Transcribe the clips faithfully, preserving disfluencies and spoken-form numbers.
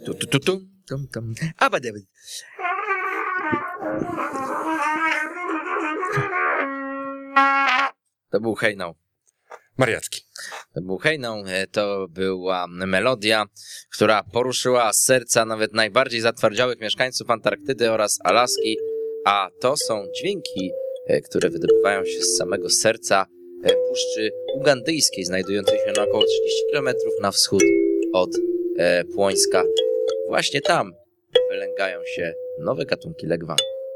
Tu, tu, tu, tu, tum, tum. A, ba, da, ba. To był hejnał. Mariacki. To był hejnał, to była melodia, która poruszyła serca nawet najbardziej zatwardziałych mieszkańców Antarktydy oraz Alaski, a to są dźwięki, które wydobywają się z samego serca Puszczy Ugandyjskiej, znajdującej się na około trzydzieści kilometrów na wschód od Płońska. Właśnie tam wylęgają się nowe gatunki legwan.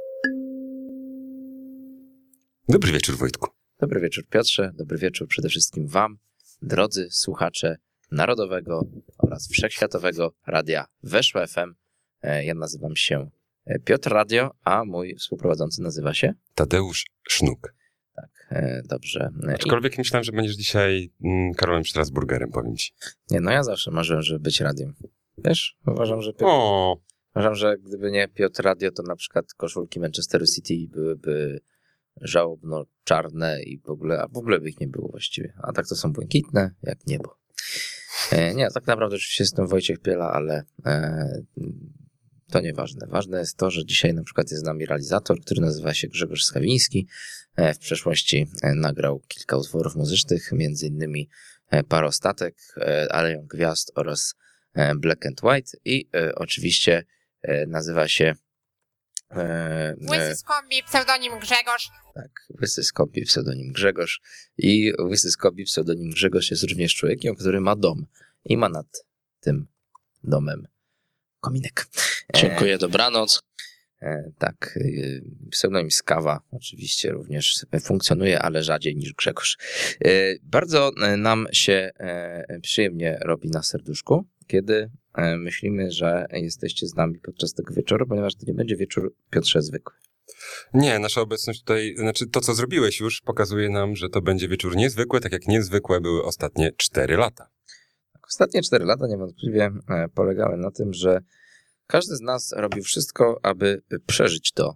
Dobry wieczór, Wojtku. Dobry wieczór, Piotrze. Dobry wieczór przede wszystkim wam, drodzy słuchacze Narodowego oraz Wszechświatowego Radia Weszło F M. Ja nazywam się Piotr Radio, a mój współprowadzący nazywa się Tadeusz Sznuk. Tak, dobrze. Aczkolwiek I... myślałem, że będziesz dzisiaj mm, Karolem Strasburgerem, powiem ci. Nie, no ja zawsze marzyłem, żeby być radiem. Wiesz, uważam, że Piotr... O. uważam, że gdyby nie Piotr Radio, to na przykład koszulki Manchesteru City byłyby żałobno czarne i w ogóle, a w ogóle by ich nie było właściwie. A tak to są błękitne, jak niebo. E, nie, tak naprawdę oczywiście jestem Wojciech Piela, ale e, to nieważne. Ważne jest to, że dzisiaj na przykład jest z nami realizator, który nazywa się Grzegorz Skawiński. E, w przeszłości e, nagrał kilka utworów muzycznych, między innymi e, Parostatek, e, Aleją Gwiazd oraz e, Black and White i e, oczywiście e, nazywa się e, Łysy Skąbi, pseudonim Grzegorz. Tak, Łysy Skąbi, pseudonim Grzegorz. I Łysy Skąbi, pseudonim Grzegorz jest również człowiekiem, który ma dom i ma nad tym domem kominek. Dziękuję, dobranoc. E, tak, e, pseudonim Skawa oczywiście również funkcjonuje, ale rzadziej niż Grzegorz. E, bardzo nam się e, przyjemnie robi na serduszku, kiedy e, myślimy, że jesteście z nami podczas tego wieczoru, ponieważ to nie będzie wieczór, Piotrze, zwykły. Nie, nasza obecność tutaj, znaczy to, co zrobiłeś już, pokazuje nam, że to będzie wieczór niezwykły, tak jak niezwykłe były ostatnie cztery lata. Ostatnie cztery lata niewątpliwie polegały na tym, że każdy z nas robił wszystko, aby przeżyć to,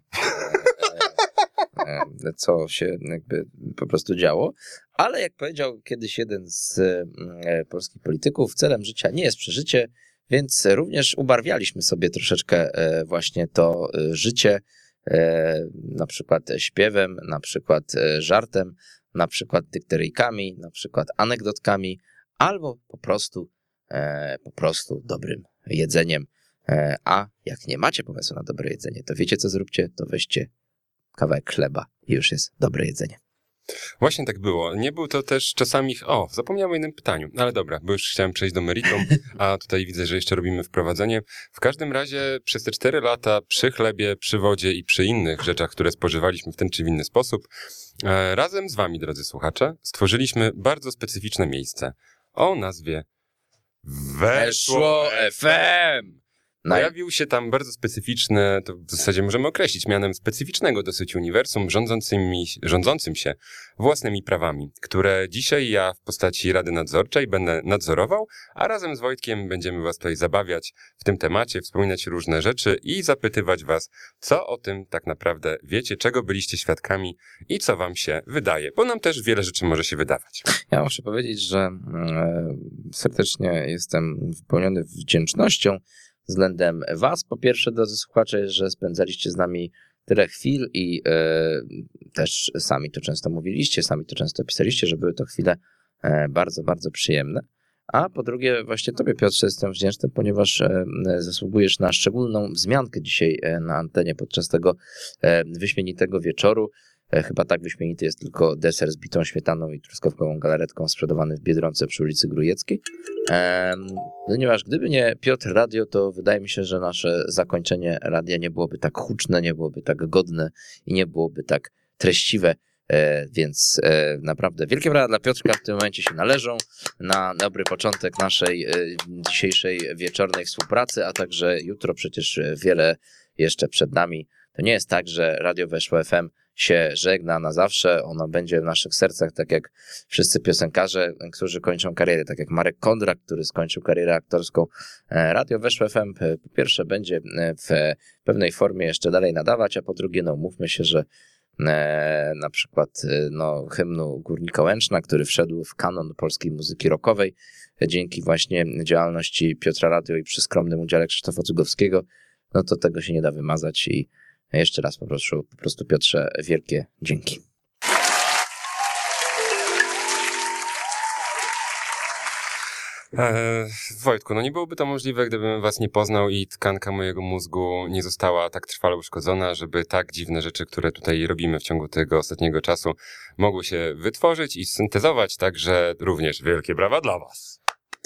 co się jakby po prostu działo. Ale jak powiedział kiedyś jeden z polskich polityków, celem życia nie jest przeżycie, więc również ubarwialiśmy sobie troszeczkę właśnie to życie, na przykład śpiewem, na przykład żartem, na przykład dykteryjkami, na przykład anegdotkami, albo po prostu, po prostu dobrym jedzeniem. A jak nie macie pomysłu na dobre jedzenie, to wiecie co zróbcie, to weźcie kawałek chleba i już jest dobre jedzenie. Właśnie tak było. Nie był to też czasami... O, zapomniałem o jednym pytaniu, ale dobra, bo już chciałem przejść do meritum, a tutaj widzę, że jeszcze robimy wprowadzenie. W każdym razie przez te cztery lata przy chlebie, przy wodzie i przy innych rzeczach, które spożywaliśmy w ten czy w inny sposób, e, razem z wami, drodzy słuchacze, stworzyliśmy bardzo specyficzne miejsce o nazwie Weszło F M! Pojawił się tam bardzo specyficzny, to w zasadzie możemy określić mianem specyficznego dosyć uniwersum rządzącymi, rządzącym się własnymi prawami, które dzisiaj ja w postaci Rady Nadzorczej będę nadzorował, a razem z Wojtkiem będziemy was tutaj zabawiać w tym temacie, wspominać różne rzeczy i zapytywać was, co o tym tak naprawdę wiecie, czego byliście świadkami i co wam się wydaje, bo nam też wiele rzeczy może się wydawać. Ja muszę powiedzieć, że e, serdecznie jestem wypełniony wdzięcznością względem was, po pierwsze, drodzy słuchacze, że spędzaliście z nami tyle chwil i e, też sami to często mówiliście, sami to często pisaliście, że były to chwile e, bardzo, bardzo przyjemne. A po drugie, właśnie tobie, Piotrze, jestem wdzięczny, ponieważ e, zasługujesz na szczególną wzmiankę dzisiaj e, na antenie podczas tego e, wyśmienitego wieczoru. Chyba tak wyśmienity jest tylko deser z bitą śmietaną i truskawkową galaretką sprzedawany w Biedronce przy ulicy Grujeckiej. Ehm, ponieważ gdyby nie Piotr Radio, to wydaje mi się, że nasze zakończenie radia nie byłoby tak huczne, nie byłoby tak godne i nie byłoby tak treściwe. E, więc e, naprawdę wielkie brawa dla Piotrka w tym momencie się należą na dobry początek naszej e, dzisiejszej wieczornej współpracy, a także jutro przecież wiele jeszcze przed nami. To nie jest tak, że Radio Weszło F M się żegna na zawsze, ono będzie w naszych sercach, tak jak wszyscy piosenkarze, którzy kończą karierę, tak jak Marek Kondrak, który skończył karierę aktorską. Radio Weszło F M po pierwsze będzie w pewnej formie jeszcze dalej nadawać, a po drugie, no mówmy się, że e, na przykład e, no, hymnu Górnika Łęczna, który wszedł w kanon polskiej muzyki rockowej e, dzięki właśnie działalności Piotra Radio i przy skromnym udziale Krzysztofa Cugowskiego, no to tego się nie da wymazać i jeszcze raz poproszę, po prostu Piotrze, wielkie dzięki. Eee, Wojtku, no nie byłoby to możliwe, gdybym was nie poznał i tkanka mojego mózgu nie została tak trwale uszkodzona, żeby tak dziwne rzeczy, które tutaj robimy w ciągu tego ostatniego czasu, mogły się wytworzyć i syntezować, także również wielkie brawa dla was.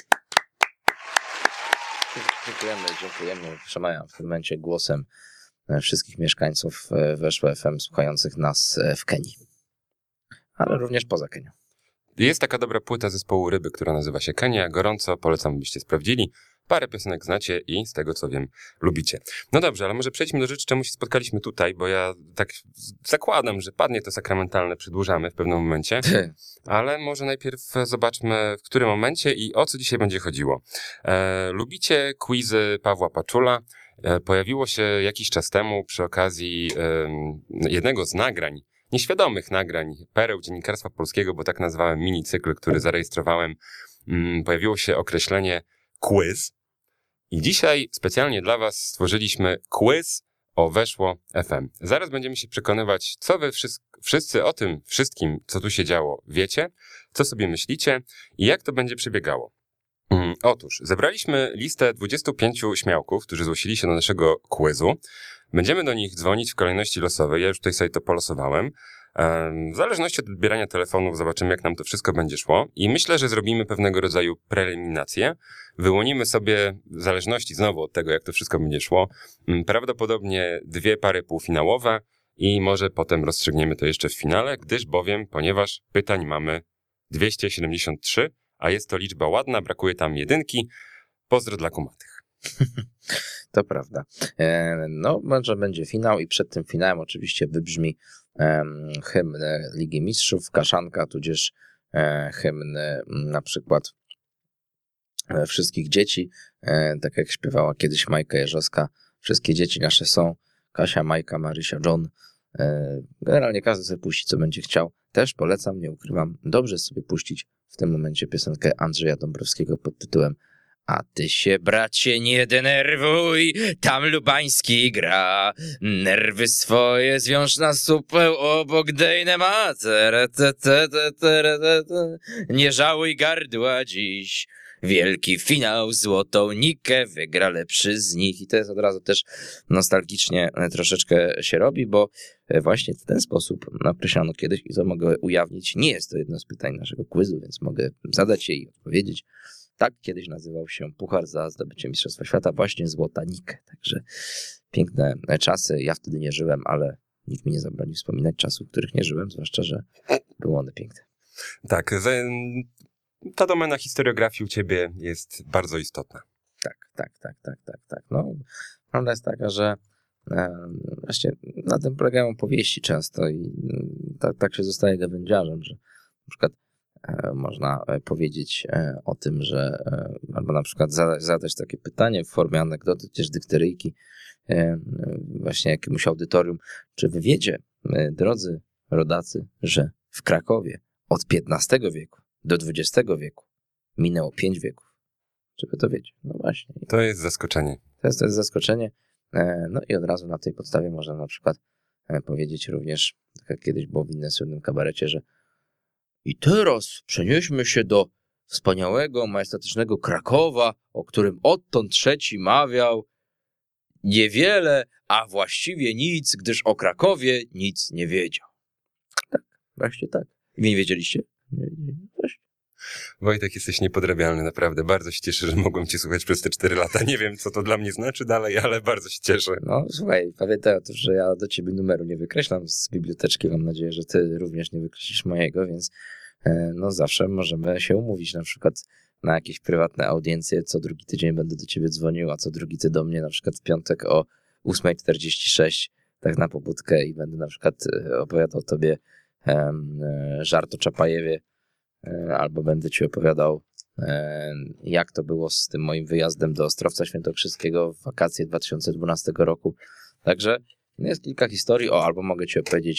Dziękujemy, dziękujemy. Przemawiam w tym momencie głosem wszystkich mieszkańców Weszło F M słuchających nas w Kenii, ale również poza Kenią. Jest taka dobra płyta zespołu Ryby, która nazywa się Kenia. Gorąco polecam, byście sprawdzili. Parę piosenek znacie i z tego co wiem, lubicie. No dobrze, ale może przejdźmy do rzeczy, czemu się spotkaliśmy tutaj, bo ja tak zakładam, że padnie to sakramentalne, przedłużamy w pewnym momencie, ale może najpierw zobaczmy, w którym momencie i o co dzisiaj będzie chodziło. E, lubicie quizy Pawła Paczula? E, pojawiło się jakiś czas temu przy okazji e, jednego z nagrań, nieświadomych nagrań, pereł dziennikarstwa polskiego, bo tak nazwałem minicykl, który zarejestrowałem, mm, pojawiło się określenie quiz. I dzisiaj specjalnie dla was stworzyliśmy quiz o Weszło F M. Zaraz będziemy się przekonywać, co wy wszyscy, wszyscy o tym wszystkim, co tu się działo, wiecie, co sobie myślicie i jak to będzie przebiegało. Mm, otóż, zebraliśmy listę dwudziestu pięciu śmiałków, którzy zgłosili się do naszego quizu. Będziemy do nich dzwonić w kolejności losowej. Ja już tutaj sobie to polosowałem. W zależności od odbierania telefonów zobaczymy, jak nam to wszystko będzie szło i myślę, że zrobimy pewnego rodzaju preeliminację. Wyłonimy sobie, w zależności znowu od tego, jak to wszystko będzie szło, prawdopodobnie dwie pary półfinałowe i może potem rozstrzygniemy to jeszcze w finale, gdyż bowiem, ponieważ pytań mamy dwieście siedemdziesiąt trzy, a jest to liczba ładna, brakuje tam jedynki. Pozdro dla kumatych. To prawda. No, może będzie finał i przed tym finałem oczywiście wybrzmi um, hymn Ligi Mistrzów, Kaszanka, tudzież um, hymn na przykład wszystkich dzieci, um, tak jak śpiewała kiedyś Majka Jerzowska, wszystkie dzieci nasze są, Kasia, Majka, Marysia, John. Um, generalnie każdy sobie puści, co będzie chciał. Też polecam, nie ukrywam, dobrze sobie puścić w tym momencie piosenkę Andrzeja Dąbrowskiego pod tytułem A ty się, bracie, nie denerwuj, tam Lubański gra. Nerwy swoje zwiąż na supeł obok dejne mater. Nie żałuj gardła dziś. Wielki finał, złotą nikę wygra lepszy z nich. I to jest od razu też nostalgicznie troszeczkę się robi, bo właśnie w ten sposób określano kiedyś i to mogę ujawnić. Nie jest to jedno z pytań naszego quizu, więc mogę zadać je i odpowiedzieć. Tak kiedyś nazywał się puchar za zdobycie Mistrzostwa Świata, właśnie Złota Nikę. Także piękne czasy. Ja wtedy nie żyłem, ale nikt mi nie zabroni wspominać czasów, w których nie żyłem, zwłaszcza, że były one piękne. Tak, ta domena historiografii u ciebie jest bardzo istotna. Tak, tak, tak, tak, tak, tak. No, prawda jest taka, że e, właśnie na tym polegają opowieści często i tak, tak się zostaje gawędziarzem, że na przykład można powiedzieć o tym, że albo na przykład zadać, zadać takie pytanie w formie anegdoty, też dykteryjki właśnie jakiemuś audytorium. Czy wy wiecie, drodzy rodacy, że w Krakowie od piętnastego wieku do dwudziestego wieku minęło pięć wieków? Czy wy to wiecie? No właśnie. To jest zaskoczenie. To jest, to jest zaskoczenie. No i od razu na tej podstawie można na przykład powiedzieć również, tak jak kiedyś było w innym słynnym kabarecie, że i teraz przenieśmy się do wspaniałego, majestatycznego Krakowa, o którym odtąd trzeci mawiał niewiele, a właściwie nic, gdyż o Krakowie nic nie wiedział. Tak, właśnie tak. Wy nie wiedzieliście? Nie, nie, właśnie. Wojtek, jesteś niepodrabialny, naprawdę. Bardzo się cieszę, że mogłem cię słuchać przez te cztery lata. Nie wiem, co to dla mnie znaczy dalej, ale bardzo się cieszę. No słuchaj, pamiętaj o tym, że ja do ciebie numeru nie wykreślam z biblioteczki. Mam nadzieję, że ty również nie wykreślisz mojego, więc no zawsze możemy się umówić na przykład na jakieś prywatne audiencje. Co drugi tydzień będę do ciebie dzwonił, a co drugi ty do mnie na przykład w piątek o ósma czterdzieści sześć, tak na pobudkę i będę na przykład opowiadał tobie um, żart o Czapajewie, albo będę ci opowiadał, jak to było z tym moim wyjazdem do Ostrowca Świętokrzyskiego w wakacje dwa tysiące dwunastego roku. Także jest kilka historii. O, albo mogę ci opowiedzieć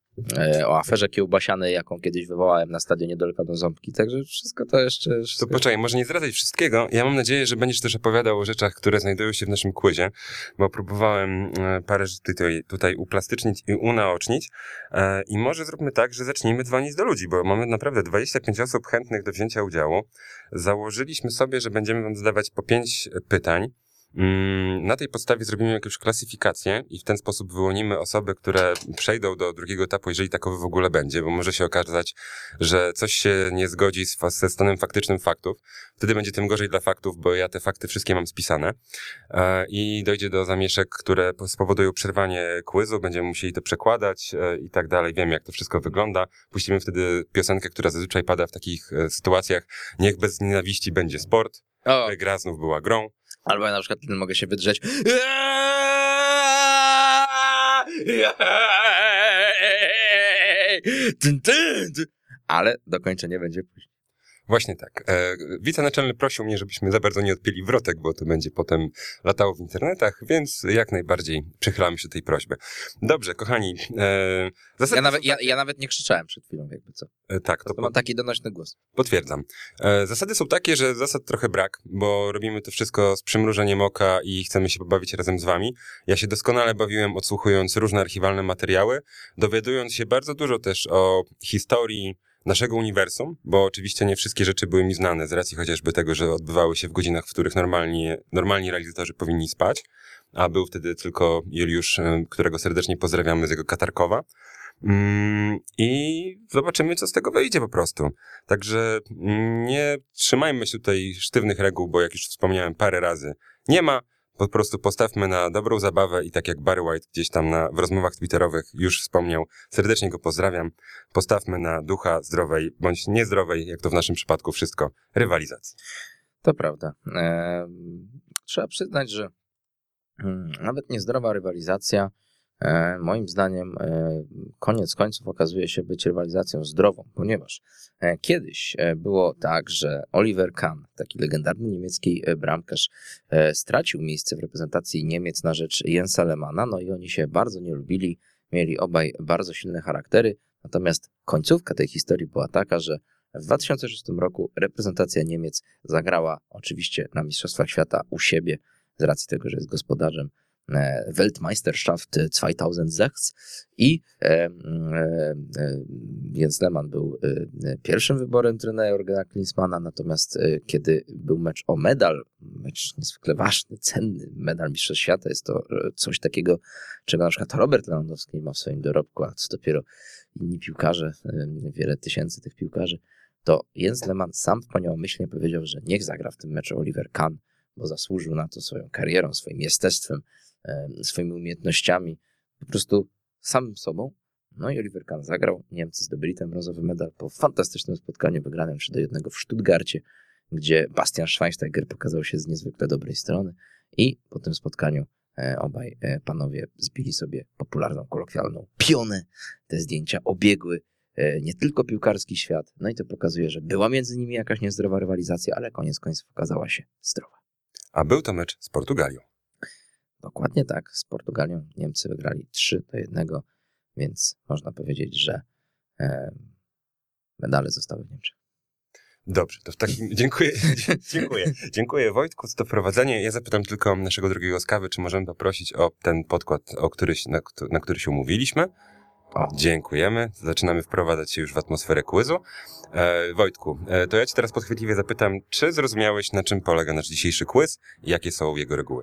e, o aferze kiełbasianej, jaką kiedyś wywołałem na stadionie Dolkanu Ząbki, także wszystko to jeszcze... To Wszystko... poczekaj, może nie zdradzaj wszystkiego. Ja mam nadzieję, że będziesz też opowiadał o rzeczach, które znajdują się w naszym quizie, bo próbowałem e, parę rzeczy tutaj, tutaj uplastycznić i unaocznić e, i może zróbmy tak, że zacznijmy dzwonić do ludzi, bo mamy naprawdę dwadzieścia pięć osób chętnych do wzięcia udziału. Założyliśmy sobie, że będziemy wam zadawać po pięć pytań. Na tej podstawie zrobimy jakąś klasyfikację i w ten sposób wyłonimy osoby, które przejdą do drugiego etapu, jeżeli takowy w ogóle będzie, bo może się okazać, że coś się nie zgodzi z, ze stanem faktycznym faktów. Wtedy będzie tym gorzej dla faktów, bo ja te fakty wszystkie mam spisane e, i dojdzie do zamieszek, które spowodują przerwanie quizu, będziemy musieli to przekładać e, i tak dalej. Wiem, jak to wszystko wygląda. Puścimy wtedy piosenkę, która zazwyczaj pada w takich e, sytuacjach. Niech bez nienawiści będzie sport. O, Gra znów była grą. albo ja na przykład mogę się wydrzeć. Ale dokończenie będzie później. Właśnie tak. E, wicenaczelny prosił mnie, żebyśmy za bardzo nie odpięli wrotek, bo to będzie potem latało w internetach, więc jak najbardziej przychylamy się do tej prośby. Dobrze, kochani. E, zasady Ja nawet, są ja, takie- ja nawet nie krzyczałem przed chwilą, jakby co. E, tak, To to mam taki donośny głos. potwierdzam. E, zasady są takie, że zasad trochę brak, bo robimy to wszystko z przymrużeniem oka i chcemy się pobawić razem z wami. Ja się doskonale bawiłem, odsłuchując różne archiwalne materiały, dowiadując się bardzo dużo też o historii naszego uniwersum, bo oczywiście nie wszystkie rzeczy były mi znane z racji chociażby tego, że odbywały się w godzinach, w których normalni, normalni realizatorzy powinni spać, a był wtedy tylko Juliusz, e, którego serdecznie pozdrawiamy z jego Katarkowa. Mm, I zobaczymy, co z tego wyjdzie po prostu. Także mm, nie trzymajmy się tutaj sztywnych reguł, bo jak już wspomniałem parę razy, nie ma. Po prostu postawmy na dobrą zabawę i tak jak Barry White gdzieś tam na, w rozmowach twitterowych już wspomniał, serdecznie go pozdrawiam, postawmy na ducha zdrowej bądź niezdrowej, jak to w naszym przypadku wszystko, rywalizacji. To prawda. E, trzeba przyznać, że mm, nawet niezdrowa rywalizacja, e, moim zdaniem, e, koniec końców okazuje się być rywalizacją zdrową, ponieważ e, kiedyś e, było tak, że Oliver Kahn, taki legendarny niemiecki e, bramkarz, e, stracił miejsce w reprezentacji Niemiec na rzecz Jensa Lehmanna, no i oni się bardzo nie lubili, mieli obaj bardzo silne charaktery, natomiast końcówka tej historii była taka, że w dwa tysiące szóstym roku reprezentacja Niemiec zagrała oczywiście na Mistrzostwach Świata u siebie z racji tego, że jest gospodarzem e, Weltmeisterschaft dwa tysiące sechs i e, e, e, Jens Lehmann był e, pierwszym wyborem trenera Jurgena Klinsmana, natomiast e, kiedy był mecz o medal, mecz niezwykle ważny, cenny, medal Mistrzostw Świata, jest to e, coś takiego, czego na przykład Robert Lewandowski nie ma w swoim dorobku, a co dopiero inni piłkarze, e, wiele tysięcy tych piłkarzy, to Jens Lehmann sam wspaniałomyślnie powiedział, że niech zagra w tym meczu Oliver Kahn, bo zasłużył na to swoją karierą, swoim jestestwem, e, swoimi umiejętnościami, po prostu samym sobą. No i Oliver Kahn zagrał. Niemcy zdobyli ten brązowy medal po fantastycznym spotkaniu wygranym trzy do jednego w Stuttgarcie, gdzie Bastian Schweinsteiger pokazał się z niezwykle dobrej strony i po tym spotkaniu e, obaj e, panowie zbili sobie popularną, kolokwialną pionę. Te zdjęcia obiegły nie tylko piłkarski świat, no i to pokazuje, że była między nimi jakaś niezdrowa rywalizacja, ale koniec końców okazała się zdrowa. A był to mecz z Portugalią. Dokładnie tak, z Portugalią Niemcy wygrali trzy do jednego, więc można powiedzieć, że e, medale zostały w Niemczech. Dobrze, to w takim... Dziękuję, dziękuję. Dziękuję Wojtku za to wprowadzenie. Ja zapytam tylko naszego drugiego z kawy, czy możemy poprosić o ten podkład, o który, na, na który się umówiliśmy. O, dziękujemy. Zaczynamy wprowadzać się już w atmosferę quizu. E, Wojtku, e, to ja cię teraz podchwytliwie zapytam, czy zrozumiałeś, na czym polega nasz dzisiejszy quiz i jakie są jego reguły?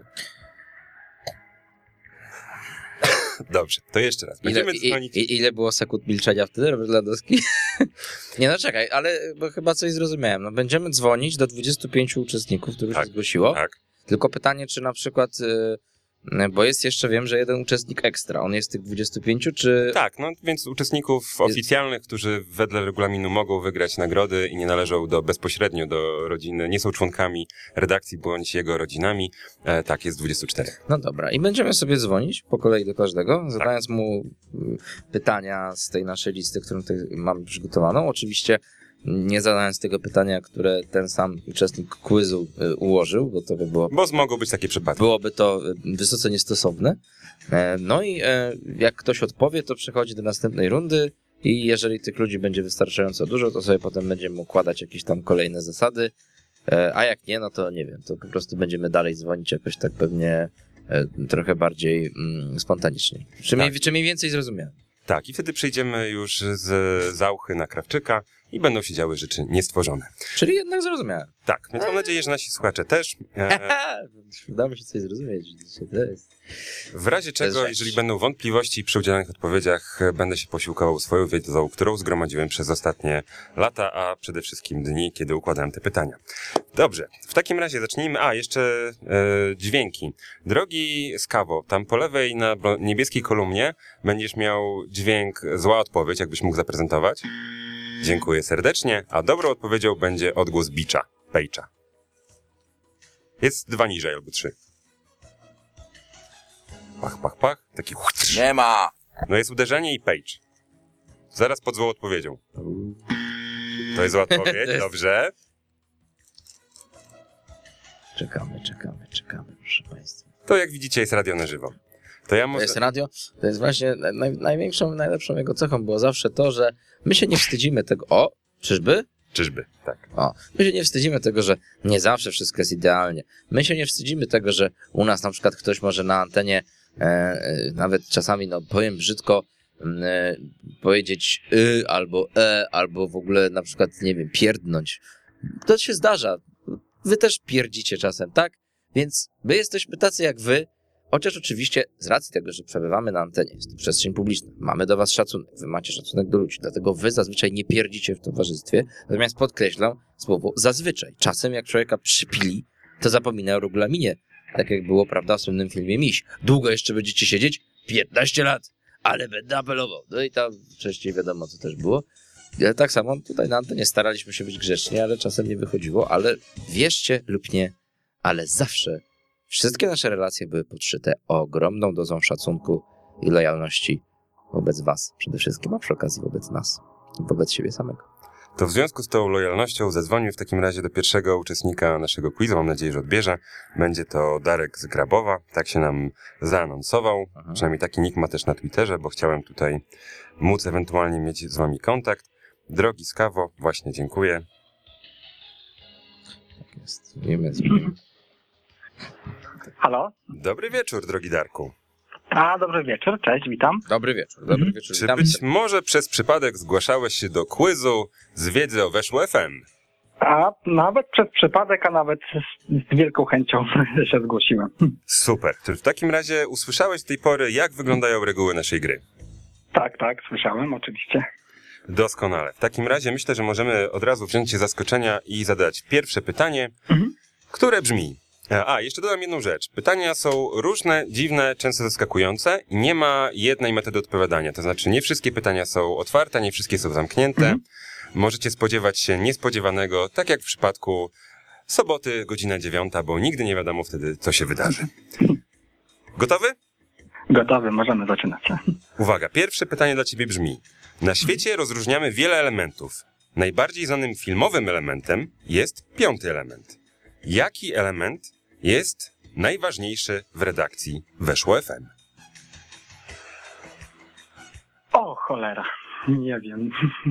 Dobrze, to jeszcze raz. Będziemy ile, dzwonić... i, i, ile było sekund milczenia wtedy, Robert Lewandowski? Nie no, czekaj, ale bo chyba coś zrozumiałem. No, będziemy dzwonić do dwudziestu pięciu uczestników, których Tak, się zgłosiło. Tak. Tylko pytanie, czy na przykład... Y, bo jest jeszcze, wiem, że jeden uczestnik ekstra. On jest z tych dwudziestu pięciu, czy... Tak, no więc uczestników oficjalnych, którzy wedle regulaminu mogą wygrać nagrody i nie należą do bezpośrednio do rodziny, nie są członkami redakcji bądź jego rodzinami, e, tak, jest dwudziestu czterech. No dobra, i będziemy sobie dzwonić po kolei do każdego, zadając mu y, pytania z tej naszej listy, którą tutaj mamy przygotowaną. Oczywiście nie zadając tego pytania, które ten sam uczestnik quizu y, ułożył, bo to by było... Bo mogą być takie przypadki. Byłoby to wysoce niestosowne. E, no i e, jak ktoś odpowie, to przechodzi do następnej rundy i jeżeli tych ludzi będzie wystarczająco dużo, to sobie potem będziemy układać jakieś tam kolejne zasady, e, a jak nie, no to nie wiem, to po prostu będziemy dalej dzwonić jakoś tak pewnie e, trochę bardziej mm, spontanicznie. Czy, Tak. mniej, czy mniej więcej zrozumiałem? Tak, i wtedy przejdziemy już z Zauchy na Krawczyka i będą się działy rzeczy niestworzone. Czyli jednak zrozumiałem. Tak, więc mam nadzieję, że nasi słuchacze też. E, Udało mi się coś zrozumieć. To jest... w razie To jest czego, rzecz. jeżeli będą wątpliwości przy udzielonych odpowiedziach, e, będę się posiłkował swoją wiedzą, którą zgromadziłem przez ostatnie lata, a przede wszystkim dni, kiedy układałem te pytania. Dobrze, w takim razie zacznijmy. A, jeszcze e, dźwięki. Drogi Skawo, tam po lewej na blo- niebieskiej kolumnie będziesz miał dźwięk zła odpowiedź, jakbyś mógł zaprezentować. Dziękuję serdecznie, a dobrą odpowiedzią będzie odgłos bicza, pejcza. Jest dwa niżej albo trzy. Pach, pach, pach. Taki chłód. Nie ma! No jest uderzenie i page. Zaraz pod złą odpowiedzią. To jest zła odpowiedź, dobrze. Czekamy, czekamy, czekamy, proszę państwa. To jak widzicie jest radio na żywo. To ja To może... jest radio, to jest właśnie naj, największą, najlepszą jego cechą było zawsze to, że my się nie wstydzimy tego, o, czyżby? Czyżby, tak. O, my się nie wstydzimy tego, że nie zawsze wszystko jest idealnie. My się nie wstydzimy tego, że u nas na przykład ktoś może na antenie e, e, nawet czasami, no powiem brzydko, e, powiedzieć y, albo e, albo w ogóle na przykład, nie wiem, pierdnąć. To się zdarza. Wy też pierdzicie czasem, tak? Więc my jesteśmy tacy jak wy, chociaż oczywiście z racji tego, że przebywamy na antenie, jest to przestrzeń publiczna, mamy do was szacunek, wy macie szacunek do ludzi, dlatego wy zazwyczaj nie pierdzicie w towarzystwie, natomiast podkreślam słowo zazwyczaj. Czasem jak człowieka przypili, to zapomina o regulaminie, tak jak było, prawda, w słynnym filmie Miś. Długo jeszcze będziecie siedzieć? piętnaście lat, ale będę apelował. No i tam wcześniej wiadomo, co też było. Tak samo tutaj na antenie staraliśmy się być grzeczni, ale czasem nie wychodziło, ale wierzcie lub nie, ale zawsze wszystkie nasze relacje były podszyte ogromną dozą szacunku i lojalności wobec was przede wszystkim, a przy okazji wobec nas, wobec siebie samego. To w związku z tą lojalnością zadzwonił w takim razie do pierwszego uczestnika naszego quizu. Mam nadzieję, że odbierze. Będzie to Darek z Grabowa. Tak się nam zaanonsował. Aha. Przynajmniej taki nick ma też na Twitterze, bo chciałem tutaj móc ewentualnie mieć z wami kontakt. Drogi Skawo, właśnie dziękuję. Tak jest. Wiemy, wiemy. Halo? Dobry wieczór, drogi Darku. A, dobry wieczór, cześć, witam. Dobry wieczór, dobry wieczór. Czy Witamy być cię. może przez przypadek zgłaszałeś się do quizu z wiedzy o Weszło F M? A nawet przez przypadek, a nawet z, z wielką chęcią się zgłosiłem. Super. Czy w takim razie usłyszałeś z tej pory, jak wyglądają reguły naszej gry? Tak, tak, słyszałem, oczywiście. Doskonale. W takim razie myślę, że możemy od razu wziąć się z zaskoczenia i zadać pierwsze pytanie, Mhm. które brzmi... A, jeszcze dodam jedną rzecz. Pytania są różne, dziwne, często zaskakujące i nie ma jednej metody odpowiadania. To znaczy nie wszystkie pytania są otwarte, nie wszystkie są zamknięte. Mhm. Możecie spodziewać się niespodziewanego, tak jak w przypadku soboty, godzina dziewiąta, bo nigdy nie wiadomo wtedy, co się wydarzy. Gotowy? Gotowy, możemy zaczynać. Uwaga, pierwsze pytanie dla ciebie brzmi. Na świecie rozróżniamy wiele elementów. Najbardziej znanym filmowym elementem jest piąty element. Jaki element jest najważniejszy w redakcji Weszło F M? O, cholera, nie wiem.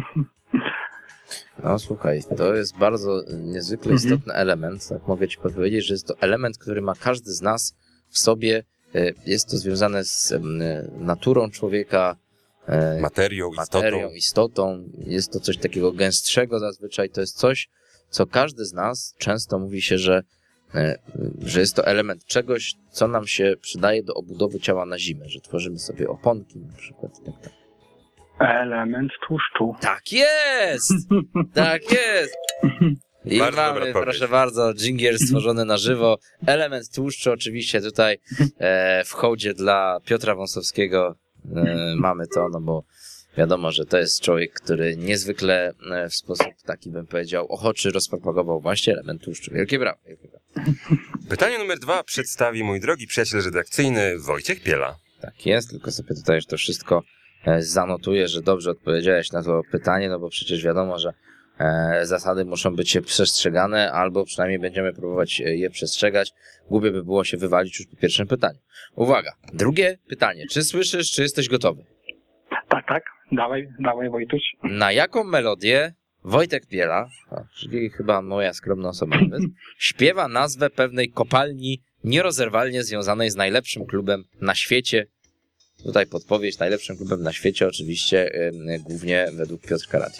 No słuchaj, to jest bardzo niezwykle Mhm. istotny element, tak mogę ci powiedzieć, że jest to element, który ma każdy z nas w sobie. E, Jest to związane z em, naturą człowieka, e, Materią, materią, istotą. istotą. Jest to coś takiego gęstszego zazwyczaj. To jest coś, co każdy z nas często mówi się, że, e, że jest to element czegoś, co nam się przydaje do obudowy ciała na zimę, że tworzymy sobie oponki na przykład. i Tak, tak. Element tłuszczu. tak jest! Tak jest! I Bardzo dobra mamy, odpowiedź. proszę bardzo, dżingiel stworzony na żywo. Element tłuszczu oczywiście tutaj e, w hołdzie dla Piotra Wąsowskiego e, mamy to, no bo wiadomo, że to jest człowiek, który niezwykle e, w sposób taki, bym powiedział, ochoczy rozpropagował właśnie element tłuszczu. Wielkie brawo. Wielkie brawo. Pytanie numer dwa przedstawi mój drogi przyjaciel redakcyjny Wojciech Piela. Tak jest, tylko sobie tutaj już to wszystko e, zanotuję, że dobrze odpowiedziałeś na to pytanie, no bo przecież wiadomo, że e, zasady muszą być przestrzegane, albo przynajmniej będziemy próbować je przestrzegać. Głupie by było się wywalić już po pierwszym pytaniu. Uwaga, drugie pytanie. Czy słyszysz, czy jesteś gotowy? Tak, tak. Dawaj, dawaj Wojtuś. Na jaką melodię Wojtek Piela, o, czyli chyba moja skromna osoba nawet, śpiewa nazwę pewnej kopalni nierozerwalnie związanej z najlepszym klubem na świecie? Tutaj podpowiedź, najlepszym klubem na świecie oczywiście, yy, głównie według Piotrka Radio.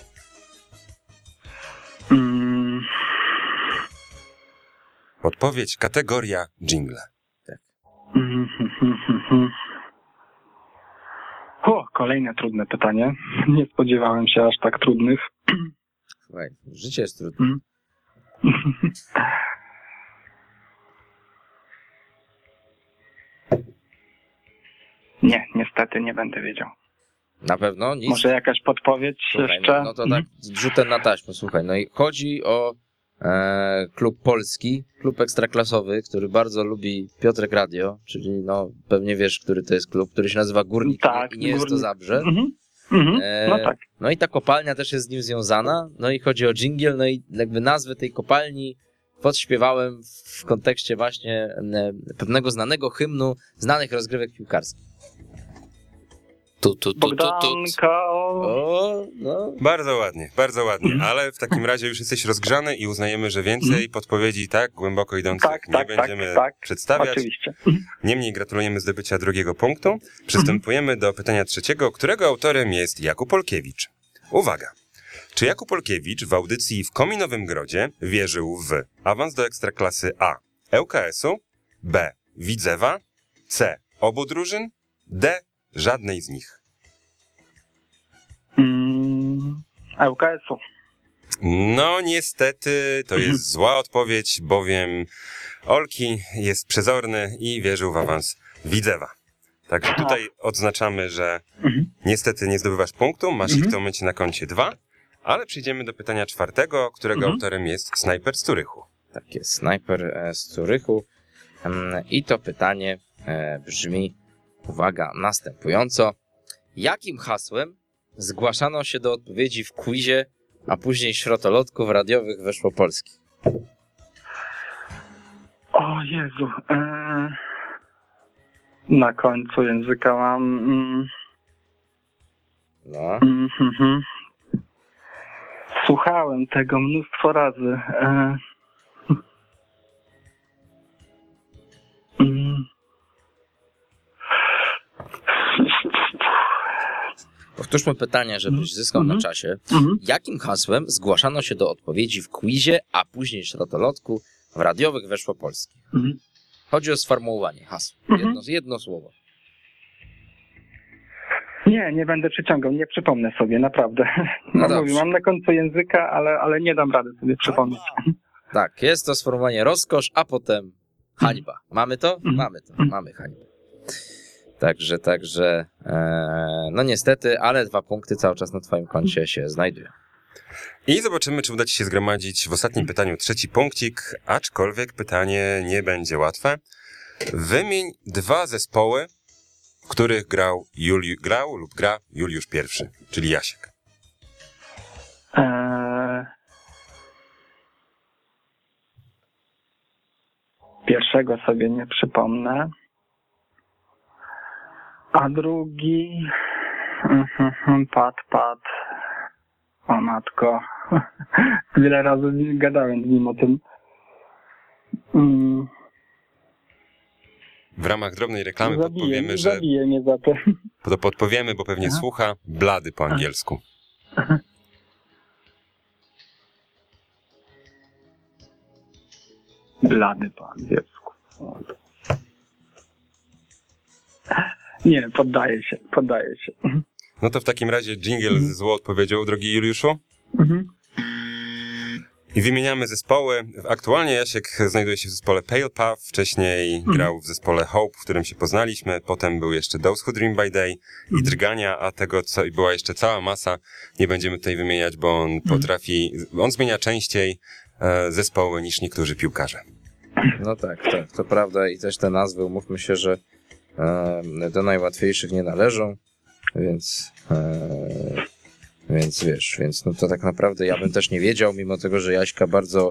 Mm, Odpowiedź kategoria jingle. mm, mm, mm, mm. O, kolejne trudne pytanie. Nie spodziewałem się aż tak trudnych. Słuchaj, życie jest trudne. Mm. Nie, niestety nie będę wiedział. Na pewno nic. Może jakaś podpowiedź Słuchaj, jeszcze? no, no to tak rzutem na taśmę, słuchaj. No i chodzi o e, klub polski, klub ekstraklasowy, który bardzo lubi Piotrek Radio, czyli no pewnie wiesz, który to jest klub, który się nazywa Górnik Tak, i nie jest to Górnik. Zabrze. Mhm. Mhm. E, No tak. No i ta kopalnia też jest z nim związana, no i chodzi o dżingiel, no i jakby nazwę tej kopalni podśpiewałem w kontekście właśnie e, pewnego znanego hymnu znanych rozgrywek piłkarskich. Tu, tu, tu, tu, tu. Bogdanka. O, no. Bardzo ładnie, bardzo ładnie, ale w takim razie już jesteś rozgrzany i uznajemy, że więcej podpowiedzi tak głęboko idących Tak, nie tak, tak, będziemy tak. przedstawiać. Oczywiście. Niemniej gratulujemy zdobycia drugiego punktu. Przystępujemy do pytania trzeciego, którego autorem jest Jakub Olkiewicz. Uwaga! Czy Jakub Olkiewicz w audycji w Kominowym Grodzie wierzył w awans do Ekstraklasy A L K S-u, B Widzewa, C obu drużyn, D żadnej z nich? Mm, L K S-u. No niestety to jest zła odpowiedź, bowiem Olki jest przezorny i wierzył w awans Widzewa. Także tutaj odznaczamy, że Mhm. niestety nie zdobywasz punktu, masz ich Mhm. w tym momencie na koncie dwa, ale przejdziemy do pytania czwartego, którego Mhm. autorem jest Snajper z Turychu. Tak jest, snajper e, z Curychu. Em, I to pytanie e, brzmi, uwaga, następująco. Jakim hasłem zgłaszano się do odpowiedzi w quizie, a później śrotolotków radiowych Weszło Polski? O Jezu. E... Na końcu języka mam... Mm, No, mm, mhm. Słuchałem tego mnóstwo razy. E... Mm. powtórzmy pytanie, żebyś zyskał na Mhm. czasie. Mhm. Jakim hasłem zgłaszano się do odpowiedzi w quizie, a później śrotolotku w radiowych Weszło Polski? Mhm. Chodzi o sformułowanie hasła. Mhm. Jedno, jedno słowo. Nie, nie będę przyciągał, nie przypomnę sobie, naprawdę. No No dobrze. mówię, mam na końcu języka, ale, ale nie dam rady sobie przypomnieć. Tak, jest to sformułowanie rozkosz, a potem hańba. Mamy to? Mhm. Mamy to. Mamy hańbę. Także, także, e, no niestety, ale dwa punkty cały czas na twoim koncie się znajdują. I zobaczymy, czy uda ci się zgromadzić w ostatnim pytaniu trzeci punkcik, aczkolwiek pytanie nie będzie łatwe. Wymień dwa zespoły, w których grał, Juli, grał lub gra Juliusz Pierwszy, czyli Jasiek. Eee... Pierwszego sobie nie przypomnę. A drugi... Mhm, Pad, pad. O matko. Wiele razy gadałem z nim o tym. Mm, W ramach drobnej reklamy zabije, podpowiemy, że zabije mnie za to. to podpowiemy, bo pewnie Aha. słucha, blady po angielsku. Blady po angielsku. Nie, poddaję się, poddaję się. No to w takim razie dżingiel z złą odpowiedzią, drogi Juliuszu. Mhm. I wymieniamy zespoły. Aktualnie Jasiek znajduje się w zespole Pale Path, wcześniej grał w zespole Hope, w którym się poznaliśmy, potem był jeszcze Those Who Dream by Day i Drgania, a tego co była jeszcze cała masa. Nie będziemy tutaj wymieniać, bo on potrafi, on zmienia częściej e, zespoły niż niektórzy piłkarze. No tak, tak, to prawda i też te nazwy, umówmy się, że e, do najłatwiejszych nie należą, więc e, Więc wiesz, więc no to tak naprawdę ja bym też nie wiedział, mimo tego, że Jaśka bardzo,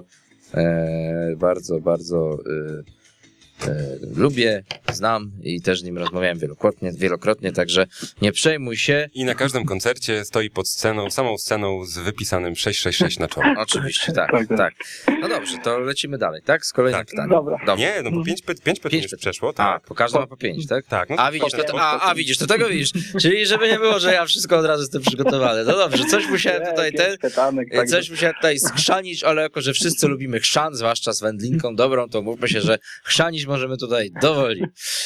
e, bardzo, bardzo e, e, lubię, znam i też z nim rozmawiałem wielokrotnie, wielokrotnie, także nie przejmuj się. I na każdym koncercie stoi pod sceną, samą sceną z wypisanym sześć sześć sześć na czole. Oczywiście, tak, Tak, tak. tak. No dobrze, to lecimy dalej, tak? Z kolejnym Tak. pytaniem. Dobra. Dobrze. Nie, no bo pięć, py- pięć pytań Pięć już pytań. przeszło, A, tak. po każdym ma po pięć, tak? Tak, no A widzisz, to, po- to, a, a widzisz, to tego widzisz. Czyli żeby nie było, że ja wszystko od razu jestem przygotowany. No dobrze, coś musiałem tutaj ten, Pytanek, tak, coś musiałem tutaj skrzanić, ale jako, że wszyscy lubimy chrzan, zwłaszcza z wędlinką dobrą, to mówmy się, że chrzanić możemy tutaj dowoli.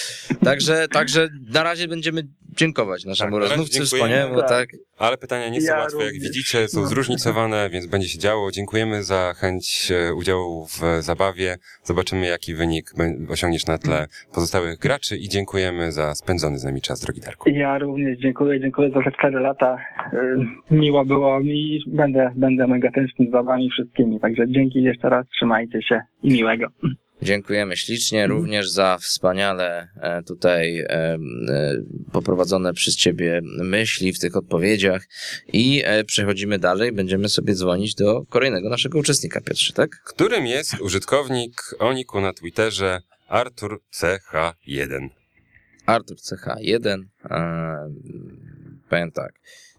Także, także na razie będziemy dziękować naszemu Tak, na razie rozmówcy dziękujemy. wspaniałemu, tak. Ale pytania nie są Ja łatwe, jak również. widzicie, są zróżnicowane, więc będzie się działo. Dziękujemy za chęć e, udziału w zabawie. Zobaczymy, jaki wynik bę- osiągniesz na tle pozostałych graczy i dziękujemy za spędzony z nami czas, drogi Darku. Ja również dziękuję, dziękuję za te cztery lata. Y, Miło było mi, będę, będę mega tęsknił za wami wszystkimi, także dzięki jeszcze raz, trzymajcie się i miłego. Dziękujemy ślicznie również za wspaniale e, tutaj e, e, poprowadzone przez ciebie myśli w tych odpowiedziach i e, przechodzimy dalej, będziemy sobie dzwonić do kolejnego naszego uczestnika, Piotrze, tak? Którym jest użytkownik o niku na Twitterze Artur C H jeden. Artur C H jeden, e, powiem tak,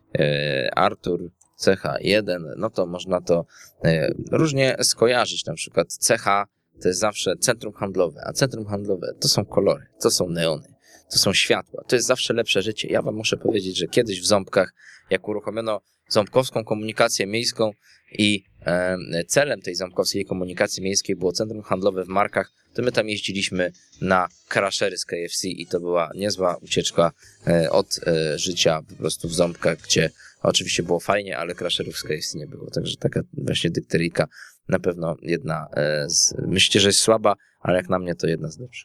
e, Artur C H jeden, no to można to e, różnie skojarzyć, na przykład C H to jest zawsze centrum handlowe, a centrum handlowe to są kolory, to są neony, to są światła, to jest zawsze lepsze życie. Ja wam muszę powiedzieć, że kiedyś w Ząbkach, jak uruchomiono ząbkowską komunikację miejską i e, celem tej ząbkowskiej komunikacji miejskiej było centrum handlowe w Markach, to my tam jeździliśmy na crashery z K F C i to była niezła ucieczka e, od e, życia po prostu w Ząbkach, gdzie oczywiście było fajnie, ale crasherów z K F C nie było, także taka właśnie dykteryjka na pewno jedna e, z, myślicie, że jest słaba, ale jak na mnie to jedna z lepszych.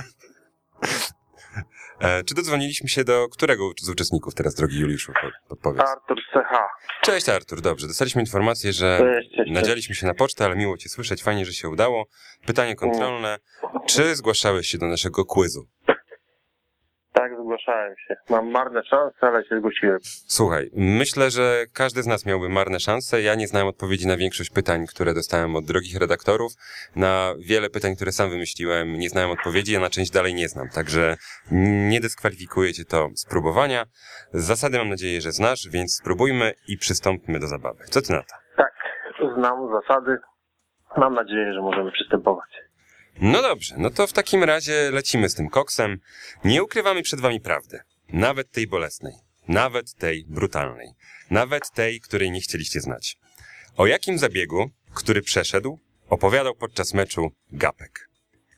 E, czy dodzwoniliśmy się do którego z uczestników teraz, drogi Juliuszu, po- podpowiedz? Artur C H. Cześć Artur, dobrze, dostaliśmy informację, że Cześć, cześć, nadzieliśmy się na pocztę, ale miło cię słyszeć, fajnie, że się udało. Pytanie kontrolne, czy zgłaszałeś się do naszego quizu? Tak, zgłaszałem się. Mam marne szanse, ale się zgłosiłem. Słuchaj, myślę, że każdy z nas miałby marne szanse. Ja nie znałem odpowiedzi na większość pytań, które dostałem od drogich redaktorów. Na wiele pytań, które sam wymyśliłem, nie znałem odpowiedzi, a na część dalej nie znam. Także nie dyskwalifikuje cię to z próbowania. Zasady mam nadzieję, że znasz, więc spróbujmy i przystąpmy do zabawy. Co ty na to? Tak, znam zasady. Mam nadzieję, że możemy przystępować. No dobrze, no to w takim razie lecimy z tym koksem. Nie ukrywamy przed wami prawdy. Nawet tej bolesnej. Nawet tej brutalnej. Nawet tej, której nie chcieliście znać. O jakim zabiegu, który przeszedł, opowiadał podczas meczu Gapek?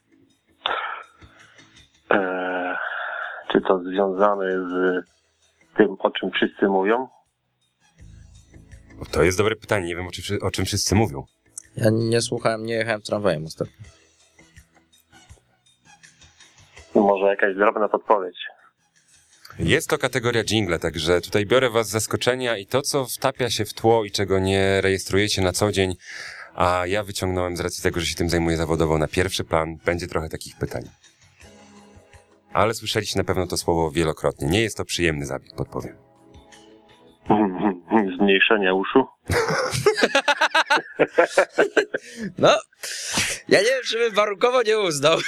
Eee, czy to związane z tym, o czym wszyscy mówią? O, to jest dobre pytanie, nie wiem o czym, o czym wszyscy mówią. Ja nie słuchałem, nie jechałem tramwajem ostatnio. Może jakaś drobna podpowiedź. Jest to kategoria jingle, także tutaj biorę was z zaskoczenia i to, co wtapia się w tło i czego nie rejestrujecie na co dzień, a ja wyciągnąłem z racji tego, że się tym zajmuję zawodowo na pierwszy plan, będzie trochę takich pytań. Ale słyszeliście na pewno to słowo wielokrotnie. Nie jest to przyjemny zabieg, podpowiem. Zmniejszenie uszu? No, ja nie wiem, czy bym warunkowo nie uznał.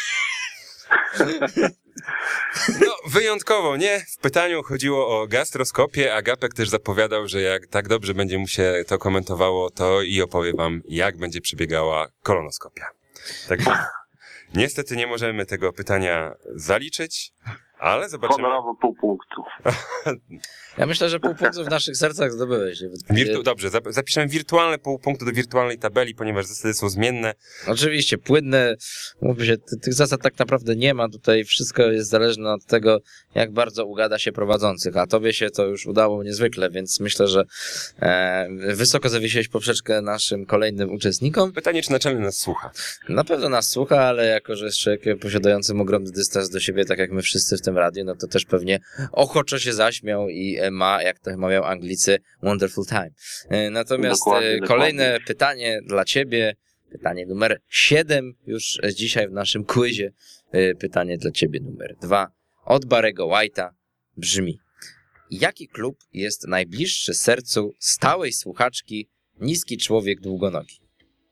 No, wyjątkowo nie. W pytaniu chodziło o gastroskopię, a Gapek też zapowiadał, że jak tak dobrze będzie mu się to komentowało, to i opowie wam, jak będzie przebiegała kolonoskopia. Także niestety nie możemy tego pytania zaliczyć, ale zobaczymy. Honorowo pół punktu. Ja myślę, że pół punktu w naszych sercach zdobyłeś. Wirtu- dobrze, zap- zapiszemy wirtualne pół punktu do wirtualnej tabeli, ponieważ zasady są zmienne. Oczywiście, płynne, mówmy się, ty, tych zasad tak naprawdę nie ma. Tutaj wszystko jest zależne od tego, jak bardzo ugada się prowadzących, a tobie się to już udało niezwykle, więc myślę, że e, wysoko zawiesiłeś poprzeczkę naszym kolejnym uczestnikom. Pytanie, czy naczelny nas słucha? Na pewno nas słucha, ale jako, że jest człowiekiem posiadającym ogromny dystans do siebie, tak jak my wszyscy w tym radiu, no to też pewnie ochoczo się zaśmiał i ma, jak to mawiał Anglicy, wonderful time. E, Natomiast Dokładnie, e, kolejne dokładnie. pytanie dla ciebie, pytanie numer siedem już dzisiaj w naszym quizie, e, pytanie dla ciebie numer dwa od Barry'ego White'a brzmi: Jaki klub jest najbliższy sercu stałej słuchaczki Niski Człowiek Długonogi?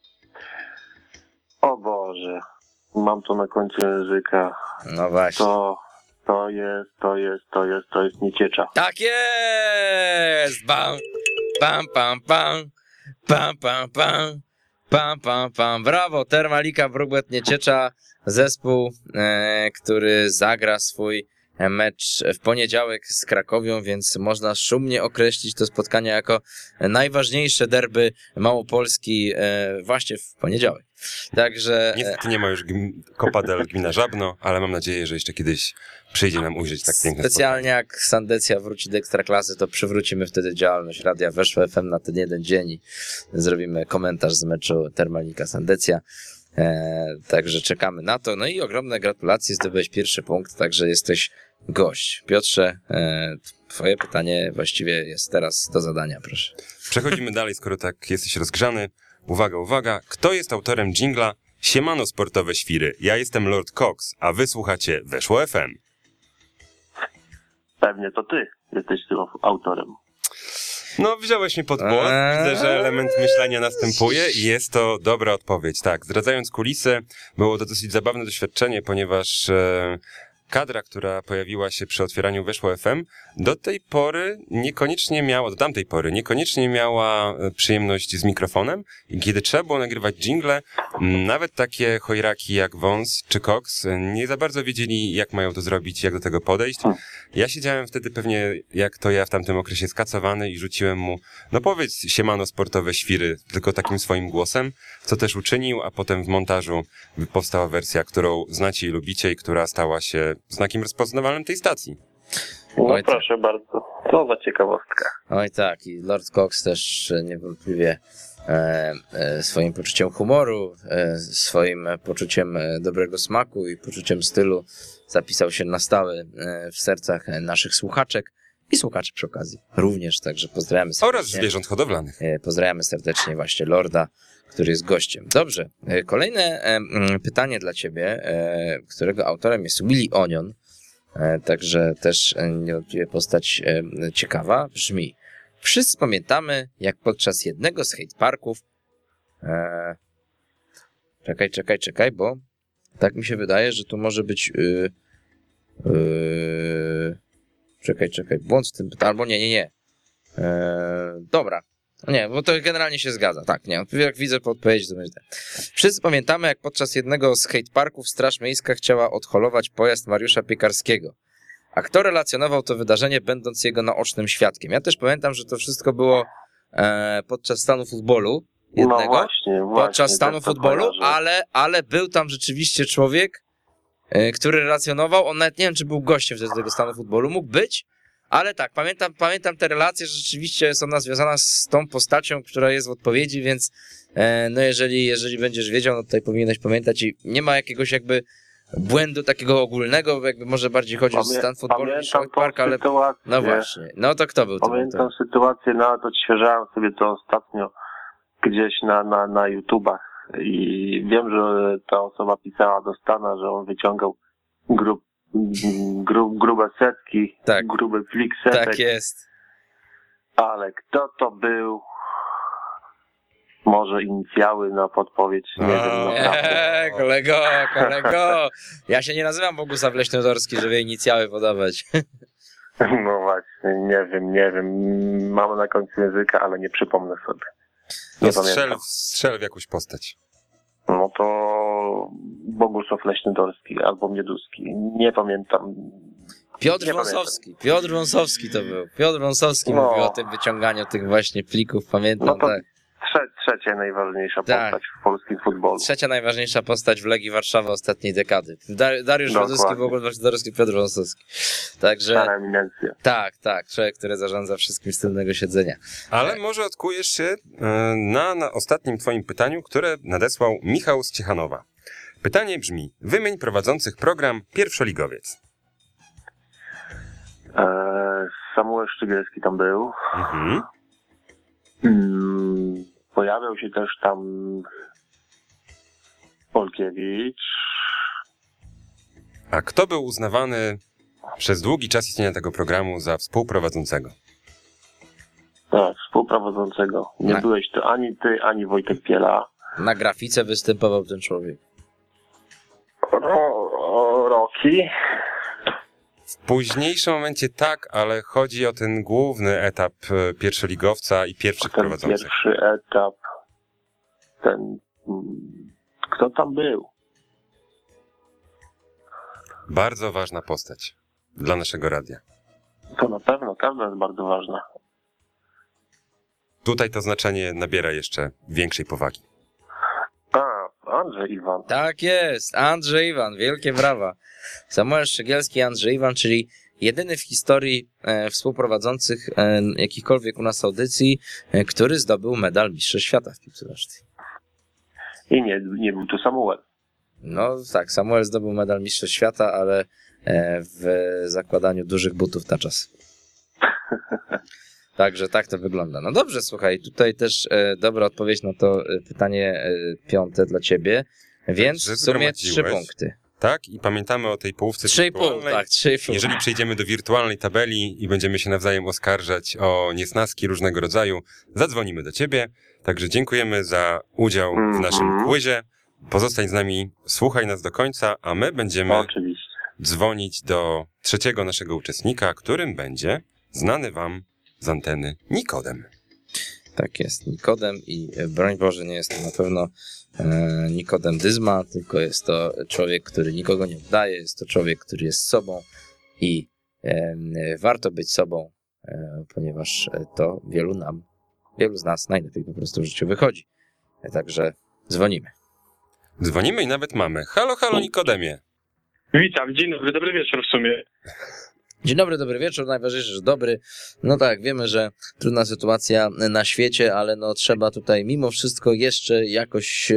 O Boże, mam to na końcu języka. No właśnie. To, to jest, to jest, to jest, to jest Nieciecza. Tak jest! Bam, pam, pam, pam, pam, pam, pam, pam, pam, pam. Brawo, Termalika Wróbłet Nieciecza, zespół, e, który zagra swój mecz w poniedziałek z Krakowią, więc można szumnie określić to spotkanie jako najważniejsze derby Małopolski e, właśnie w poniedziałek. Także... Niestety nie ma już gm- Kopadel gmina Żabno, ale mam nadzieję, że jeszcze kiedyś przyjdzie nam ujrzeć tak piękne Specjalnie jak Sandecja wróci do Ekstraklasy, to przywrócimy wtedy działalność Radia Weszło F M na ten jeden dzień i zrobimy komentarz z meczu Termalika Sandecja. E, także czekamy na to. No i ogromne gratulacje, zdobyłeś pierwszy punkt, także jesteś gość. Piotrze, e, twoje pytanie właściwie jest teraz do zadania, proszę. Przechodzimy dalej, skoro tak jesteś rozgrzany. Uwaga, uwaga. Kto jest autorem dżingla Siemano Sportowe Świry? Ja jestem Lord Cox, a wy słuchacie Weszło F M. Pewnie to ty jesteś tym autorem. No, wziąłeś mi pod głos. Widzę, że element myślenia następuje i jest to dobra odpowiedź. Tak, zdradzając kulisy, było to dosyć zabawne doświadczenie, ponieważ e, kadra, która pojawiła się przy otwieraniu Weszło F M, do tej pory niekoniecznie miała, do tamtej pory niekoniecznie miała przyjemność z mikrofonem i kiedy trzeba było nagrywać dżingle, nawet takie chojraki jak Wąs czy Cox nie za bardzo wiedzieli, jak mają to zrobić, jak do tego podejść. Ja siedziałem wtedy pewnie, jak to ja w tamtym okresie, skacowany i rzuciłem mu, no powiedz Siemano Sportowe Świry, tylko takim swoim głosem, co też uczynił, a potem w montażu powstała wersja, którą znacie i lubicie i która stała się znakiem rozpoznawalnym tej stacji. No Oj, proszę tak. bardzo, co za ciekawostka. Oj tak, i Lord Cox też niewątpliwie e, e, swoim poczuciem humoru, e, swoim poczuciem dobrego smaku i poczuciem stylu zapisał się na stałe e, w sercach naszych słuchaczek i słuchaczy przy okazji również, także pozdrawiamy serdecznie. Oraz zwierząt hodowlanych. E, pozdrawiamy serdecznie właśnie Lorda, który jest gościem. Dobrze, e, kolejne e, m, pytanie dla ciebie, e, którego autorem jest Willy Onion. E, także też e, niewątpliwie postać e, ciekawa, brzmi: wszyscy pamiętamy, jak podczas jednego z hateparków e, czekaj, czekaj, czekaj, bo tak mi się wydaje, że tu może być yy, yy, czekaj, czekaj, błąd w tym pytaniu, albo nie, nie, nie e, dobra, nie, bo to generalnie się zgadza, tak, nie, jak widzę po odpowiedzi, to będzie tak. Wszyscy pamiętamy, jak podczas jednego z hateparków Straż Miejska chciała odholować pojazd Mariusza Piekarskiego. A kto relacjonował to wydarzenie, będąc jego naocznym świadkiem? Ja też pamiętam, że to wszystko było e, podczas stanu futbolu jednego, no właśnie, właśnie, podczas stanu futbolu, ale, ale był tam rzeczywiście człowiek, e, który relacjonował, on nawet nie wiem, czy był gościem wtedy tego stanu futbolu, mógł być, ale tak, pamiętam, pamiętam te relacje, że rzeczywiście jest ona związana z tą postacią, która jest w odpowiedzi, więc e, no jeżeli, jeżeli będziesz wiedział, no tutaj powinieneś pamiętać i nie ma jakiegoś jakby błędu takiego ogólnego, jakby może bardziej chodzi Pamię- o stan futbolu niż o tą park, ale sytuację. no właśnie, no to kto był Pamiętam tym? sytuację, nawet odświeżałem sobie to ostatnio gdzieś na, na, na YouTubach i wiem, że ta osoba pisała do Stana, że on wyciągał grub, grub, grube setki, Tak. gruby plik setek, Tak jest. ale kto to był? Może inicjały na podpowiedź, nie A. wiem naprawdę. Eee, kolego, kolego, ja się nie nazywam Bogusław Leśnodorski, żeby inicjały podawać. No właśnie, nie wiem, nie wiem, mam na końcu języka, ale nie przypomnę sobie. Nie No strzel, pamiętam. strzel w jakąś postać. No to Bogusław Leśnodorski albo Mieduski. Nie pamiętam. Piotr Nie Wąsowski, Piotr Wąsowski to był. Piotr Wąsowski No. mówił o tym wyciąganiu tych właśnie plików, pamiętam, No to tak. trze- trzecia najważniejsza Tak. postać w polskim futbolu. Trzecia najważniejsza postać w Legii Warszawa ostatniej dekady. Dar- Dariusz Dokładnie. Wadowski, Bogusław Leśnodorski, Piotr Wąsowski. Także Stara eminencja. tak, tak, człowiek, który zarządza wszystkim z tylnego siedzenia. Ale może odkujesz się e, na, na ostatnim twoim pytaniu, które nadesłał Michał z Ciechanowa. Pytanie brzmi: wymień prowadzących program Pierwszoligowiec. Eee, Samuel Szczygielski tam był. Mhm. Mm, pojawiał się też tam Polkiewicz. A kto był uznawany przez długi czas istnienia tego programu za współprowadzącego. Tak, współprowadzącego. Nie Tak. byłeś to ani ty, ani Wojtek Piela. Na grafice występował ten człowiek. Ro, o, Roki. W późniejszym momencie tak, ale chodzi o ten główny etap e, pierwszoligowca i pierwszych Ten prowadzących. pierwszy etap. Ten... mm, Kto tam był? Bardzo ważna postać dla naszego radia. To na pewno, każda jest bardzo ważna. Tutaj to znaczenie nabiera jeszcze większej powagi. A, Andrzej Iwan. Tak jest, Andrzej Iwan, wielkie brawa. Samuel Szczegielski, Andrzej Iwan, czyli jedyny w historii e, współprowadzących e, jakichkolwiek u nas audycji, e, który zdobył medal Mistrza Świata w piłce nożnej. I nie, nie był to Samuel. No tak, Samuel zdobył medal Mistrza Świata, ale e, w zakładaniu dużych butów na czas. Także tak to wygląda. No dobrze, słuchaj, tutaj też e, dobra odpowiedź na to e, pytanie e, piąte dla ciebie, więc Że w sumie trzy zgromadziłeś. punkty. Tak? I pamiętamy o tej połówce Trzy i pół, wirtualnej. tak, trzy i pół. Jeżeli przejdziemy do wirtualnej tabeli i będziemy się nawzajem oskarżać o niesnaski różnego rodzaju, zadzwonimy do ciebie. Także dziękujemy za udział w naszym Mhm. quizie. Pozostań z nami, słuchaj nas do końca, a my będziemy Oczywiście. dzwonić do trzeciego naszego uczestnika, którym będzie znany wam z anteny Nikodem. Tak jest, Nikodem i e, broń Boże, nie jest to na pewno e, Nikodem Dyzma, tylko jest to człowiek, który nikogo nie oddaje, jest to człowiek, który jest sobą i e, e, warto być sobą, e, ponieważ e, to wielu nam, wielu z nas najlepiej po prostu w życiu wychodzi. E, także dzwonimy. Dzwonimy i nawet mamy. Halo, halo Nikodemie. Witam, dzień dobry, dobry wieczór w sumie. Dzień dobry, dobry wieczór, najważniejsze, że dobry. No tak, wiemy, że trudna sytuacja na świecie, ale no trzeba tutaj mimo wszystko jeszcze jakoś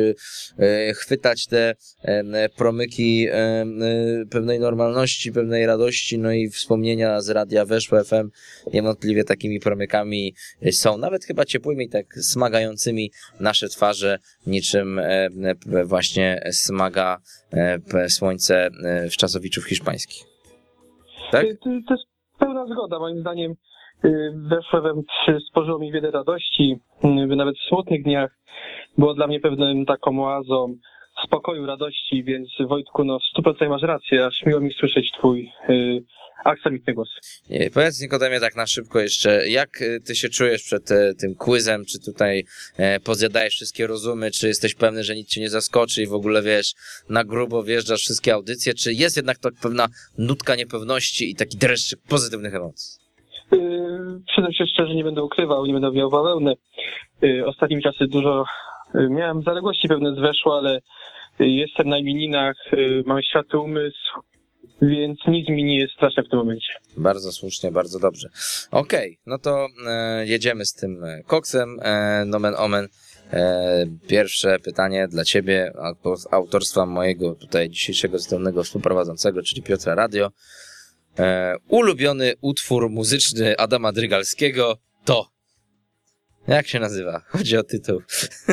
e, chwytać te e, promyki e, e, pewnej normalności, pewnej radości, no i wspomnienia z radia Weszło F M niewątpliwie takimi promykami są, nawet chyba ciepłymi, tak smagającymi nasze twarze, niczym e, e, właśnie smaga e, słońce e, w Czasowiczów hiszpańskich. Tak? To, to jest pełna zgoda, moim zdaniem. Weszłem, stworzyło mi wiele radości, y, nawet w smutnych dniach. Było dla mnie pewną taką oazą spokoju, radości, więc Wojtku, no w stu procentach masz rację, aż miło mi słyszeć twój y, aksamitny głos. Nie, powiedz Nikodemie tak na szybko jeszcze, jak e, ty się czujesz przed e, tym quizem, czy tutaj e, pozjadajesz wszystkie rozumy, czy jesteś pewny, że nic cię nie zaskoczy i w ogóle wiesz, na grubo wjeżdżasz wszystkie audycje, czy jest jednak to pewna nutka niepewności i taki dreszczyk pozytywnych emocji? Y, Przyznam się szczerze, nie będę ukrywał, nie będę wijał bawełnę. Y, Ostatnimi czasy dużo y, miałem zaległości pewne z Weszło, ale y, jestem na imieninach, y, mam światły umysł, więc nic mi nie jest straszne w tym momencie. Bardzo słusznie, bardzo dobrze. Okej, no to e, jedziemy z tym e, koksem, e, nomen omen. E, pierwsze pytanie dla ciebie, autor- autorstwa mojego tutaj dzisiejszego zdolnego współprowadzącego, czyli Piotra Radio. E, ulubiony utwór muzyczny Adama Drygalskiego to... Jak się nazywa? Chodzi o tytuł.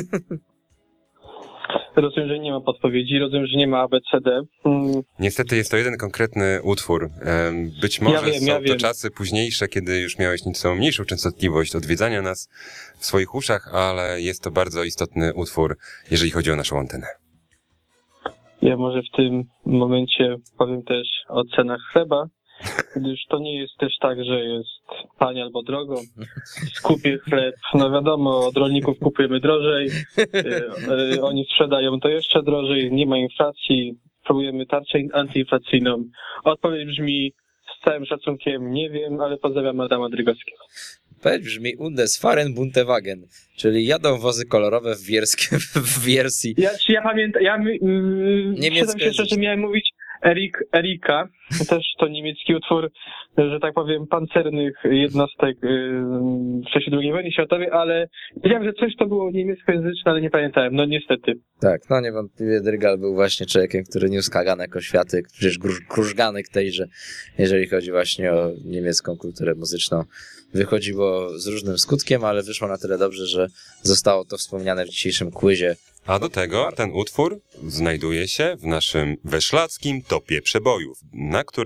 Rozumiem, że nie ma podpowiedzi, rozumiem, że nie ma A B C D. Mm, Niestety jest to jeden konkretny utwór. Em, Być może Ja wiem, są ja to wiem. czasy późniejsze, kiedy już miałeś nieco mniejszą częstotliwość odwiedzania nas w swoich uszach, ale jest to bardzo istotny utwór, jeżeli chodzi o naszą antenę. Ja może w tym momencie powiem też o cenach chleba, gdyż to nie jest też tak, że jest tanie albo drogo. Skupię chleb, no wiadomo, od rolników kupujemy drożej, y, y, oni sprzedają to jeszcze drożej, nie ma inflacji, próbujemy tarczę antyinflacyjną. Odpowiedź brzmi z całym szacunkiem, nie wiem, ale pozdrawiam Adama Drygalskiego. Odpowiedź brzmi Undes Fahren Buntewagen, czyli jadą wozy kolorowe w, wierskie, w wersji. Ja, czy ja pamiętam, ja mm, Niemiecko przyznam się szczerze, że miałem mówić Erik, Erika, też to niemiecki utwór, że tak powiem, pancernych jednostek yy, w czasie drugiej wojny światowej, ale wiedziałem, że coś to było niemieckojęzyczne, ale nie pamiętałem, no niestety. Tak, no niewątpliwie Drygal był właśnie człowiekiem, który niósł kaganek oświaty, przecież gruż, krużganek tejże, jeżeli chodzi właśnie o niemiecką kulturę muzyczną. Wychodziło z różnym skutkiem, ale wyszło na tyle dobrze, że zostało to wspomniane w dzisiejszym quizie. A do tego ten utwór znajduje się w naszym weszlackim topie przebojów, na który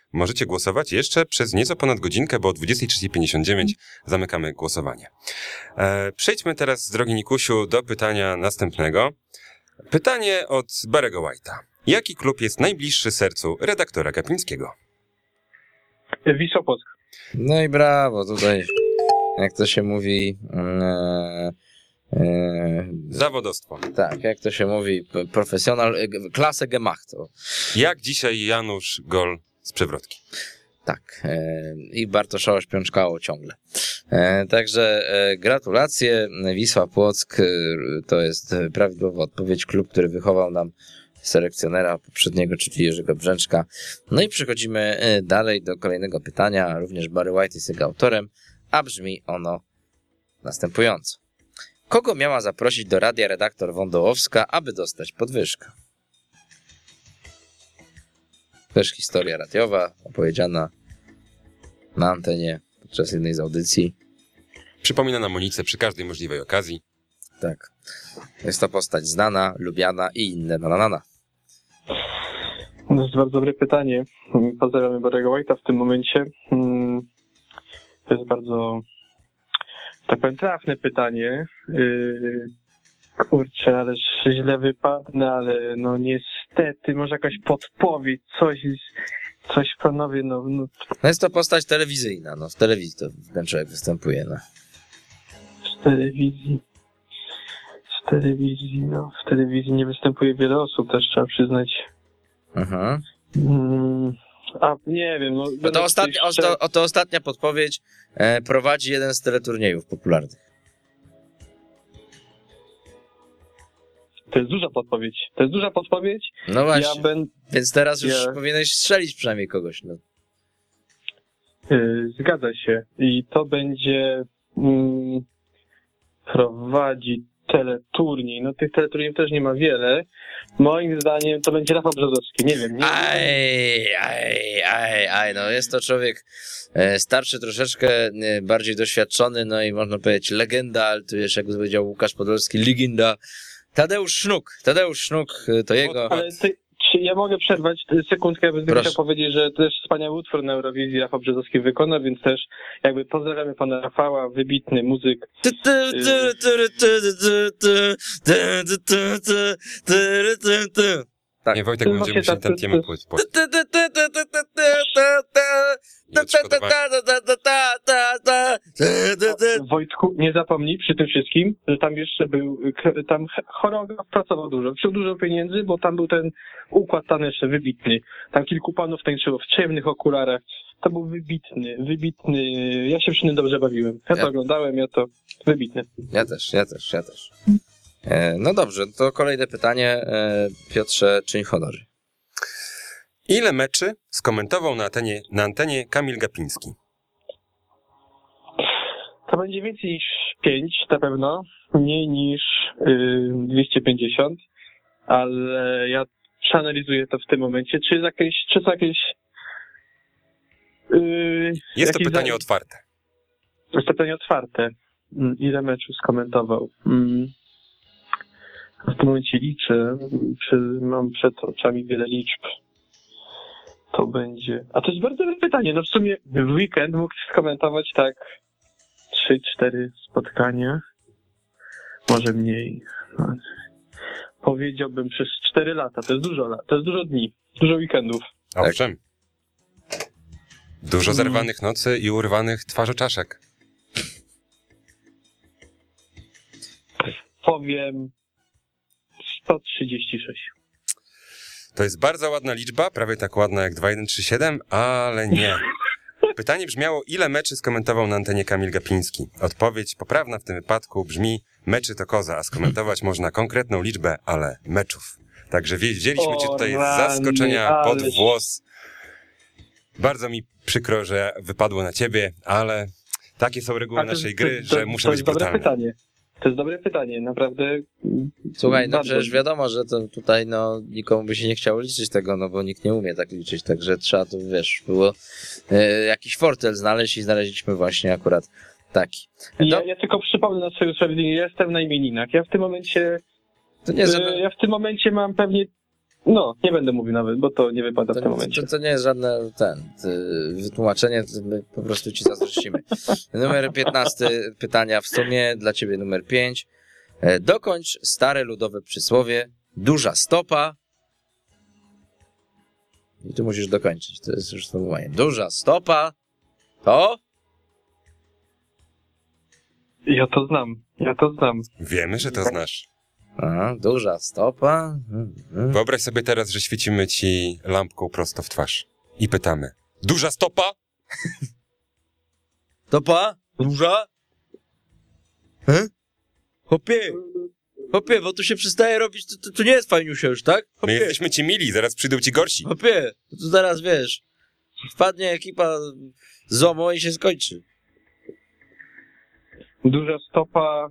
możecie głosować jeszcze przez nieco ponad godzinkę, bo o dwudziestej trzeciej pięćdziesiąt dziewięć zamykamy głosowanie. E, przejdźmy teraz, drogi Nikusiu, do pytania następnego. Pytanie od Barry'ego White'a. Jaki klub jest najbliższy sercu redaktora Kapińskiego? Wisła Płock. No i brawo, tutaj, jak to się mówi... E, e, Zawodostwo. tak, jak to się mówi, p- profesjonal, e, klasę gemacht. O. Jak dzisiaj Janusz gol z przewrotki? Tak, e, i Bartoszało śpiączkało ciągle. E, także e, gratulacje, Wisła Płock e, to jest prawidłowa odpowiedź, klub, który wychował nam selekcjonera poprzedniego, czyli Jerzego Brzęczka. No i przechodzimy e, dalej do kolejnego pytania, również Barry White jest jego autorem, a brzmi ono następująco. Kogo miała zaprosić do radia redaktor Wądołowska, aby dostać podwyżkę? Też historia radiowa, opowiedziana na antenie podczas jednej z audycji. Przypomina nam Monicę przy każdej możliwej okazji. Tak. Jest to postać znana, lubiana i inne na na na na. To jest bardzo dobre pytanie. Pozdrawiamy Barry'ego White'a w tym momencie. Hmm, To jest bardzo, tak powiem, trafne pytanie. Yy, kurczę, ależ źle wypadnę, ale no niestety, może jakaś podpowiedź, coś, coś panowie, no, no No jest to postać telewizyjna, no w telewizji to ten człowiek występuje, no. w telewizji. W telewizji, no, w telewizji nie występuje wiele osób, też trzeba przyznać. Mhm. Mm, a nie wiem, no. No będę to, ostatnia, tutaj o, to, to ostatnia podpowiedź e, prowadzi jeden z teleturniejów popularnych. To jest duża podpowiedź. To jest duża podpowiedź. No właśnie, Ja ben, więc teraz już ja- powinieneś strzelić przynajmniej kogoś, no. yy, zgadza się. I to będzie mm, prowadzi teleturniej. No tych teleturniejów też nie ma wiele. Moim zdaniem to będzie Rafał Brzozowski. Nie wiem. Nie Aj, aj, aj, aj, no jest to człowiek e, starszy troszeczkę, e, bardziej doświadczony, no i można powiedzieć legenda, ale tu wiesz, jak powiedział Łukasz Podolski, legenda. Tadeusz Sznuk, Tadeusz Sznuk, e, to jego... Ale ty, czy ja mogę przerwać sekundkę, ja bym Proszę. chciał powiedzieć, że też wspaniały utwór na Eurowizji Rafał Brzozowski wykona, więc też jakby pozdrawiamy pana Rafała, wybitny muzyk. Ty, ty, ty, ty, ty, ty, ty, ty, ty, ty, ty, ty, ty, ty. Tak. Nie, Wojtek, To będziemy właśnie musieli tak, ten to- temat to- płyt po Ty, ty, ty, ty, ty, ty, ty, ty, ty, ty. Ta, ta, ta, ta, ta, ta, ta, ta, ta, ty, ty, ty. Wojtku, nie zapomnij przy tym wszystkim, że tam jeszcze był, k- tam choreograf pracował dużo, wziął dużo pieniędzy, bo tam był ten układ taneczny wybitny. Tam kilku panów tańczyło w ciemnych okularach. To był wybitny, wybitny, ja się przy tym dobrze bawiłem. Ja to Ja- oglądałem, ja to wybitny. Ja też, ja też, ja też. E, no dobrze, to kolejne pytanie, e, Piotrze, czyń honory. Ile meczy skomentował na antenie, na antenie Kamil Gapiński? To będzie więcej niż pięć na pewno, mniej niż y, dwieście pięćdziesiąt, ale ja przeanalizuję to w tym momencie. Czy jest jakieś, czy są jakieś... Y, Jest to jakieś pytanie za- otwarte. Jest to pytanie otwarte. Mm, Ile meczów skomentował? Mm. W tym momencie liczę, czy mam przed oczami wiele liczb. To będzie... A to jest bardzo dobre pytanie. No w sumie w weekend mógł skomentować tak trzy, cztery spotkania. Może mniej. No. Powiedziałbym przez cztery lata. To jest dużo lat. To jest dużo dni. Dużo weekendów. Owszem. Dużo zerwanych nocy i urwanych twarzoczaszek. Powiem sto trzydzieści sześć. To jest bardzo ładna liczba, prawie tak ładna jak dwa jeden trzy siedem, ale nie. Pytanie brzmiało, ile meczy skomentował na antenie Kamil Gapiński? Odpowiedź poprawna w tym wypadku brzmi, meczy to koza, a skomentować można konkretną liczbę, ale meczów. Także wie- wzięliśmy cię tutaj z O, rany, zaskoczenia pod ależ- włos. Bardzo mi przykro, że wypadło na ciebie, ale takie są reguły A to- naszej to- gry, to- że muszę to być jest dobre brutalny. pytanie. To jest dobre pytanie, naprawdę. mm, Słuchaj, no bardzo- przecież wiadomo, że to tutaj no nikomu by się nie chciało liczyć tego, no bo nikt nie umie tak liczyć, także trzeba tu, wiesz, było e, jakiś fortel znaleźć i znaleźliśmy właśnie akurat taki. Ja, No, ja tylko przypomnę na swoje usprawiedliwienie, ja jestem na imieninach. Ja w tym momencie, to nie, żeby... e, ja w tym momencie mam pewnie No, nie będę mówił nawet, bo to nie wypada w To, tym momencie. to, to nie jest żadne ten, ty, wytłumaczenie, to my po prostu ci zazdrościmy. Numer piętnaście pytania w sumie, dla ciebie numer pięć. E, Dokończ stare ludowe przysłowie, duża stopa. I tu musisz dokończyć, to jest już sformułowanie. Duża stopa to... Ja to znam, ja to znam. Wiemy, że to znasz. Aha, duża stopa. Mm, mm. Wyobraź sobie teraz, że świecimy ci lampką prosto w twarz i pytamy. Duża stopa? Stopa? Duża? He? Hopie, hopie, bo tu się przestaje robić, to, to, to nie jest fajniusie już, tak? My Hopie, jesteśmy ci mili, zaraz przyjdą ci gorsi. hopie, to zaraz wiesz, wpadnie ekipa ZOMO i się skończy. Duża stopa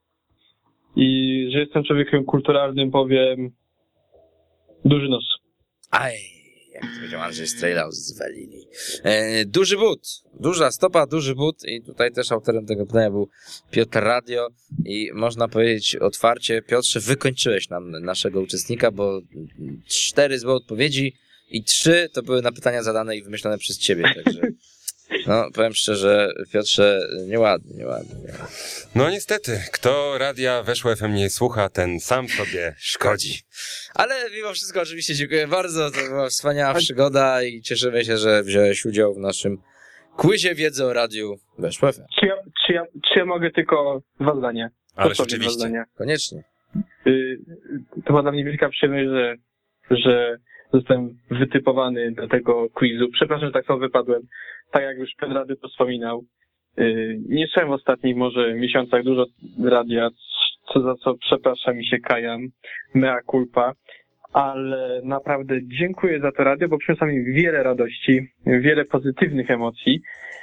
i że jestem człowiekiem kulturalnym, powiem duży nos. Aj, jak to powiedział Andrzej Strejlał z Walili. E, duży but, duża stopa, duży but i tutaj też autorem tego pytania był Piotr Radio i można powiedzieć otwarcie, Piotrze, wykończyłeś nam naszego uczestnika, bo cztery złe odpowiedzi i trzy to były na pytania zadane i wymyślone przez ciebie, także no powiem szczerze, Piotrze, nieładnie, nieładnie. nieładnie. No niestety, kto radia Weszło F M nie słucha, ten sam sobie szkodzi. Ale mimo wszystko oczywiście dziękuję bardzo, to była wspaniała przygoda i cieszymy się, że wziąłeś udział w naszym quizie wiedzy o radiu Weszło F M. Czy ja, czy ja, czy ja mogę tylko dwa zdania? Ale Dosłownie dwa rzeczywiście. zdania. Koniecznie. Y, To była dla mnie wielka przyjemność, że, że zostałem wytypowany do tego quizu. Przepraszam, że tak samo wypadłem. Tak jak już Pan Rady to wspominał. y, Nie słyszałem w ostatnich może miesiącach dużo radia, co za co przepraszam i się kajam. Mea culpa. Ale naprawdę dziękuję za to radio, bo przyniosło mi wiele radości, wiele pozytywnych emocji.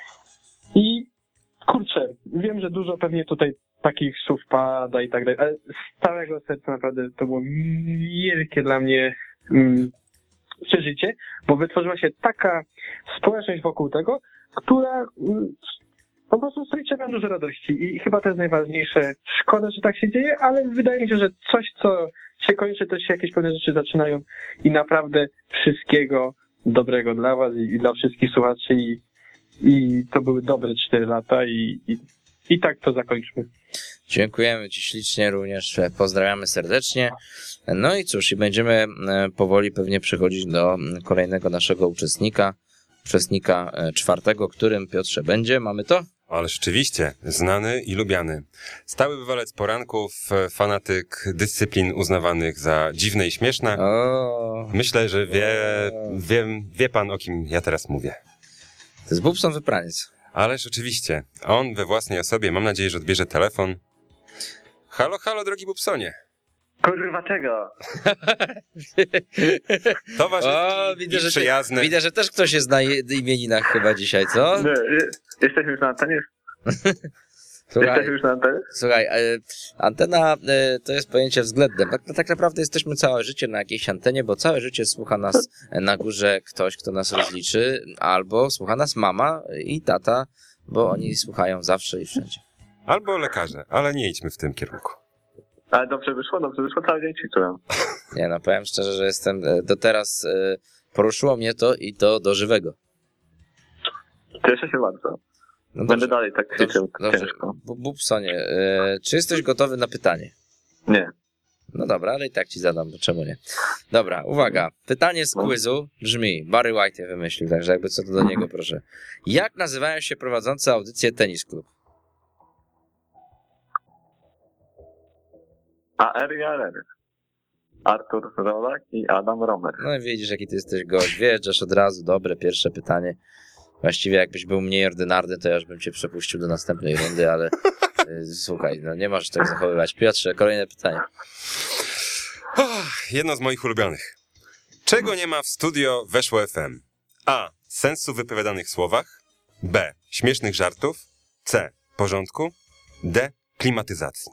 I kurczę, wiem, że dużo pewnie tutaj takich słów pada i tak dalej, ale z całego serca naprawdę to było wielkie dla mnie mm, przeżycie, bo wytworzyła się taka społeczność wokół tego, która mm, po prostu sprawia dużo radości i chyba to jest najważniejsze. Szkoda, że tak się dzieje, ale wydaje mi się, że coś, co się kończy, to się jakieś pewne rzeczy zaczynają i naprawdę wszystkiego dobrego dla was i, i dla wszystkich słuchaczy i, i to były dobre cztery lata i, i, i tak to zakończmy. Dziękujemy ci ślicznie również, pozdrawiamy serdecznie. No i cóż, i będziemy e, powoli pewnie przechodzić do kolejnego naszego uczestnika, uczestnika e, czwartego, którym Piotrze będzie. Mamy to? Ale rzeczywiście, znany i lubiany. Stały bywalec poranków, fanatyk dyscyplin uznawanych za dziwne i śmieszne. O, Myślę, że wie, wie, wie pan, o kim ja teraz mówię. to jest Bubson Wypraniec. Ależ oczywiście, on we własnej osobie, mam nadzieję, że odbierze telefon. Halo, halo, drogi Bubsonie. Kurwa czego? Towarzystki O, widzę, i że ty, przyjazne. widzę, że też ktoś jest na je- imieninach chyba dzisiaj, co? Nie, je- jesteśmy już na antenie? Słuchaj, Jesteśmy już na antenie? słuchaj, e, antena e, to jest pojęcie względem. Tak, tak naprawdę jesteśmy całe życie na jakiejś antenie, bo całe życie słucha nas na górze ktoś, kto nas rozliczy, albo słucha nas mama i tata, bo oni słuchają zawsze i wszędzie. Albo lekarze, ale nie idźmy w tym kierunku. Ale dobrze wyszło, dobrze wyszło, cały dzień ćwiczyłem. Nie no, powiem szczerze, że jestem e, do teraz, e, poruszyło mnie to i to do żywego. Cieszę się bardzo. No Będę dalej tak dobrze, ćwiczył dobrze. ciężko. Bu- Bubsonie, e, czy jesteś gotowy na pytanie? Nie. No dobra, ale i tak ci zadam, bo czemu nie? Dobra, uwaga. Pytanie z quizu brzmi, Barry White je wymyślił, także jakby co to do niego, proszę. Jak nazywają się prowadzące audycję Tennis Club? A R i R R. Artur Rolak i Adam Romer. No i widzisz, jaki ty jesteś gość. Wjeżdżasz od razu, dobre, pierwsze pytanie. Właściwie jakbyś był mniej ordynarny, to ja już bym cię przepuścił do następnej rundy, ale y, słuchaj, no nie możesz tak zachowywać. Piotrze, kolejne pytanie. Oh, jedno z moich ulubionych. Czego nie ma w studio Weszło F M? A. Sensu w wypowiadanych słowach. B. Śmiesznych żartów. C. Porządku. D. Klimatyzacji.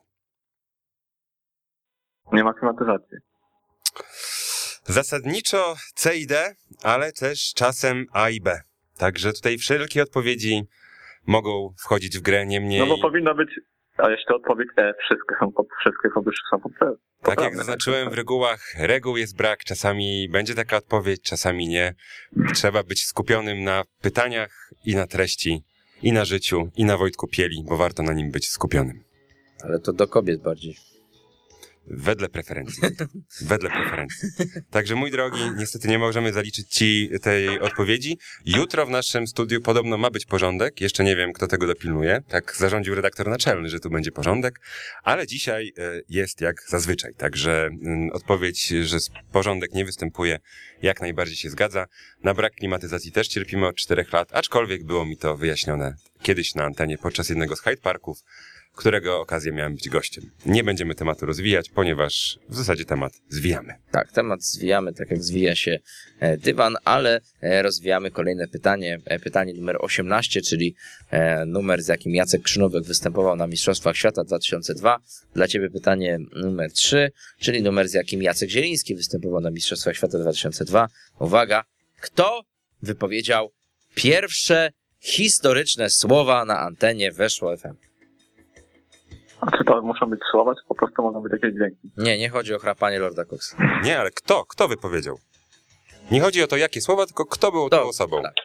Nie ma klimatyzacji. Zasadniczo C i D, ale też czasem A i B. Także tutaj wszelkie odpowiedzi mogą wchodzić w grę, niemniej... No bo powinno być A jeśli odpowiedź E, wszystkie są, po- wszystkie powyższe są poprawne. Tak jak zaznaczyłem w regułach, reguł jest brak, czasami będzie taka odpowiedź, czasami nie. Trzeba być skupionym na pytaniach i na treści, i na życiu, i na Wojtku Pieli, bo warto na nim być skupionym. Ale to do kobiet bardziej. Wedle preferencji. Wedle preferencji. Także mój drogi, niestety nie możemy zaliczyć ci tej odpowiedzi. Jutro w naszym studiu podobno ma być porządek. Jeszcze nie wiem, kto tego dopilnuje. Tak zarządził redaktor naczelny, że tu będzie porządek. Ale dzisiaj e, jest jak zazwyczaj. Także mm, odpowiedź, że porządek nie występuje, jak najbardziej się zgadza. Na brak klimatyzacji też cierpimy od czterech lat, aczkolwiek było mi to wyjaśnione kiedyś na antenie podczas jednego z Hyde Parków, którego okazję miałem być gościem. Nie będziemy tematu rozwijać, ponieważ w zasadzie temat zwijamy. Tak, temat zwijamy, tak jak zwija się e, dywan, ale e, rozwijamy kolejne pytanie. E, pytanie numer osiemnaście, czyli e, numer, z jakim Jacek Krzynówek występował na Mistrzostwach Świata dwa tysiące dwa. Dla ciebie pytanie numer trzy, czyli numer, z jakim Jacek Zieliński występował na Mistrzostwach Świata dwa tysiące dwa. Uwaga, kto wypowiedział pierwsze historyczne słowa na antenie Weszło F M? A czy to muszą być słowa, czy po prostu mogą być jakieś dźwięki? Nie, nie chodzi o chrapanie Lorda Coxa. Nie, ale kto? Kto wypowiedział? Nie chodzi o to, jakie słowa, tylko kto był Kto? tą osobą. Tak.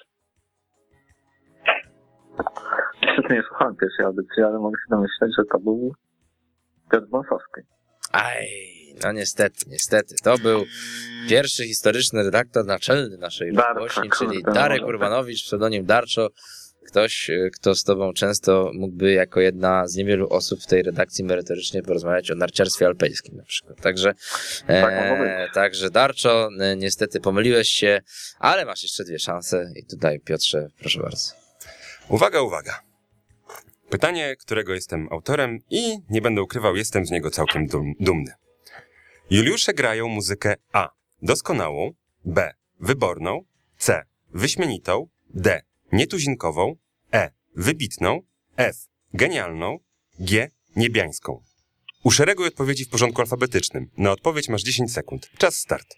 Niestety nie słuchałem pierwszej audycji, ale mogę się domyśleć, że to był Piotr Wąsowski. Aj, no niestety, niestety. To był pierwszy historyczny redaktor naczelny naszej Darczo, rozgłośni, kurde, czyli no, Darek no, Urbanowicz, pseudonim Darczo. Ktoś, kto z tobą często mógłby jako jedna z niewielu osób w tej redakcji merytorycznie porozmawiać o narciarstwie alpejskim na przykład. Także, Tak mogło e, być. także Darczo, e, niestety pomyliłeś się, ale masz jeszcze dwie szanse i tutaj, Piotrze, proszę bardzo. Uwaga, uwaga. Pytanie, którego jestem autorem i nie będę ukrywał, jestem z niego całkiem dum, dumny. Juliusze grają muzykę A. Doskonałą, B. Wyborną, C. Wyśmienitą, D. Nietuzinkową, E. Wybitną, F. Genialną, G. Niebiańską. Uszereguj odpowiedzi w porządku alfabetycznym. Na odpowiedź masz dziesięć sekund. Czas start.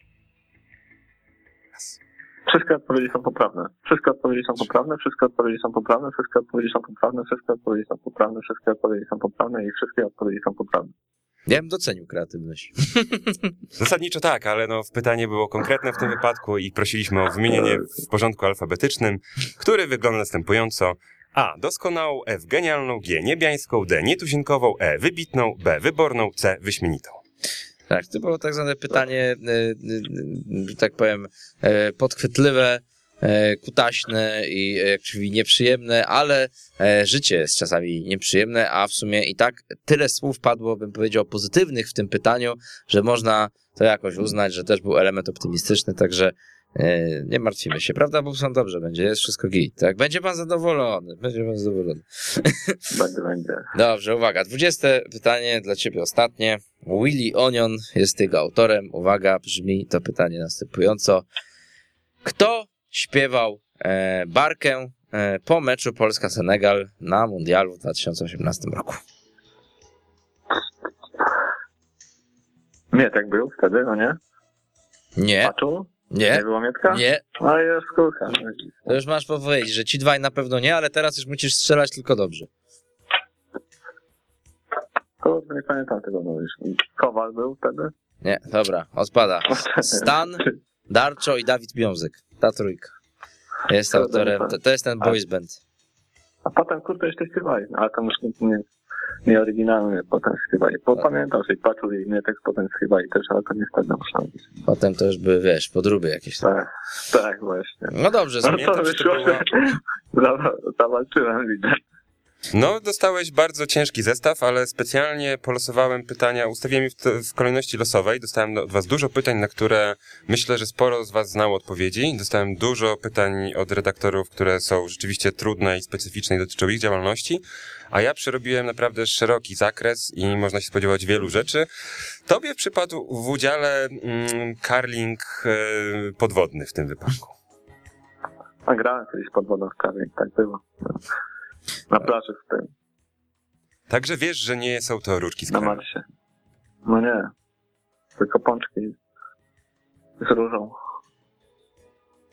Wszystkie odpowiedzi są poprawne. Wszystkie odpowiedzi są poprawne, wszystkie odpowiedzi są poprawne, wszystkie odpowiedzi są poprawne, wszystkie odpowiedzi są poprawne, wszystkie odpowiedzi są poprawne i wszystkie odpowiedzi są poprawne. Ja bym docenił kreatywność. Zasadniczo tak, ale no, pytanie było konkretne w tym wypadku i prosiliśmy o wymienienie w porządku alfabetycznym, który wygląda następująco. A. Doskonałą, F. Genialną, G. Niebiańską, D. Nietuzinkową, E. Wybitną, B. Wyborną, C. Wyśmienitą. Tak, to było tak zwane pytanie, e, e, że tak powiem, e, podchwytliwe, e, kutaśne i jak czyli nieprzyjemne, ale e, życie jest czasami nieprzyjemne, a w sumie i tak tyle słów padło, bym powiedział, pozytywnych w tym pytaniu, że można to jakoś uznać, że też był element optymistyczny, także e, nie martwimy się, prawda, bo są dobrze będzie, jest wszystko git, tak? Będzie pan zadowolony, będzie pan zadowolony. Będzie, będzie. Dobrze, uwaga, dwudzieste pytanie dla ciebie ostatnie. Willy Onion jest jego autorem. Uwaga, brzmi to pytanie następująco. Kto śpiewał e, Barkę e, po meczu Polska-Senegal na Mundialu w dwa tysiące osiemnastym roku? Mietek był wtedy, no nie? Nie, Paczu? Nie nie, było Mietka? nie. A jest skórka. To już masz powiedzieć, że ci dwaj na pewno nie, ale teraz już musisz strzelać tylko dobrze. Kurde, nie pamiętam tego mówisz. Kowal był wtedy? Nie, dobra, odpada. Stan, Darczo i Dawid Wiązek. Ta trójka. Jest autorem, to, to jest ten boys band. A potem kurde jeszcze śpiewali, ale to już nie, nie, nie oryginalnie potem śpiewali. Bo Tak. pamiętam, że i Paczu i Mietek potem śpiewali też, ale to nie wtedy muszę być. Potem to już były, wiesz, podróby jakieś tam. Tak, tak właśnie. No dobrze, No Pamiętam, to że to wyszło, była- Zawa- zawalczyłem, widzę. No, dostałeś bardzo ciężki zestaw, ale specjalnie polosowałem pytania, ustawiłem je w, t- w kolejności losowej. Dostałem od was dużo pytań, na które myślę, że sporo z was znało odpowiedzi. Dostałem dużo pytań od redaktorów, które są rzeczywiście trudne i specyficzne i dotyczą ich działalności. A ja przerobiłem naprawdę szeroki zakres i można się spodziewać wielu rzeczy. Tobie przypadł w udziale mm, karling e, podwodny w tym wypadku. A grałem kiedyś pod wodą w kawie, tak było. Na plaży w tym, Także wiesz, że nie są to różki z na kremu. Marsie. No nie, tylko pączki z różą.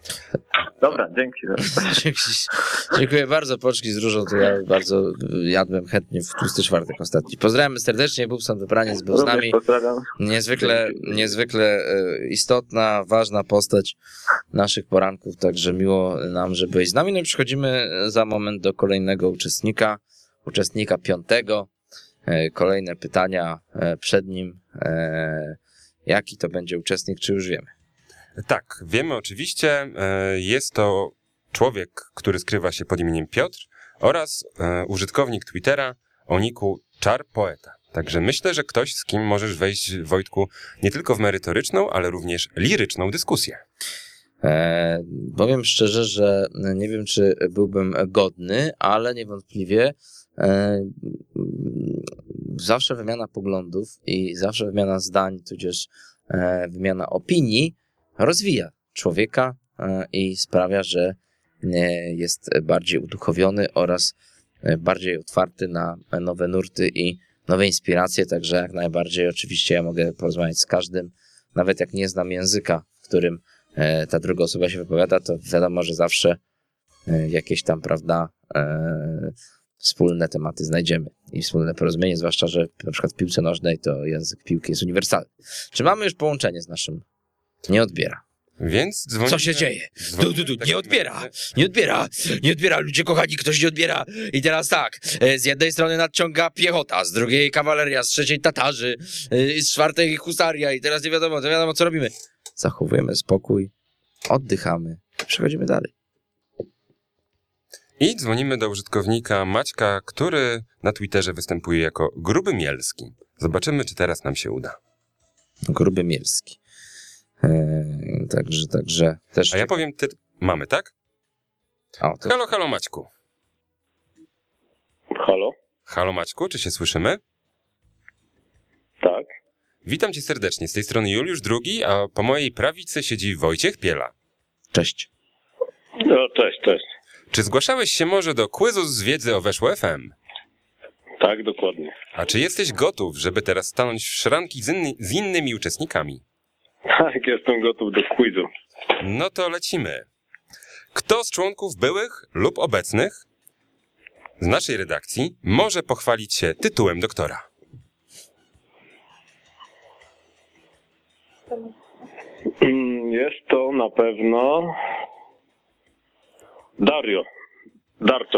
Dobra, dzięki. Dzięki. Dziękuję bardzo, pączki z różą, to ja bardzo jadłem chętnie w tłusty czwartek ostatni. Pozdrawiamy serdecznie, Bubson Wybraniec był z nami. Niezwykle, niezwykle e, istotna, ważna postać naszych poranków, także miło nam, że byłeś z nami. No i przechodzimy za moment do kolejnego uczestnika, uczestnika piątego. E, kolejne pytania e, przed nim. E, jaki to będzie uczestnik, czy już wiemy? Tak, wiemy oczywiście. e, Jest to człowiek, który skrywa się pod imieniem Piotr oraz e, użytkownik Twittera o niku Czar Poeta. Także myślę, że ktoś, z kim możesz wejść, Wojtku, nie tylko w merytoryczną, ale również liryczną dyskusję. E, powiem szczerze, że nie wiem, czy byłbym godny, ale niewątpliwie e, zawsze wymiana poglądów i zawsze wymiana zdań, tudzież e, wymiana opinii rozwija człowieka e, i sprawia, że e, jest bardziej uduchowiony oraz e, bardziej otwarty na nowe nurty i nowe inspiracje, także jak najbardziej oczywiście ja mogę porozmawiać z każdym, nawet jak nie znam języka, w którym e, ta druga osoba się wypowiada, to wiadomo, że zawsze e, jakieś tam, prawda, e, wspólne tematy znajdziemy i wspólne porozumienie, zwłaszcza, że na przykład w piłce nożnej to język piłki jest uniwersalny. Czy mamy już połączenie z naszym? Nie odbiera. Więc dzwonimy... Co się dzieje? Du, du, du, nie odbiera, nie odbiera, nie odbiera, ludzie kochani, ktoś nie odbiera. I teraz tak, e, z jednej strony nadciąga piechota, z drugiej kawaleria, z trzeciej Tatarzy, e, z czwartej husaria i teraz nie wiadomo, nie wiadomo co robimy. Zachowujemy spokój, oddychamy, przechodzimy dalej. I dzwonimy do użytkownika Maćka, który na Twitterze występuje jako Gruby Mielski. Zobaczymy, czy teraz nam się uda. Gruby Mielski. Eee, także, także też... A ja powiem, ty... mamy, tak? O, to... Halo, halo Maćku. Halo? Halo Maćku, czy się słyszymy? Tak. Witam cię serdecznie, z tej strony Juliusz drugi, a po mojej prawicy siedzi Wojciech Piela. Cześć. No, cześć, cześć. Czy zgłaszałeś się może do quizu z wiedzy o Weszło F M? Tak, dokładnie. A czy jesteś gotów, żeby teraz stanąć w szranki z, inny... z innymi uczestnikami? Tak, jestem gotów do quizu. No to lecimy. Kto z członków byłych lub obecnych z naszej redakcji może pochwalić się tytułem doktora? Jest to na pewno Dario. Darczo.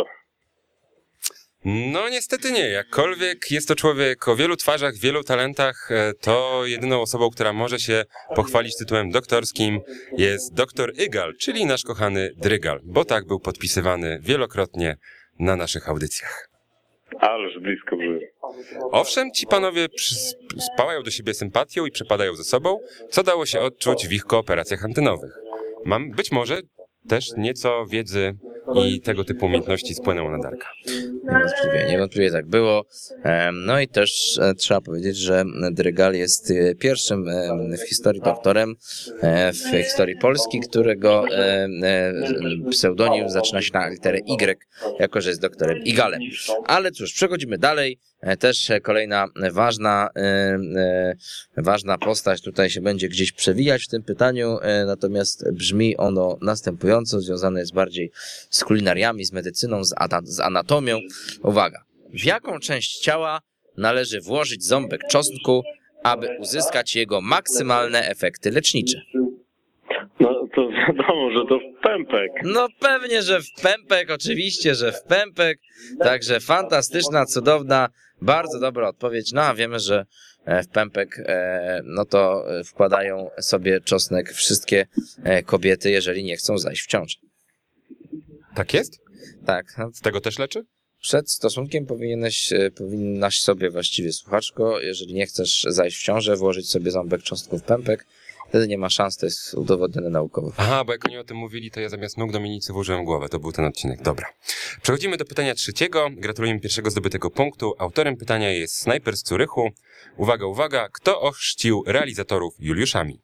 No niestety nie, jakkolwiek jest to człowiek o wielu twarzach, wielu talentach, to jedyną osobą, która może się pochwalić tytułem doktorskim jest doktor Igal, czyli nasz kochany Drygal, bo tak był podpisywany wielokrotnie na naszych audycjach. Ależ blisko byłem. Owszem, ci panowie spałają do siebie sympatią i przepadają ze sobą, co dało się odczuć w ich kooperacjach antenowych. Mam być może też nieco wiedzy i tego typu umiejętności spłynęło na Darka. Niewątpliwie, niewątpliwie tak było. No i też trzeba powiedzieć, że Drygal jest pierwszym w historii doktorem w historii Polski, którego pseudonim zaczyna się na literę Y, jako że jest doktorem Igalem. Ale cóż, przechodzimy dalej. Też kolejna ważna, ważna postać tutaj się będzie gdzieś przewijać w tym pytaniu, natomiast brzmi ono następująco, związane jest bardziej z kulinariami, z medycyną, z, ana- z anatomią. Uwaga, w jaką część ciała należy włożyć ząbek czosnku, aby uzyskać jego maksymalne efekty lecznicze? No to wiadomo, że to w pępek. No pewnie, że w pępek, oczywiście, że w pępek. Także fantastyczna, cudowna, bardzo dobra odpowiedź. No a wiemy, że w pępek e, no to wkładają sobie czosnek wszystkie kobiety, jeżeli nie chcą zajść w ciążę. Tak jest? Tak. Z tego też leczy? Przed stosunkiem powinieneś, powinnaś sobie właściwie, słuchaczko, jeżeli nie chcesz zajść w ciążę, włożyć sobie ząbek czosnku w pępek. Wtedy nie ma szans, to jest udowodnione naukowo. Aha, bo jak oni o tym mówili, to ja zamiast nóg Dominicy włożyłem głowę. To był ten odcinek. Dobra. Przechodzimy do pytania trzeciego. Gratulujemy pierwszego zdobytego punktu. Autorem pytania jest Snajper z Curychu. Uwaga, uwaga. Kto ochrzcił realizatorów Juliuszami?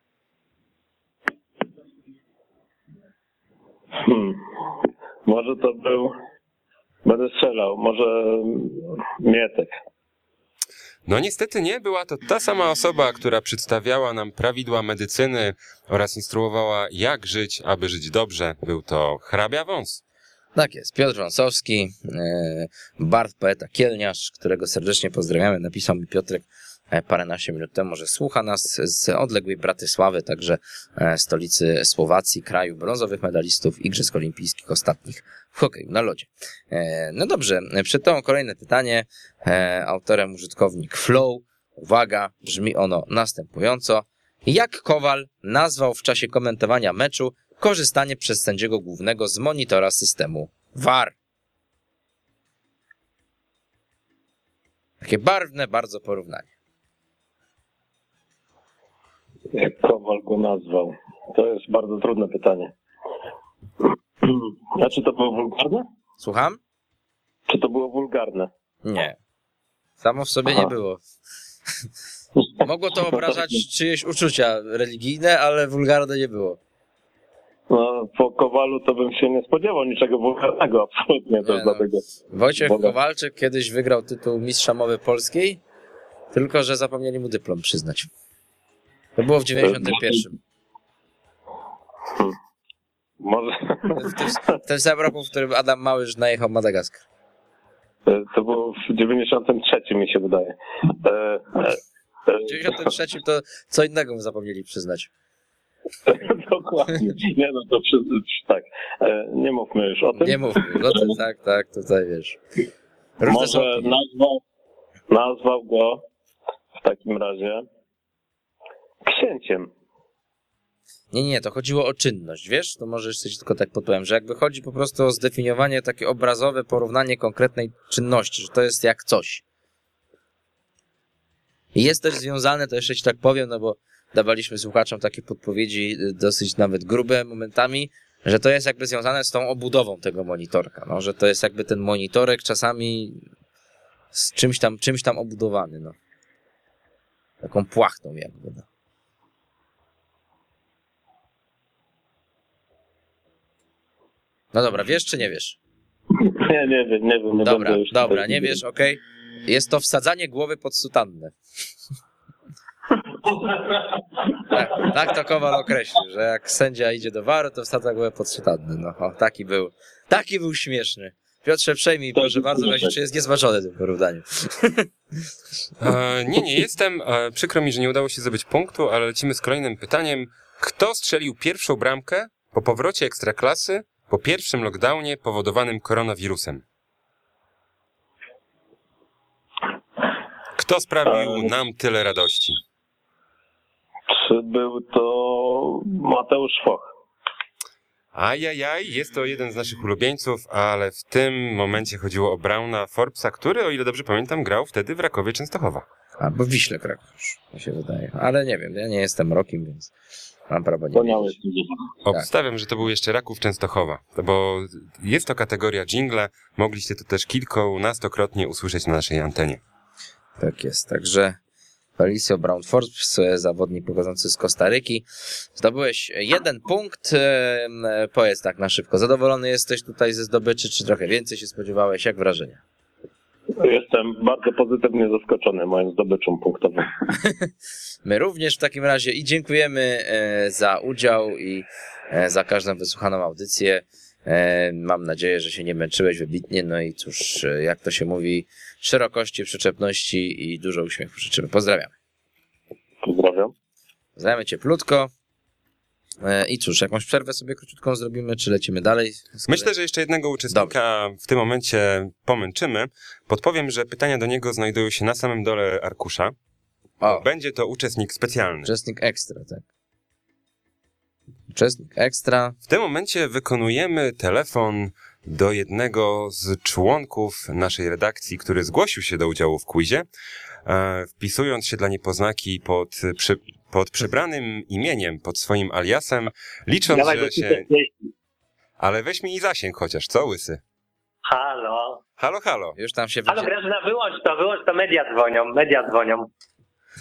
Hmm. Może to był... Będę strzelał. Może Mietek. No niestety nie, była to ta sama osoba, która przedstawiała nam prawidła medycyny oraz instruowała, jak żyć, aby żyć dobrze. Był to hrabia Wąs. Tak jest, Piotr Wąsowski, e, bard, poeta, kielniarz, którego serdecznie pozdrawiamy. Napisał mi Piotrek e, paręnaście minut temu, że słucha nas z odległej Bratysławy, także e, stolicy Słowacji, kraju brązowych medalistów Igrzysk Olimpijskich ostatnich w hokeju na lodzie. E, no dobrze, przed tą kolejne pytanie. E, autorem użytkownik Flow. Uwaga, brzmi ono następująco. Jak Kowal nazwał w czasie komentowania meczu korzystanie przez sędziego głównego z monitora systemu V A R? Takie barwne bardzo porównanie. Jak Kowal go nazwał? To jest bardzo trudne pytanie. A czy to było wulgarne? Słucham? Czy to było wulgarne? Nie. Samo w sobie Aha. nie było. Mogło to obrażać czyjeś uczucia religijne, ale wulgarne nie było. No, po Kowalu to bym się nie spodziewał niczego wulgarnego, absolutnie. To Nie jest no. dlatego. Wojciech Boga. Kowalczyk kiedyś wygrał tytuł mistrza mowy polskiej, tylko że zapomnieli mu dyplom przyznać. To było w dziewięćdziesiątym pierwszym. Hmm. Może. W tym, w tym samym roku, w którym Adam Małysz najechał Madagaskar. To było w dziewięćdziesiątym trzecim mi się wydaje. E, e, e, W dziewięćdziesiątym trzecim to co innego mu zapomnieli przyznać. Dokładnie. Nie no, to przy, tak. E, nie mówmy już o tym. Nie mówmy, no to tak, tak, tutaj wiesz. Różne są Może opinie. nazwał, nazwał go w takim razie księciem. Nie, nie, to chodziło o czynność, wiesz? To może jeszcze ci tylko tak podpowiem, że jakby chodzi po prostu o zdefiniowanie, takie obrazowe porównanie konkretnej czynności, że to jest jak coś. I jest też związane, to jeszcze ci tak powiem, no bo dawaliśmy słuchaczom takie podpowiedzi dosyć nawet grube momentami, że to jest jakby związane z tą obudową tego monitorka, no, że to jest jakby ten monitorek czasami z czymś tam, czymś tam obudowany, no. Taką płachtą jakby, no. No dobra, wiesz czy nie wiesz? Nie, nie wiem, nie wiem. Nie Dobra, będę już dobra, tutaj- nie wiesz, okej. Jest to wsadzanie głowy pod sutannę. Tak, tak to Kowal określił, że jak sędzia idzie do waru, to wsadza głowę pod sutannę. No, o, taki był, taki był śmieszny. Piotrze, przejmij, proszę bardzo, właśnie, czy jest niezważony tym porównaniem. E, nie, nie jestem. E, przykro mi, że nie udało się zdobyć punktu, ale lecimy z kolejnym pytaniem. Kto strzelił pierwszą bramkę po powrocie Ekstraklasy po pierwszym lockdownie powodowanym koronawirusem? Kto sprawił nam tyle radości? Czy był to Mateusz Foch? Ajajaj, jest to jeden z naszych ulubieńców, ale w tym momencie chodziło o Brauna Forbesa, który, o ile dobrze pamiętam, grał wtedy w Rakowie Częstochowa. Albo w Wiśle Kraków, mi się wydaje. Ale nie wiem, ja nie jestem rokiem, więc mam prawo nie Wspaniały. wiedzieć. Obstawiam, że to był jeszcze Raków Częstochowa, bo jest to kategoria jingle, mogliście to też kilkunastokrotnie usłyszeć na naszej antenie. Tak jest, także Felicio Brown Forbes, zawodnik pochodzący z Kostaryki. Zdobyłeś jeden punkt. E, Powiedz tak na szybko, zadowolony jesteś tutaj ze zdobyczy, czy trochę więcej się spodziewałeś? Jak wrażenia? Jestem bardzo pozytywnie zaskoczony moim zdobyczą punktową. My również w takim razie i dziękujemy e, za udział i e, za każdą wysłuchaną audycję. E, mam nadzieję, że się nie męczyłeś wybitnie. No i cóż, e, jak to się mówi, szerokości, przyczepności i dużo uśmiechu życzymy. Pozdrawiamy. Pozdrawiam. Pozdrawiamy cieplutko. E, I cóż, jakąś przerwę sobie króciutką zrobimy, czy lecimy dalej? Myślę, że jeszcze jednego uczestnika w tym momencie pomęczymy. Podpowiem, że pytania do niego znajdują się na samym dole arkusza. O, Będzie to uczestnik specjalny. uczestnik ekstra, tak. Uczestnik ekstra. W tym momencie wykonujemy telefon do jednego z członków naszej redakcji, który zgłosił się do udziału w quizie, e, wpisując się dla niepoznaki pod, przy, pod przybranym imieniem, pod swoim aliasem, licząc, Dawaj, że bo się... tutaj jest. Ale weź mi i zasięg chociaż, co łysy? Halo. Halo, halo. Już tam się Halo, wydzie... Grażyna, wyłącz to, wyłącz to, media dzwonią, media dzwonią.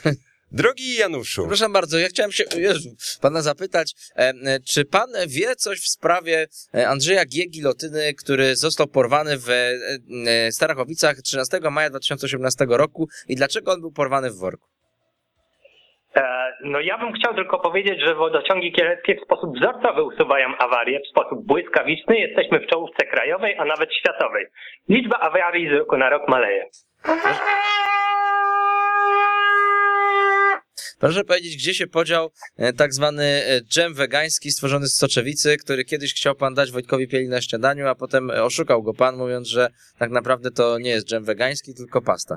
Drogi Januszu. Przepraszam bardzo, ja chciałem się Jezu, pana zapytać, e, czy pan wie coś w sprawie Andrzeja G. Gilotyny, który został porwany w e, Starachowicach trzynastego maja dwa tysiące osiemnastego roku i dlaczego on był porwany w worku? E, no ja bym chciał tylko powiedzieć, że wodociągi kieleckie w sposób wzorcowy usuwają awarie, w sposób błyskawiczny. Jesteśmy w czołówce krajowej, a nawet światowej. Liczba awarii z roku na rok maleje. Proszę powiedzieć, gdzie się podział e, tak zwany e, dżem wegański stworzony z soczewicy, który kiedyś chciał pan dać Wojtkowi Pieli na śniadaniu, a potem oszukał go pan, mówiąc, że tak naprawdę to nie jest dżem wegański, tylko pasta.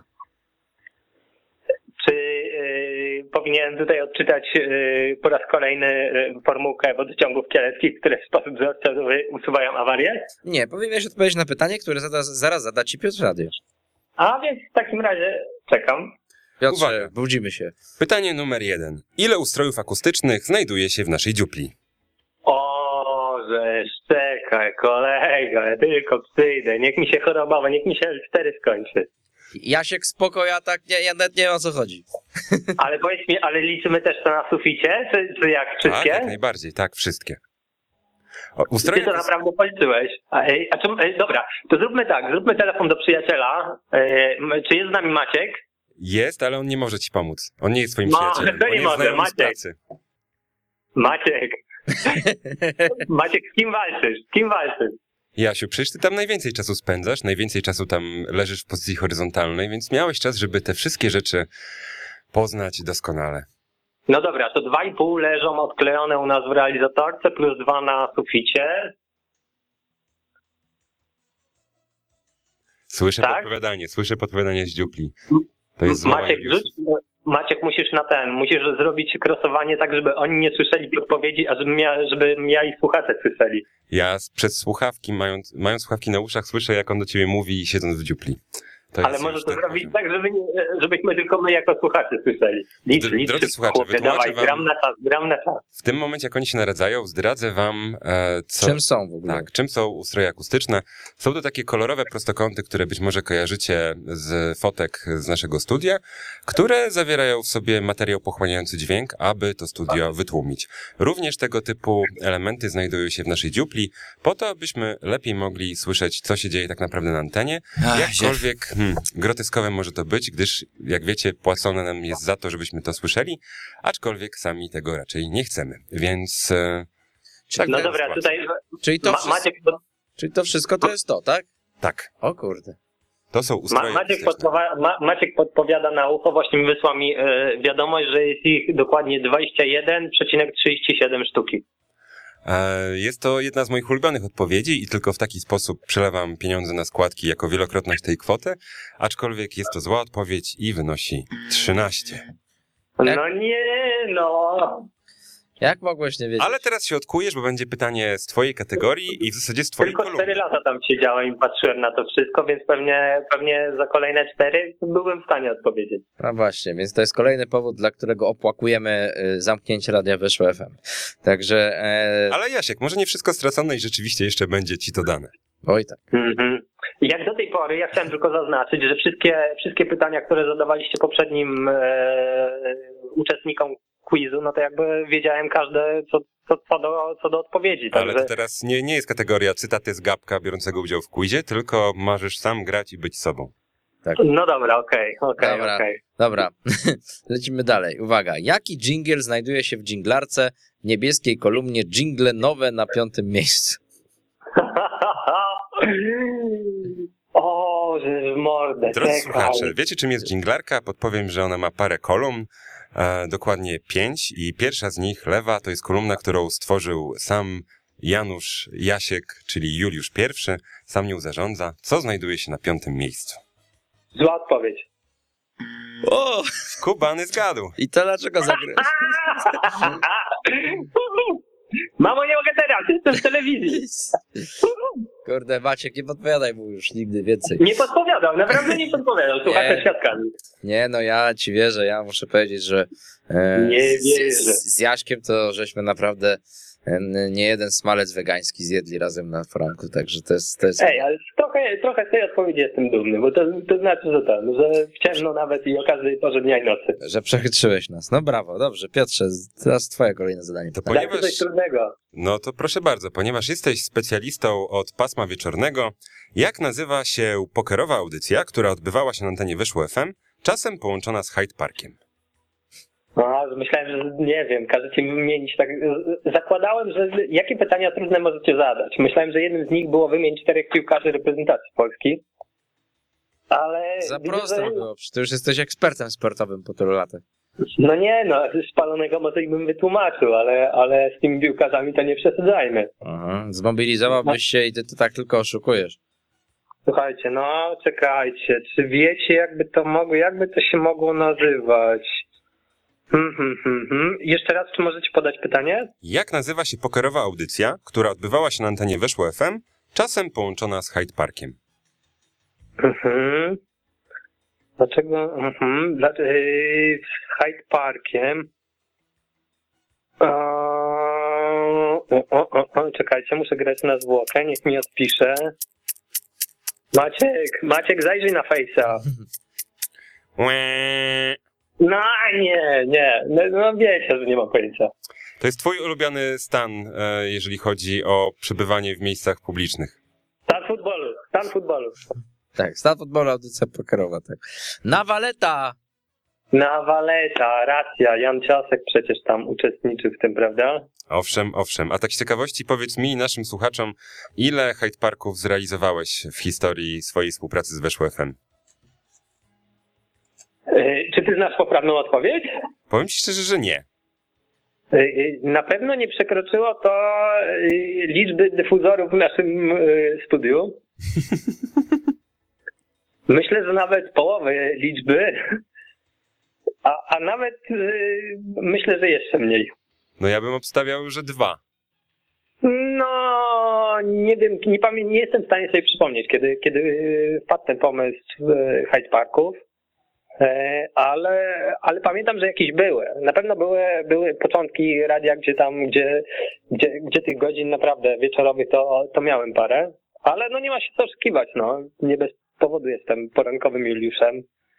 Czy y, powinienem tutaj odczytać y, po raz kolejny y, formułkę wodociągów kieleckich, które w sposób wzorcowy usuwają awarie? Nie, powinieneś odpowiedzieć na pytanie, które zada, zaraz zada ci Piotr Radio. A więc w takim razie czekam. Piotrze, Uwaga. budzimy się. Pytanie numer jeden. Ile ustrojów akustycznych znajduje się w naszej dziupli? O, że czekaj, kolego, ja tylko przyjdę. Niech mi się chorobowo, niech mi się L cztery skończy. Jasiek, spoko, ja tak, nie, ja nawet nie wiem, o co chodzi. Ale powiedz mi, ale liczymy też to na suficie, czy, czy jak Tak, wszystkie? jak najbardziej, tak, wszystkie. O, Ty ustroje... to naprawdę policzyłeś. A, ej, a czym, ej, dobra, to zróbmy tak, zróbmy telefon do przyjaciela. Ej, czy jest z nami Maciek? Jest, ale on nie może ci pomóc. On nie jest twoim No, przyjacielem. to On nie jest może, znajomy z Maciek. pracy. Maciek. Maciek, z kim walczysz? Z kim walczysz? Jasiu, przecież ty tam najwięcej czasu spędzasz, najwięcej czasu tam leżysz w pozycji horyzontalnej, więc miałeś czas, żeby te wszystkie rzeczy poznać doskonale. No dobra, to dwa i pół leżą odklejone u nas w realizatorce, plus dwa na suficie. Słyszę Tak? podpowiadanie, słyszę podpowiadanie z dziupli. To jest Maciek, znowu rzuć, Maciek, musisz na ten, musisz zrobić krosowanie tak, żeby oni nie słyszeli podpowiedzi, a żeby, mia, żeby ja i słuchacze słyszeli. Ja przez słuchawki, mając, mając słuchawki na uszach, słyszę, jak on do ciebie mówi, siedząc w dziupli. To Ale jest może już to ten zrobić poziom. tak, żeby nie, żebyśmy tylko my jako słuchacze słyszeli. Licz, Dr- licz, drodzy słuchacze, chłopie, wytłumaczę dawaj, wam- gram na czas, gram na czas. W tym momencie, jak oni się naradzają, zdradzę wam, e, co... Czym są w ogóle? Tak, czym są ustroje akustyczne? Są to takie kolorowe prostokąty, które być może kojarzycie z fotek z naszego studia, które zawierają w sobie materiał pochłaniający dźwięk, aby to studio wytłumić. Również tego typu elementy znajdują się w naszej dziupli, po to, abyśmy lepiej mogli słyszeć, co się dzieje tak naprawdę na antenie. Jakkolwiek hmm, groteskowe może to być, gdyż, jak wiecie, płacone nam jest za to, żebyśmy to słyszeli, aczkolwiek sami tego raczej nie chcemy. Więc... E, tak No jest dobra, sytuacja. tutaj Czyli to, Ma, wszystko, Maciek, czyli to wszystko to jest to, tak? Tak, O kurde. to są Ma, ustroje Maciek, akustyczne. podpowa- Ma, Maciek podpowiada na ucho, właśnie mi wysłał mi e, wiadomość, że jest ich dokładnie dwadzieścia jeden przecinek trzydzieści siedem sztuki. E, Jest to jedna z moich ulubionych odpowiedzi i tylko w taki sposób przelewam pieniądze na składki jako wielokrotność tej kwoty, aczkolwiek jest to zła odpowiedź i wynosi trzynaście. No nie, no. Jak mogłeś nie wiedzieć? Ale teraz się odkujesz, bo będzie pytanie z twojej kategorii i w zasadzie z twojej Tylko kolumny. cztery lata tam siedziałem i patrzyłem na to wszystko, więc pewnie, pewnie za kolejne cztery byłbym w stanie odpowiedzieć. No właśnie, więc to jest kolejny powód, dla którego opłakujemy y, zamknięcie Radia Weszło F M. Także... E... Ale Jasiek, może nie wszystko stracone i rzeczywiście jeszcze będzie ci to dane. Oj tak. Mhm. Jak do tej pory, ja chciałem tylko zaznaczyć, że wszystkie, wszystkie pytania, które zadawaliście poprzednim e, uczestnikom quizu, no to jakby wiedziałem każde co, co, co, do, co do odpowiedzi. Ale Także to teraz nie, nie jest kategoria cytaty z Gapka biorącego udział w quizie, tylko możesz sam grać i być sobą. no dobra, okej, okej, Dobra. okej. Dobra, lecimy dalej. Uwaga, jaki dżingiel znajduje się w dżinglarce w niebieskiej kolumnie dżingle nowe na piątym miejscu? O, że w mordę, Drodzy czekaj. słuchacze, wiecie czym jest dżinglarka? Podpowiem, że ona ma parę kolumn, e, dokładnie pięć i pierwsza z nich, lewa, to jest kolumna, którą stworzył sam Janusz Jasiek, czyli Juliusz I, sam nią zarządza. Co znajduje się na piątym miejscu? Zła odpowiedź. O! Skubany zgadł. I to dlaczego zagry... Mamo, nie mogę teraz, jestem w telewizji. Kurde, Maciek, nie podpowiadaj mu już nigdy więcej. Nie podpowiadał, naprawdę nie podpowiadał, słuchacze Nie. świadkami. Nie, no ja ci wierzę, ja muszę powiedzieć, że e, Nie z, wierzę. z, z Jaśkiem to żeśmy naprawdę e, nie jeden smalec wegański zjedli razem na poranku, także to jest... To jest... Ej, ale kto, trochę, trochę z tej odpowiedzi jestem dumny, bo to, to znaczy, że ten, że w ciemno nawet i o każdej porze dnia i nocy. Że przechytrzyłeś nas. No brawo, dobrze. Piotrze, teraz twoje kolejne zadanie. To Pytanie. ponieważ... coś trudnego. No to proszę bardzo, ponieważ jesteś specjalistą od pasma wieczornego, jak nazywa się pokerowa audycja, która odbywała się na antenie Wyszło F M, czasem połączona z Hyde Parkiem? No, myślałem, że nie wiem, każecie mi wymienić tak. Zakładałem, że jakie pytania trudne możecie zadać. Myślałem, że jednym z nich było wymienić czterech piłkarzy reprezentacji Polski. Ale. Za widzę, prosto że... było, przecież ty już jesteś ekspertem sportowym po tylu latach. No nie, no, spalonego może i bym wytłumaczył, ale, ale z tymi piłkarzami to nie przesadzajmy. Aha, zmobilizowałbyś się i ty to tak tylko oszukujesz. Słuchajcie, no czekajcie, czy wiecie jakby to mogło, jakby to się mogło nazywać? Hmm, hmm, hmm, hmm. Jeszcze raz, czy możecie podać pytanie? Jak nazywa się pokerowa audycja, która odbywała się na antenie Wyszło F M, czasem połączona z Hyde Parkiem? Mhm. Dlaczego? Mhm. Dla, yy, z Hyde Parkiem. O, o, o, o, czekajcie, muszę grać na zwłokę, niech mi odpisze. Maciek, Maciek, zajrzyj na Face'a. No nie, nie, no, no wiecie, że nie mam pojęcia. To jest twój ulubiony stan, e, jeżeli chodzi o przebywanie w miejscach publicznych. Stan futbolu, stan futbolu. Tak, stan futbolu, audycja pokerowa, tak. Nawaleta! Nawaleta, racja, Jan Ciasek przecież tam uczestniczył w tym, prawda? Owszem, owszem. A tak z ciekawości powiedz mi i naszym słuchaczom, ile Hyde Parków zrealizowałeś w historii swojej współpracy z Wyszło F M? Yy, czy ty znasz poprawną odpowiedź? Powiem ci szczerze, że nie. Yy, na pewno nie przekroczyło to yy, liczby dyfuzorów w naszym yy, studiu. Myślę, że nawet połowę liczby, a, a nawet yy, myślę, że jeszcze mniej. No ja bym obstawiał, że dwa. No, nie wiem, nie, pamię- nie jestem w stanie sobie przypomnieć, kiedy, kiedy wpadł ten pomysł Hyde Parków, ale, ale pamiętam, że jakieś były. Na pewno były, były początki radia, gdzie tam, gdzie, gdzie, gdzie tych godzin naprawdę wieczorowych to, to miałem parę, ale no nie ma się co oszukiwać, no. Nie bez powodu jestem porankowym Juliuszem.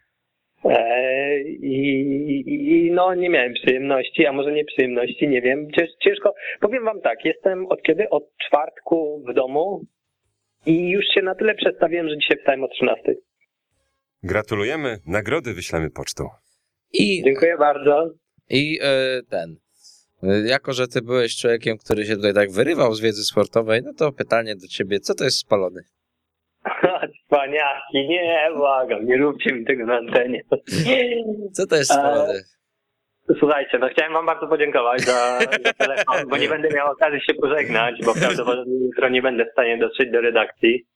I, i no nie miałem przyjemności, a może nie przyjemności, nie wiem, Cięż, ciężko. Powiem wam tak, jestem od kiedy? Od czwartku w domu i już się na tyle przestawiłem, że dzisiaj wstałem o trzynastej. Gratulujemy, nagrody wyślemy pocztą. I, Dziękuję bardzo. i e, ten, e, jako że ty byłeś człowiekiem, który się tutaj tak wyrywał z wiedzy sportowej, no to pytanie do ciebie, co to jest spalony? Cwaniaki, nie, błagam, nie róbcie mi tego na antenie. Co to jest spalony? Słuchajcie, no chciałem wam bardzo podziękować za, za telefon, bo nie będę miał okazji się pożegnać, bo prawdopodobnie jutro nie będę w stanie dotrzeć do redakcji.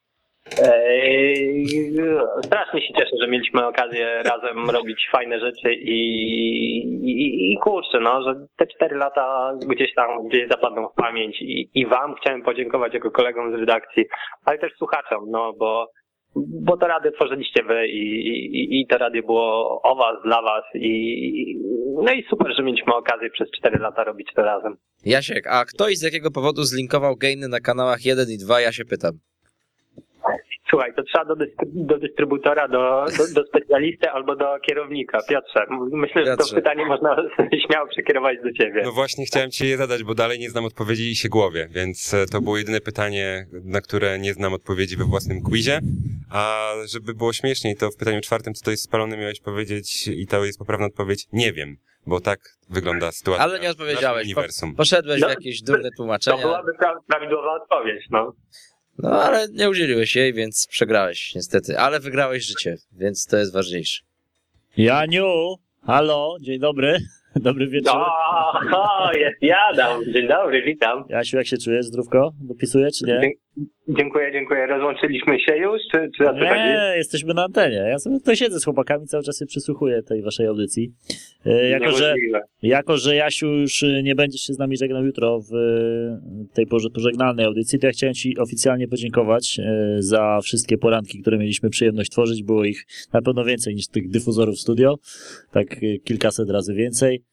Eee, strasznie się cieszę, że mieliśmy okazję razem robić fajne rzeczy i, i, i kurczę, no, że te cztery lata gdzieś tam, gdzieś zapadną w pamięć i, i wam chciałem podziękować jako kolegom z redakcji, ale też słuchaczom, no, bo bo to radio tworzyliście wy i, i, i to radio było o was, dla was i no i super, że mieliśmy okazję przez cztery lata robić to razem. Jasiek, a kto i z jakiego powodu zlinkował gainy na kanałach jeden i dwa? Ja się pytam. Słuchaj, to trzeba do, dystry- do dystrybutora, do, do, do specjalisty albo do kierownika. Piotrze, myślę, że Piotrze. to pytanie można śmiało przekierować do ciebie. No właśnie chciałem ci je zadać, bo dalej nie znam odpowiedzi i się głowię, więc to było jedyne pytanie, na które nie znam odpowiedzi we własnym quizie. A żeby było śmieszniej, to w pytaniu czwartym, co to jest spalony, miałeś powiedzieć i to jest poprawna odpowiedź, nie wiem, bo tak wygląda sytuacja. Ale nie odpowiedziałeś. w uniwersum. Po, poszedłeś No, w jakieś durne To tłumaczenia. byłaby pra- prawidłowa odpowiedź, no. No ale nie udzieliłeś jej, więc przegrałeś niestety. Ale wygrałeś życie, więc to jest ważniejsze. Janiu, halo, dzień dobry, dobry wieczór. O, o, jest Jadam. Dzień dobry, witam. Jasiu, jak się czujesz? Zdrówko? Dopisuję, czy nie? Dzie- Dziękuję, dziękuję. Rozłączyliśmy się już, czy, czy o co chodzi? Nie, jesteśmy na antenie. Ja sobie tutaj siedzę z chłopakami, cały czas się przysłuchuję tej waszej audycji. E, Jako że, Niemożliwe. jako, że Jasiu już nie będziesz się z nami żegnał jutro w e, tej porze pożegnalnej audycji, to ja chciałem ci oficjalnie podziękować e, za wszystkie poranki, które mieliśmy przyjemność tworzyć. Było ich na pewno więcej niż tych dyfuzorów w studio, tak e, kilkaset razy więcej.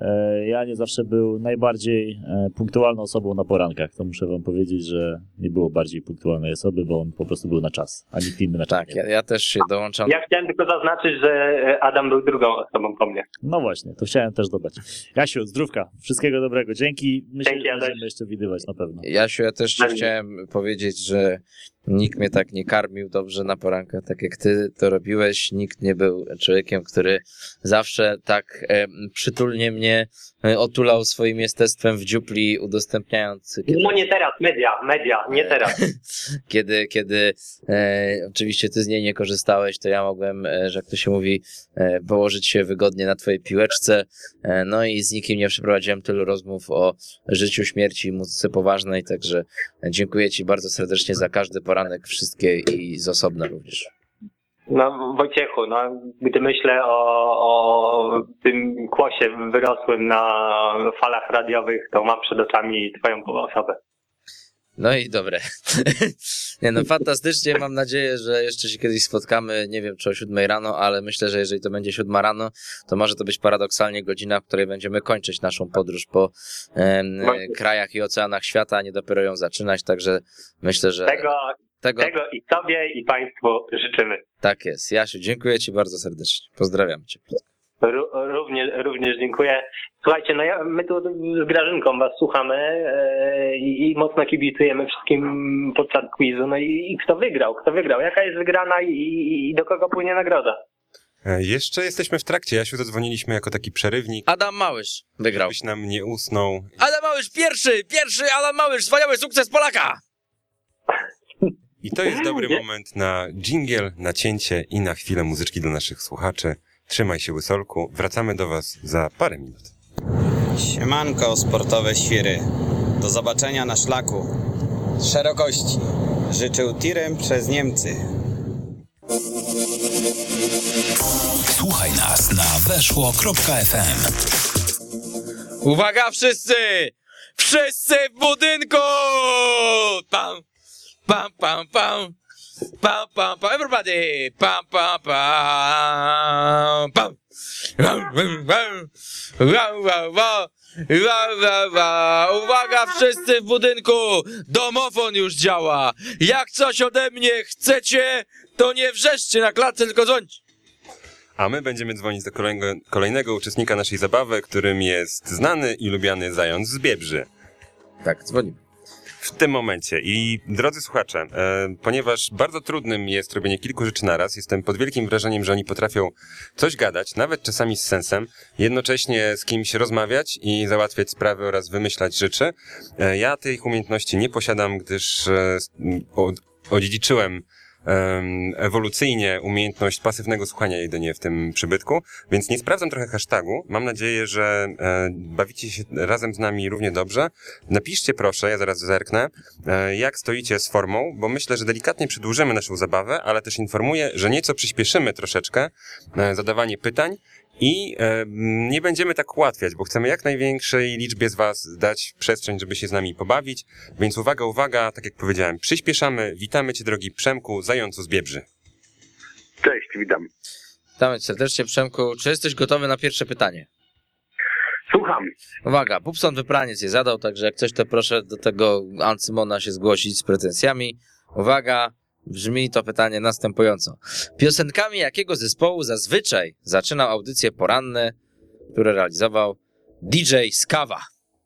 Ja nie zawsze był najbardziej punktualną osobą na porankach. To muszę wam powiedzieć, że nie było bardziej punktualnej osoby, bo on po prostu był na czas, a nikt inny na czas. Tak, ja, ja też się dołączam. Ja chciałem tylko zaznaczyć, że Adam był drugą osobą po mnie. No właśnie, to chciałem też dodać. Jasiu, zdrówka, wszystkiego dobrego. Dzięki. Myślę, Dzięki, że ja będziemy też. jeszcze widywać na pewno. Jasiu, ja też ci Pewnie. chciałem powiedzieć, że nikt mnie tak nie karmił dobrze na porankach, tak jak ty to robiłeś. Nikt nie był człowiekiem, który zawsze tak e, przytulnie mnie e, otulał swoim jestestwem w dziupli, udostępniając... Kiedy, No nie teraz, media, media, nie teraz. kiedy kiedy e, oczywiście ty z niej nie korzystałeś, to ja mogłem, e, że jak to się mówi, e, położyć się wygodnie na twojej piłeczce. E, no i z nikim nie przeprowadziłem tylu rozmów o życiu, śmierci i muzyce poważnej, także dziękuję ci bardzo serdecznie za każdy poranek, wszystkie i z osobna również. No Wojciechu, no, gdy myślę o, o tym kłosie wyrosłym na falach radiowych, to mam przed oczami twoją osobę. No i dobre. Nie no, fantastycznie, mam nadzieję, że jeszcze się kiedyś spotkamy, nie wiem czy o siódmej rano, ale myślę, że jeżeli to będzie siódma rano, to może to być paradoksalnie godzina, w której będziemy kończyć naszą podróż po em, krajach i oceanach świata, a nie dopiero ją zaczynać, także myślę, że... Tego, tego... tego i sobie i państwu życzymy. Tak jest. Jasiu, dziękuję ci bardzo serdecznie. Pozdrawiam cię. Ró- Również, również dziękuję. Słuchajcie, no ja, my tu z Grażynką was słuchamy e, i, i mocno kibicujemy wszystkim podczas quizu. No i, i kto wygrał? Kto wygrał? Jaka jest wygrana i, i, i do kogo płynie nagroda? E, Jeszcze jesteśmy w trakcie. Jasiu, zadzwoniliśmy jako taki przerywnik. Adam Małysz wygrał. Żebyś nam nie usnął. Adam Małysz pierwszy! Pierwszy Adam Małysz! Wspaniały sukces Polaka! I to jest dobry moment na dżingiel, na cięcie i na chwilę muzyczki dla naszych słuchaczy. Trzymaj się, Łysolku. Wracamy do was za parę minut. Siemanko, sportowe świry. Do zobaczenia na szlaku. Z szerokości. Życzył tirem przez Niemcy. Słuchaj nas na weszło kropka ef em. Uwaga wszyscy! Wszyscy w budynku! Pam, pam, pam, pam. Pam, pam, pam, everybody! Pam, pam, pam, pam! Wow, wow, wow, wow, wow, wow. Uwaga wszyscy w budynku! Domofon już działa! Jak coś ode mnie chcecie, to nie wrzeszcie na klatce, tylko dzwońcie! A my będziemy dzwonić do kolejnego, kolejnego uczestnika naszej zabawy, którym jest znany i lubiany zając z Biebrzy. Tak, dzwonimy. W tym momencie. I drodzy słuchacze, e, ponieważ bardzo trudnym jest robienie kilku rzeczy naraz, jestem pod wielkim wrażeniem, że oni potrafią coś gadać, nawet czasami z sensem, jednocześnie z kimś rozmawiać i załatwiać sprawy oraz wymyślać rzeczy. E, ja tych umiejętności nie posiadam, gdyż e, od, odziedziczyłem Um, ewolucyjnie umiejętność pasywnego słuchania jedynie w tym przybytku, więc nie sprawdzam trochę hashtagu. Mam nadzieję, że e, bawicie się razem z nami równie dobrze. Napiszcie proszę, ja zaraz zerknę, e, jak stoicie z formą, bo myślę, że delikatnie przedłużymy naszą zabawę, ale też informuję, że nieco przyspieszymy troszeczkę e, zadawanie pytań i e, nie będziemy tak ułatwiać, bo chcemy jak największej liczbie z was dać przestrzeń, żeby się z nami pobawić, więc uwaga, uwaga, tak jak powiedziałem, przyspieszamy. Witamy cię, drogi Przemku, zającu z Biebrzy. Cześć, witam. Witamy cię serdecznie, Przemku. Czy jesteś gotowy na pierwsze pytanie? Słucham. Uwaga, Pupson Wypraniec je zadał, także jak coś, to proszę do tego Ancymona się zgłosić z pretensjami. Uwaga, brzmi to pytanie następująco. Piosenkami jakiego zespołu zazwyczaj zaczynał audycje poranne, które realizował D J Skawa?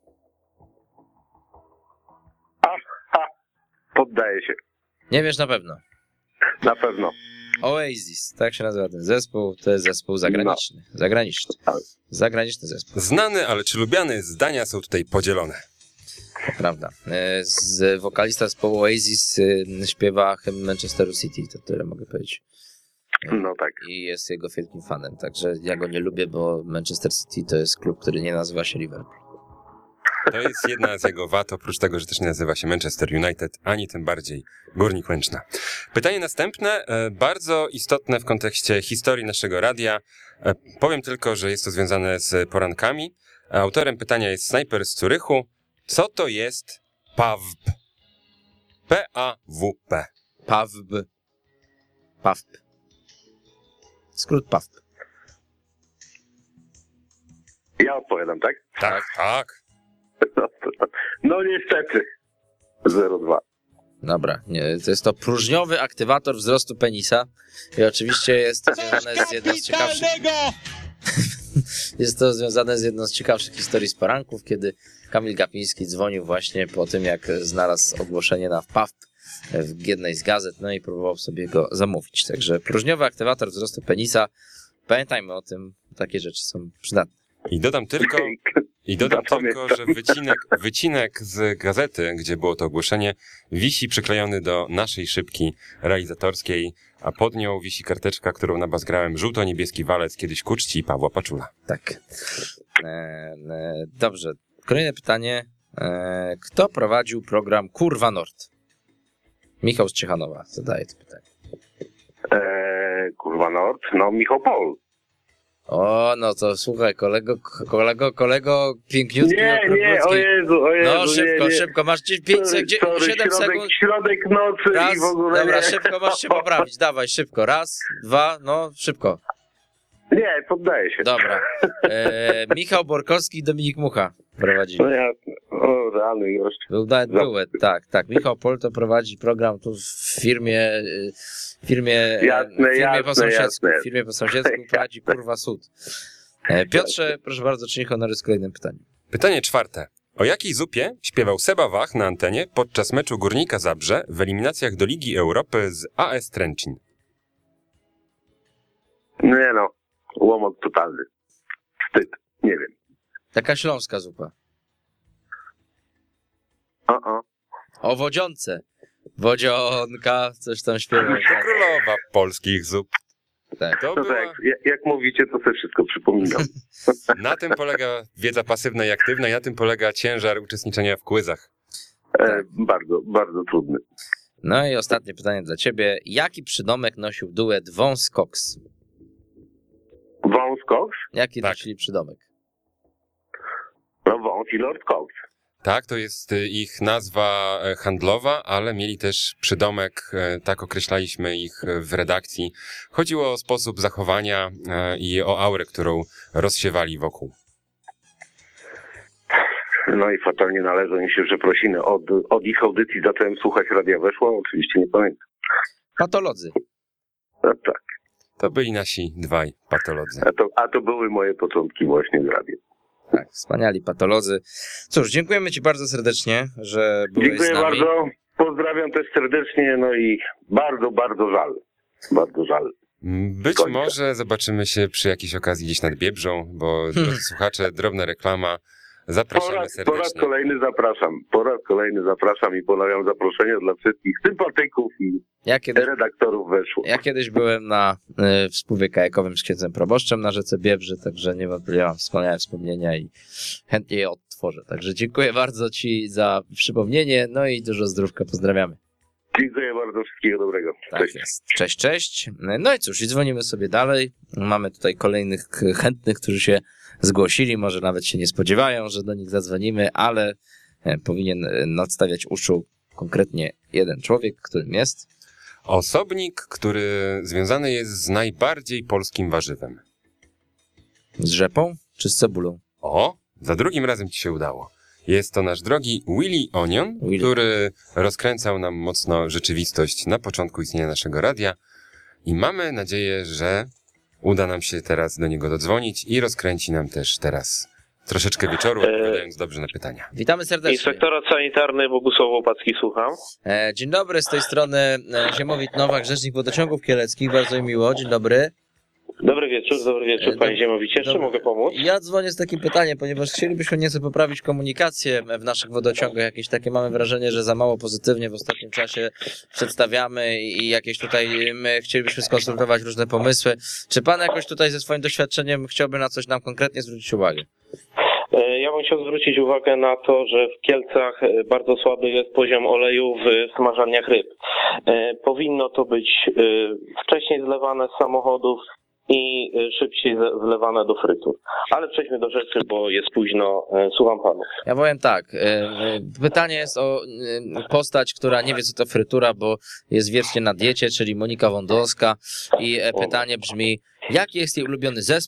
Aha, poddaję się. Nie wiesz na pewno. Na pewno. Oasis, tak się nazywa ten zespół, to jest zespół zagraniczny. No. Zagraniczny. Zagraniczny zespół. Znany, ale czy lubiany, zdania są tutaj podzielone. To prawda. Z wokalista zespołu Oasis śpiewa hymn Manchesteru City, to tyle mogę powiedzieć. No tak. I jest jego wielkim fanem, także ja go nie lubię, bo Manchester City to jest klub, który nie nazywa się Liverpool. To jest jedna z jego wad, oprócz tego, że też nie nazywa się Manchester United, ani tym bardziej Górnik Łęczna. Pytanie następne, bardzo istotne w kontekście historii naszego radia. Powiem tylko, że jest to związane z porankami. Autorem pytania jest Snajper z Zurychu. Co to jest P A W P? P A W P. P A W P. P A W P. Skrót P A W P. Ja odpowiadam, tak? Tak, tak. No niestety. zero dwa. Dobra, nie, to jest to próżniowy aktywator wzrostu penisa i oczywiście jest to związane z jedną z ciekawszych... Jest to związane z jedną z ciekawszych historii z poranków, kiedy Kamil Gapiński dzwonił właśnie po tym, jak znalazł ogłoszenie na P A W P w jednej z gazet, no i próbował sobie go zamówić. Także próżniowy aktywator wzrostu penisa, pamiętajmy o tym, takie rzeczy są przydatne. I dodam tylko, i dodam tylko, że wycinek, wycinek z gazety, gdzie było to ogłoszenie, wisi przyklejony do naszej szybki realizatorskiej, a pod nią wisi karteczka, którą nabazgrałem żółto-niebieski walec kiedyś ku czci Pawła Paczula. Tak. E, e, dobrze. Kolejne pytanie. E, kto prowadził program Kurwa Nord? Michał z Ciechanowa zadaje to pytanie. Eee, kurwa Nord, no Michał Pol. O, no to słuchaj, kolego, kolego, kolego, piękniutki. Nie, nie, o Jezu, o Jezu. No szybko, nie, nie. szybko, masz pięć, siedem środek, sekund. Środek nocy Raz, i w ogóle dobra, nie. szybko, możesz się poprawić, dawaj, szybko. Raz, dwa, no, szybko. Nie, poddaję się. Dobra. E, Michał Borkowski i Dominik Mucha prowadzili. No jasne, o, realny gość. Był nawet duet, tak, tak. Michał Pol to prowadzi program tu w firmie, w firmie, Jasne, w firmie jasne, po sąsiedzku. jasne. W firmie po sąsiedzku prowadzi Kurwa Sud. E, Piotrze, proszę bardzo, czyń honory z kolejnym pytaniem. Pytanie czwarte. O jakiej zupie śpiewał Seba Wach na antenie podczas meczu Górnika Zabrze w eliminacjach do Ligi Europy z A S Tręczyn? Nie no, łomot totalny. Wstyd, nie wiem. Taka śląska zupa. O, o. O wodzionce. Wodzionka, coś tam śpiewał. To królowa polskich zup. Tak. To No była... tak, jak, jak mówicie, to sobie wszystko przypominam. Na tym polega wiedza pasywna i aktywna i na tym polega ciężar uczestniczenia w quizach. E, bardzo, bardzo trudny. No i ostatnie pytanie dla ciebie. Jaki przydomek nosił duet Wąs Cox? Wąs Cox? Jaki Tak. nosili przydomek? No Wąs i Lord Cox. Tak, to jest y, ich nazwa e, handlowa, ale mieli też przydomek, e, tak określaliśmy ich e, w redakcji. Chodziło o sposób zachowania e, i o aurę, którą rozsiewali wokół. No i fatalnie należą im się przeprosiny. Od, od ich audycji zacząłem słuchać Radia Weszło, oczywiście nie pamiętam. Patolodzy. No tak, To byli nasi dwaj patolodzy. a to, a to były moje początki właśnie w radiu. Tak, wspaniali patolodzy. Cóż, dziękujemy ci bardzo serdecznie, że byłeś Dziękuję z nami. bardzo, pozdrawiam też serdecznie, no i bardzo, bardzo żal. Bardzo żal. Być Kończę. może zobaczymy się przy jakiejś okazji gdzieś nad Biebrżą, bo drodzy słuchacze, drobna reklama. Po Zapraszamy raz, po raz serdecznie. kolejny zapraszam. Po raz kolejny zapraszam i ponawiam zaproszenie dla wszystkich sympatyków i Ja kiedyś, redaktorów Weszło. ja kiedyś byłem na y, współwie kajakowym z księdzem proboszczem na rzece Biebrzy, także niewątpliwie mam wspaniałe wspomnienia i chętnie je odtworzę. Także dziękuję bardzo ci za przypomnienie, no i dużo zdrówka, pozdrawiamy. Dziękuję bardzo, wszystkiego dobrego. Tak Cześć. jest. Cześć, cześć. No i cóż, i dzwonimy sobie dalej. Mamy tutaj kolejnych chętnych, którzy się zgłosili. Może nawet się nie spodziewają, że do nich zadzwonimy, ale powinien nadstawiać uszu konkretnie jeden człowiek, którym jest. Osobnik, który związany jest z najbardziej polskim warzywem. Z rzepą czy z cebulą? O, za drugim razem ci się udało. Jest to nasz drogi Willy Onion, Willy. który rozkręcał nam mocno rzeczywistość na początku istnienia naszego radia i mamy nadzieję, że uda nam się teraz do niego dodzwonić i rozkręci nam też teraz troszeczkę wieczoru, odpowiadając dobrze na pytania. Witamy serdecznie. Inspektorat sanitarny Bogusław Łopacki, słucham. E, Dzień dobry, z tej strony e, Ziemowit Nowak, rzecznik wodociągów kieleckich. Bardzo mi miło, dzień dobry. Dobry wieczór, dobry wieczór, E, panie dob- Ziemowicz. Czy dob- mogę pomóc? Ja dzwonię z takim pytaniem, ponieważ chcielibyśmy nieco poprawić komunikację w naszych wodociągach. Jakieś takie mamy wrażenie, że za mało pozytywnie w ostatnim czasie przedstawiamy i jakieś tutaj my chcielibyśmy skonsultować różne pomysły. Czy pan jakoś tutaj ze swoim doświadczeniem chciałby na coś nam konkretnie zwrócić uwagę? E, Ja bym chciał zwrócić uwagę na to, że w Kielcach e, bardzo słaby jest poziom oleju w smażalniach ryb. E, Powinno to być e, wcześniej zlewane z samochodów i e, szybciej ze- wlewane do frytur. Ale przejdźmy do rzeczy, bo jest późno. E, Słucham panów. Ja powiem tak, e, e, pytanie jest o e, postać, która nie wie, co to frytura, bo jest wiecznie na diecie, czyli Monika Wądowska i e, pytanie brzmi, jaki jest jej ulubiony zespół,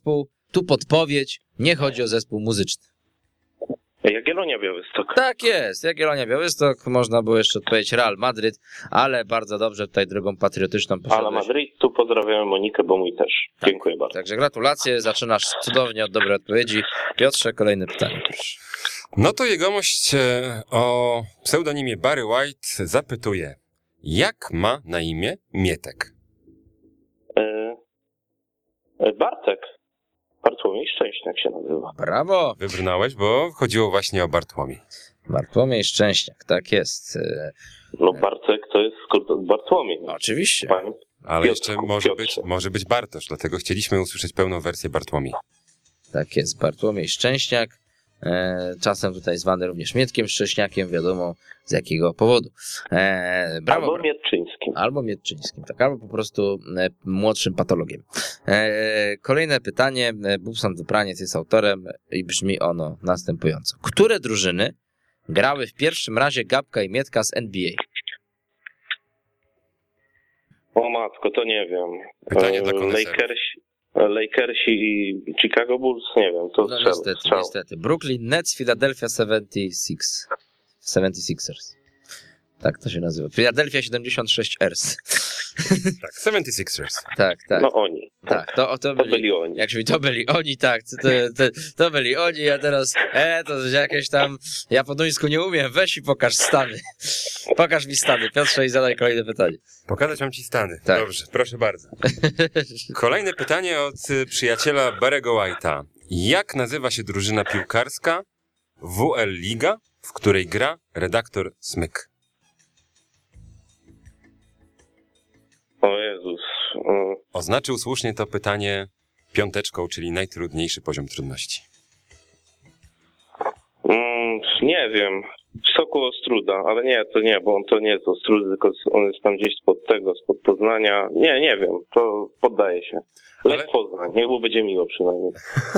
tu podpowiedź, nie chodzi o zespół muzyczny. Jagiellonia Białystok. Tak jest, Jagiellonia Białystok, można było jeszcze odpowiedzieć Real Madryt, ale bardzo dobrze tutaj drogą patriotyczną poszedłeś. Ale Madryt, tu pozdrawiamy Monikę, bo mój też. Tak. Dziękuję bardzo. Także gratulacje, zaczynasz cudownie od dobrej odpowiedzi. Piotrze, kolejne pytanie, proszę. No to jegomość e, o pseudonimie Barry White zapytuje, jak ma na imię Mietek? E, Bartek. Bartłomiej Szczęśniak się nazywa. Brawo! Wybrnąłeś, bo chodziło właśnie o Bartłomiej. Bartłomiej Szczęśniak, tak jest. No Bartek to jest skrót od Bartłomiej. Oczywiście. Pan Ale Piotrku, jeszcze może Piotrze. być, może być Bartosz, dlatego chcieliśmy usłyszeć pełną wersję Bartłomiej. Tak jest, Bartłomiej Szczęśniak. E, czasem tutaj zwany również Mietkiem Szczęśniakiem, wiadomo z jakiego powodu. E, brawo, Albo brawo. Mietczyńskim. Albo Mietczyńskim, tak, albo po prostu e, młodszym patologiem. E, kolejne pytanie, e, Bubson Wypraniec jest autorem i brzmi ono następująco. Które drużyny grały w pierwszym razie Gabka i Mietka z N B A? O matko, to nie wiem. Pytanie dla E, koneserów. Lakersi, Lakersi i Chicago Bulls, nie wiem. To No strzał, niestety, strzał. niestety. Brooklyn Nets, Philadelphia siedemdziesiąt sześć. Tak to się nazywa. Philadelphia siedemdziesiąt sześć Ers. Tak, seventy-sixers. Tak, tak. No oni. Tak, to, to, To byli, byli oni. Jak się mówi, to byli oni, tak, to, to, to byli oni, a teraz, e, to jakieś tam, ja po duńsku nie umiem, weź i pokaż Stany. Pokaż mi Stany, Piotrze, i zadaj kolejne pytanie. Pokazać mam ci Stany. Tak. Dobrze, proszę bardzo. Kolejne pytanie od y, przyjaciela Barry'ego White'a. Jak nazywa się drużyna piłkarska W L Liga, w której gra redaktor Smyk? O Jezus. Mm. Oznaczył słusznie to pytanie piąteczką, czyli najtrudniejszy poziom trudności. Mm, nie wiem. Soku Ostruda, ale nie, to nie, bo on to nie jest Ostrudy, tylko on jest tam gdzieś spod tego, spod Poznania. Nie, nie wiem, to poddaje się. Lech Ale- Poznań, niech mu będzie miło przynajmniej.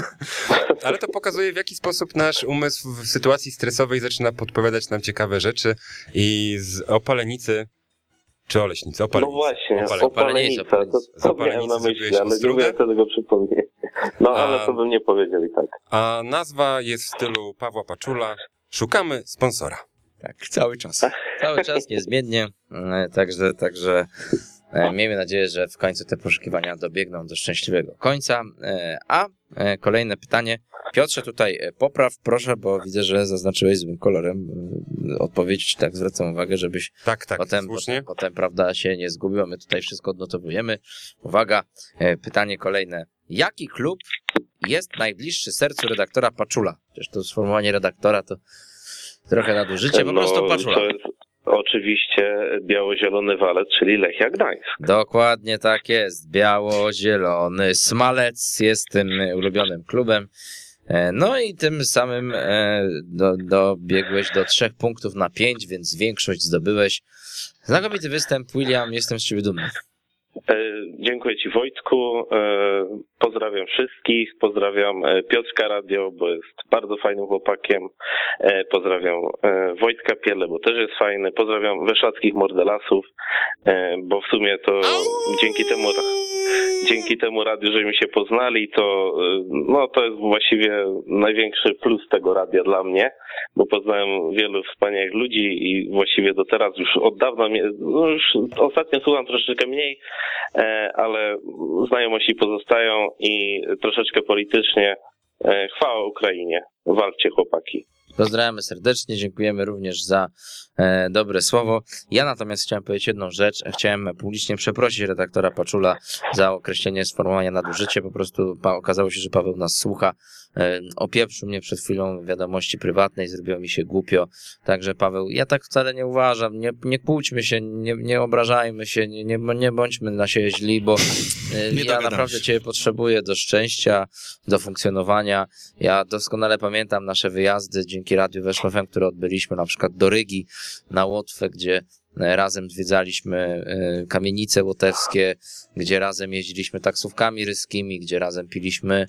Ale to pokazuje, w jaki sposób nasz umysł w sytuacji stresowej zaczyna podpowiadać nam ciekawe rzeczy i z Opalenicy, czy Oleśnicy, Opalenicy. No właśnie, Opale- Opalenica, to, Z to miałem Opalenicy na myśli, zrobiłeś ale nie Ostrudę? umiem sobie tego przypomnieć. No, ale A- to bym nie powiedział i tak. A nazwa jest w stylu Pawła Paczula. Szukamy sponsora. Tak, cały czas. Cały czas, niezmiennie. E, Także, także e, miejmy nadzieję, że w końcu te poszukiwania dobiegną do szczęśliwego końca. E, A e, kolejne pytanie. Piotrze, tutaj e, popraw, proszę, bo widzę, że zaznaczyłeś złym kolorem e, odpowiedź. Tak, zwracam uwagę, żebyś Tak, tak, potem, słusznie. potem, potem, prawda, się nie zgubił. a My tutaj wszystko odnotowujemy. Uwaga, e, pytanie kolejne. Jaki klub jest najbliższy sercu redaktora Paczula? Przecież to sformułowanie redaktora to trochę nadużycie, po prostu Paczula. To jest oczywiście biało-zielony walec, czyli Lechia Gdańsk. Dokładnie tak jest. Biało-zielony Smalec jest tym ulubionym klubem. E, No i tym samym e, do, dobiegłeś do trzech punktów na pięć, więc większość zdobyłeś. Znakomity występ, William, jestem z ciebie dumny. E, Dziękuję Ci, Wojtku. E, Pozdrawiam wszystkich. Pozdrawiam e, Piotrka Radio, bo jest bardzo fajnym chłopakiem. E, Pozdrawiam e, Wojtka Piele, bo też jest fajny. Pozdrawiam Weszlackich Mordelasów, e, bo w sumie to dzięki temu dzięki temu radiu, żeśmy się poznali, to e, no to jest właściwie największy plus tego radia dla mnie, bo poznałem wielu wspaniałych ludzi i właściwie do teraz już od dawna, mnie, no już ostatnio słucham troszeczkę mniej, e, ale znajomości pozostają i troszeczkę politycznie. E, Chwała Ukrainie. Walczcie, chłopaki. Pozdrawiamy serdecznie, dziękujemy również za e, dobre słowo. Ja natomiast chciałem powiedzieć jedną rzecz. Chciałem publicznie przeprosić redaktora Paczula za określenie sformułowania nadużycie. Po prostu pa, okazało się, że Paweł nas słucha. E, opieprzył mnie przed chwilą w wiadomości prywatnej, zrobiło mi się głupio. Także Paweł, ja tak wcale nie uważam. Nie, nie kłóćmy się, nie, nie obrażajmy się, nie, nie, nie bądźmy na siebie źli, bo e, Nie ja dogadamy naprawdę się. Ciebie potrzebuję do szczęścia, do funkcjonowania. Ja doskonale pamiętam nasze wyjazdy dzięki Radiu Weszło F M, które odbyliśmy na przykład do Rygi, na Łotwę, gdzie razem zwiedzaliśmy e, kamienice łotewskie, gdzie razem jeździliśmy taksówkami ryskimi, gdzie razem piliśmy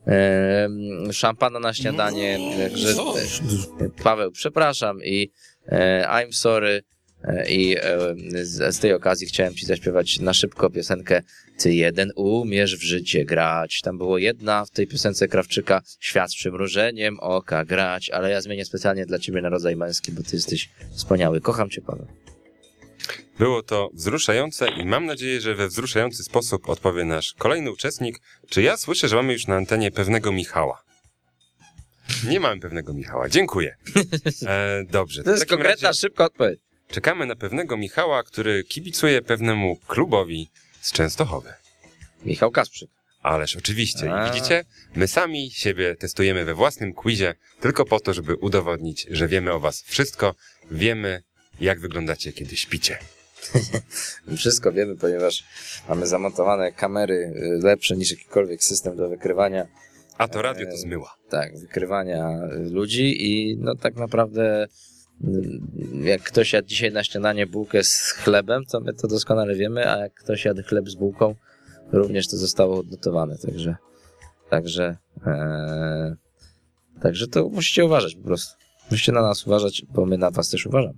e, szampana na śniadanie. Także, e, Paweł, przepraszam i e, I'm sorry. I z, z tej okazji chciałem ci zaśpiewać na szybko piosenkę Ty jeden umiesz w życie grać. Tam było jedna w tej piosence Krawczyka, świat z przymrużeniem oka grać, ale ja zmienię specjalnie dla ciebie na rodzaj męski, bo ty jesteś wspaniały. Kocham cię, Paweł. Było to wzruszające i mam nadzieję, że we wzruszający sposób odpowie nasz kolejny uczestnik. Czy ja słyszę, że mamy już na antenie pewnego Michała? Nie mamy pewnego Michała. Dziękuję. E, dobrze. To jest konkretna, razie... szybka odpowiedź. Czekamy na pewnego Michała, który kibicuje pewnemu klubowi z Częstochowy. Michał Kasprzyk. Ależ oczywiście. A. I widzicie, my sami siebie testujemy we własnym quizie tylko po to, żeby udowodnić, że wiemy o was wszystko. Wiemy, jak wyglądacie, kiedy śpicie. Wszystko wiemy, ponieważ mamy zamontowane kamery lepsze niż jakikolwiek system do wykrywania. A to radio to zmyła. E, tak, wykrywania ludzi i no tak naprawdę jak ktoś jadł dzisiaj na śniadanie bułkę z chlebem, to my to doskonale wiemy, a jak ktoś jadł chleb z bułką, również to zostało odnotowane, także także e, także to musicie uważać po prostu. Musicie na nas uważać, bo my na was też uważamy.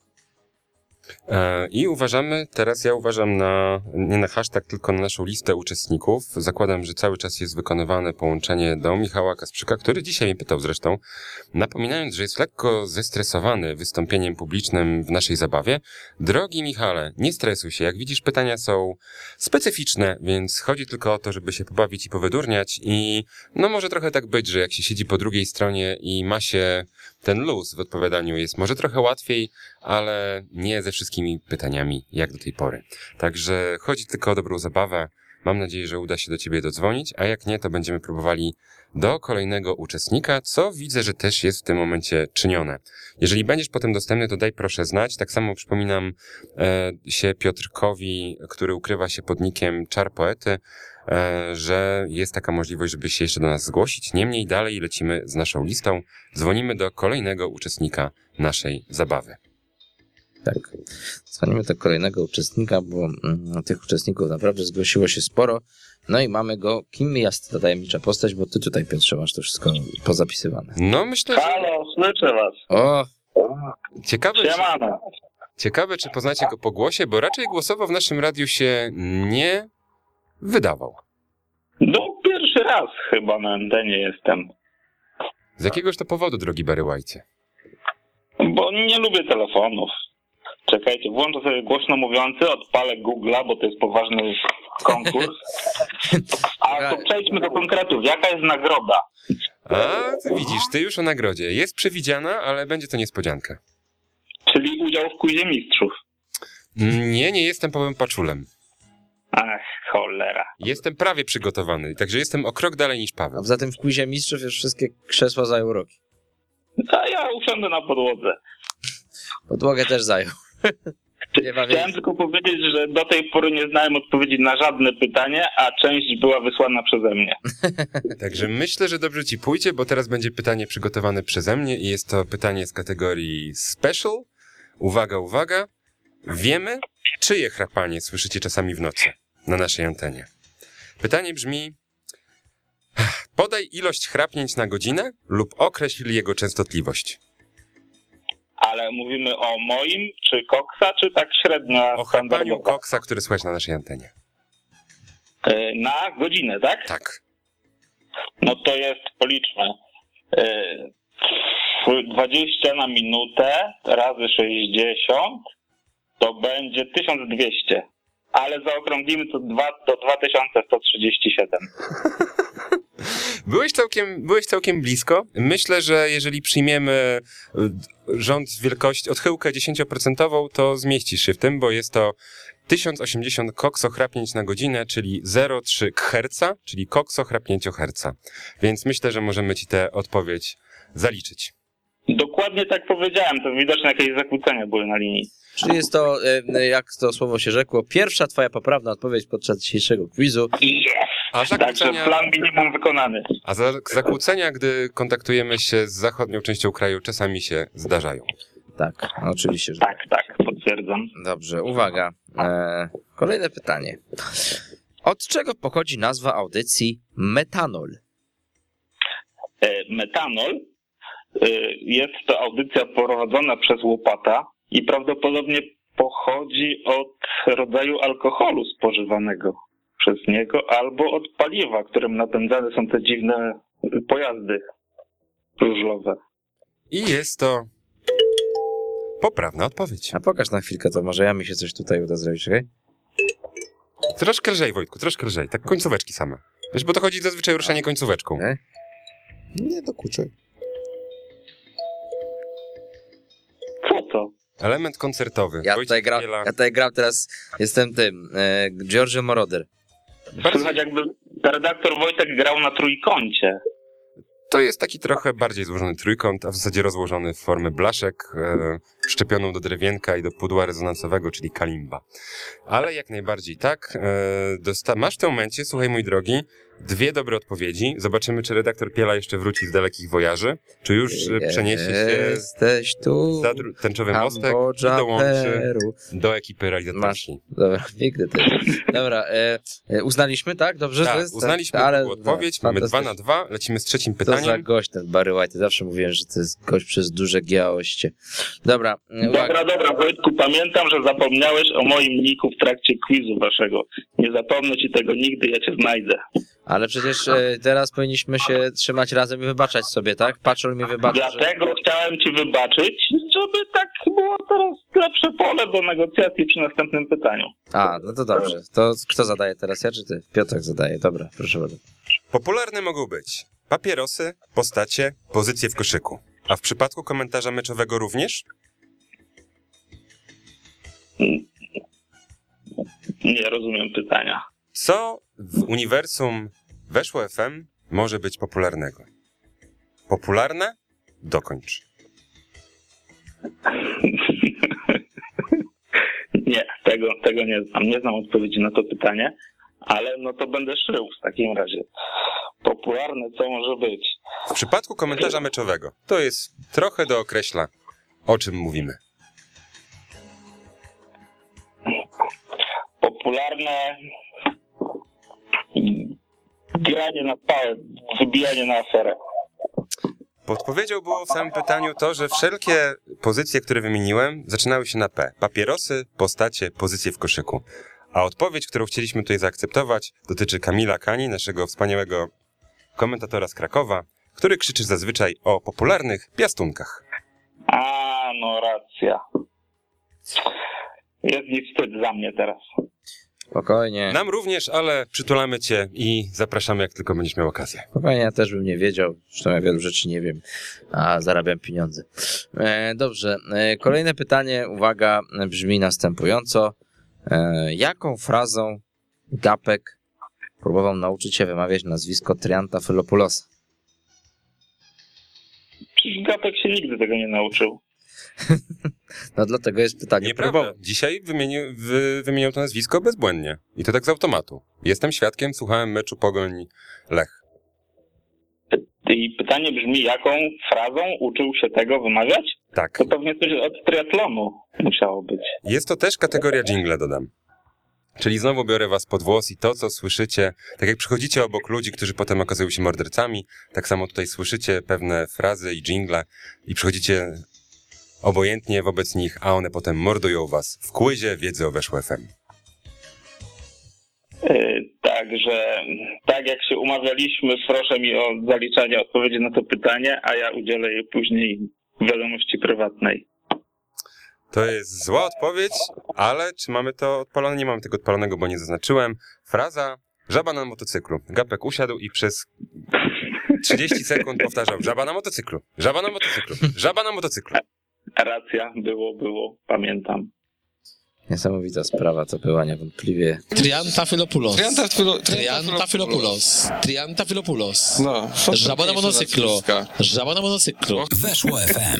E, I uważamy, teraz ja uważam na, nie na hashtag, tylko na naszą listę uczestników. Zakładam, że cały czas jest wykonywane połączenie do Michała Kasprzyka, który dzisiaj mnie pytał zresztą, napominając, że jest lekko zestresowany wystąpieniem publicznym w naszej zabawie. Drogi Michale, nie stresuj się, jak widzisz, pytania są specyficzne, więc chodzi tylko o to, żeby się pobawić i powydurniać i no może trochę tak być, że jak się siedzi po drugiej stronie i ma się ten luz w odpowiadaniu, jest może trochę łatwiej, ale nie ze wszystkimi pytaniami jak do tej pory. Także chodzi tylko o dobrą zabawę. Mam nadzieję, że uda się do ciebie dodzwonić, a jak nie, to będziemy próbowali do kolejnego uczestnika, co widzę, że też jest w tym momencie czynione. Jeżeli będziesz potem dostępny, to daj proszę znać. Tak samo przypominam e, się Piotrkowi, który ukrywa się pod nickiem Czar Poety, e, że jest taka możliwość, żeby się jeszcze do nas zgłosić. Niemniej dalej lecimy z naszą listą. Dzwonimy do kolejnego uczestnika naszej zabawy. Tak, dzwonimy do kolejnego uczestnika, bo mm, tych uczestników naprawdę zgłosiło się sporo. No i mamy go. Kim jest ta tajemnicza postać, bo ty tutaj, Piotrze, masz to wszystko pozapisywane. No myślę, że... Halo, słyszę was. O! Ciekawe, czy, ciekawe, czy poznacie go po głosie, bo raczej głosowo w naszym radiu się nie wydawał. No, pierwszy raz chyba na antenie jestem. Z jakiegoż to powodu, drogi Barry White? Bo nie lubię telefonów. Czekajcie, włączę sobie głośno mówiący, odpalę Google'a, bo to jest poważny konkurs. A to przejdźmy do konkretów. Jaka jest nagroda? A, widzisz, ty już o nagrodzie. Jest przewidziana, ale będzie to niespodzianka. Czyli udział w quizie mistrzów. Nie, nie jestem Pawłem Paczulem. Ach, cholera. Jestem prawie przygotowany, także jestem o krok dalej niż Paweł. A poza tym w quizie mistrzów już wszystkie krzesła zajął Roki. A ja usiądę na podłodze. Podłogę też zajął. Chciałem tylko powiedzieć, że do tej pory nie znałem odpowiedzi na żadne pytanie, a część była wysłana przeze mnie. Także myślę, że dobrze ci pójdzie, bo teraz będzie pytanie przygotowane przeze mnie i jest to pytanie z kategorii special. Uwaga, uwaga. Wiemy, czyje chrapanie słyszycie czasami w nocy na naszej antenie. Pytanie brzmi: podaj ilość chrapnięć na godzinę lub określ jego częstotliwość. Ale mówimy o moim, czy koksa, czy tak średnio? O chrapaniu koksa, który słychać na naszej antenie. Na godzinę, tak? Tak. No to jest, policzmy, dwadzieścia na minutę razy sześćdziesiąt to będzie tysiąc dwieście. Ale zaokrąglimy to do dwa tysiące sto trzydzieści siedem. Byłeś całkiem, byłeś całkiem blisko. Myślę, że jeżeli przyjmiemy rząd wielkości, odchyłkę dziesięcioprocentową, to zmieścisz się w tym, bo jest to tysiąc osiemdziesiąt koksochrapnięć na godzinę, czyli zero przecinek trzy herca, czyli koksochrapnięcioherca. Więc myślę, że możemy ci tę odpowiedź zaliczyć. Dokładnie tak powiedziałem, to widocznie jakieś zakłócenia były na linii. Czyli jest to, jak to słowo się rzekło, pierwsza twoja poprawna odpowiedź podczas dzisiejszego quizu. Yes! A zakłócenia... Także plan minimum wykonany. A za, zakłócenia, gdy kontaktujemy się z zachodnią częścią kraju, czasami się zdarzają. Tak, oczywiście, że tak. Tak, tak, potwierdzam. Dobrze, uwaga. E, kolejne pytanie. Od czego pochodzi nazwa audycji Metanol? E, metanol e, jest to audycja prowadzona przez Łopata i prawdopodobnie pochodzi od rodzaju alkoholu spożywanego przez niego albo od paliwa, którym napędzane są te dziwne pojazdy żużlowe. I jest to poprawna odpowiedź. A pokaż na chwilkę, to może ja mi się coś tutaj uda zrobić, czekaj. Troszkę lżej, Wojtku, troszkę lżej. Tak końcóweczki same. Wiesz, bo to chodzi zazwyczaj o ruszanie końcóweczką. Okay. Nie dokuczaj. Co to? Element koncertowy. Ja tutaj, gra, ja tutaj gram teraz, jestem tym, e, Giorgio Moroder. Słychać jakby redaktor Wojtek grał na trójkącie. To jest taki trochę bardziej złożony trójkąt, a w zasadzie rozłożony w formę blaszek, e, szczepioną do drewienka i do pudła rezonansowego, czyli kalimba. Ale jak najbardziej tak. E, dosta- masz w tym momencie, słuchaj mój drogi, dwie dobre odpowiedzi. Zobaczymy, czy redaktor Piela jeszcze wróci z dalekich wojaży, czy już e, przeniesie się Jesteś tu, za dru- tęczowy mostek Kambodża, i dołączy Peru. do ekipy realizatorskiej. Dobra, piękny to jest. Dobra, e, e, uznaliśmy, tak? Dobrze? Tak, to jest, uznaliśmy ale, drugą odpowiedź, no, mamy dwa na dwa, lecimy z trzecim To pytaniem. za gość ten Barry White, zawsze mówiłem, że to jest gość przez duże giałoście. Dobra, e, uwaga. Dobra, dobra, Wojtku, pamiętam, że zapomniałeś o moim niku w trakcie quizu waszego. Nie zapomnę ci tego nigdy, ja cię znajdę. Ale przecież e, teraz powinniśmy się trzymać razem i wybaczać sobie, tak? Patrol mi wybaczy, Dlatego że... chciałem ci wybaczyć, żeby tak było teraz lepsze pole do negocjacji przy następnym pytaniu. A, no to dobrze. To kto zadaje teraz, ja czy ty? Piotrek zadaje, dobra, proszę bardzo. Popularne mogą być papierosy, postacie, pozycje w koszyku. A w przypadku komentarza meczowego również? Nie rozumiem pytania. Co w uniwersum Weszło F M może być popularnego? Popularne? Dokończ. Nie, tego, tego nie znam. Nie znam odpowiedzi na to pytanie, ale no to będę szył w takim razie. Popularne co może być? W przypadku komentarza meczowego to jest trochę dookreśla, o czym mówimy. Popularne granie na pałę, wybijanie na aferę. Podpowiedzią było w samym pytaniu to, że wszelkie pozycje, które wymieniłem, zaczynały się na P. Papierosy, postacie, pozycje w koszyku. A odpowiedź, którą chcieliśmy tutaj zaakceptować, dotyczy Kamila Kani, naszego wspaniałego komentatora z Krakowa, który krzyczy zazwyczaj o popularnych piastunkach. A, no racja. Jest mi wstyd za mnie teraz. Spokojnie. Nam również, ale przytulamy cię i zapraszamy, jak tylko będziesz miał okazję. Spokojnie, ja też bym nie wiedział. Zresztą ja wielu rzeczy nie wiem, a zarabiam pieniądze. E, dobrze, e, kolejne pytanie, uwaga, brzmi następująco. E, jaką frazą Gapek próbował nauczyć się wymawiać nazwisko Triantafylopulosa? Przecież Gapek się nigdy tego nie nauczył. No dlatego jest pytanie. Nieprawda. Próbował. Dzisiaj wymienił, wy, wymienił to nazwisko bezbłędnie. I to tak z automatu. Jestem świadkiem, słuchałem meczu Pogoń Lech. I pytanie brzmi, jaką frazą uczył się tego wymawiać? Tak. To pewnie coś od triatlonu musiało być. Jest to też kategoria jingle, dodam. Czyli znowu biorę was pod włos i to, co słyszycie, tak jak przychodzicie obok ludzi, którzy potem okazują się mordercami, tak samo tutaj słyszycie pewne frazy i jingle i przychodzicie obojętnie wobec nich, a one potem mordują was w quizie wiedzy o Weszło F M. Yy, także tak jak się umawialiśmy, proszę mi o zaliczanie odpowiedzi na to pytanie, a ja udzielę jej później w wiadomości prywatnej. To jest zła odpowiedź, ale czy mamy to odpalone? Nie mamy tego odpalonego, bo nie zaznaczyłem. Fraza żaba na motocyklu. Gapek usiadł i przez trzydzieści sekund powtarzał żaba na motocyklu, żaba na motocyklu, żaba na motocyklu. Racja, było, było, pamiętam. Niesamowita sprawa to była niewątpliwie. Triantafylopoulos. Triantafylo- Triantafylopoulos. Triantafylopoulos. No, Żaba na motocyklu. Żaba na motocyklu. Weszło F M.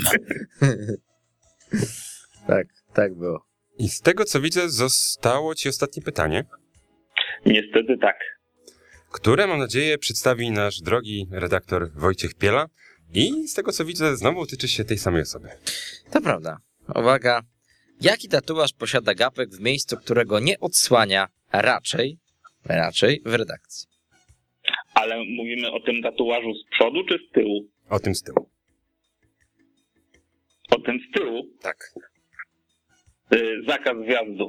Tak, tak było. I z tego, co widzę, zostało ci ostatnie pytanie. Niestety tak. Które, mam nadzieję, przedstawi nasz drogi redaktor Wojciech Piela. I z tego, co widzę, znowu tyczy się tej samej osoby. To prawda. Uwaga. Jaki tatuaż posiada Gapek w miejscu, którego nie odsłania raczej, raczej w redakcji? Ale mówimy o tym tatuażu z przodu czy z tyłu? O tym z tyłu. O tym z tyłu? Tak. y, zakaz wjazdu.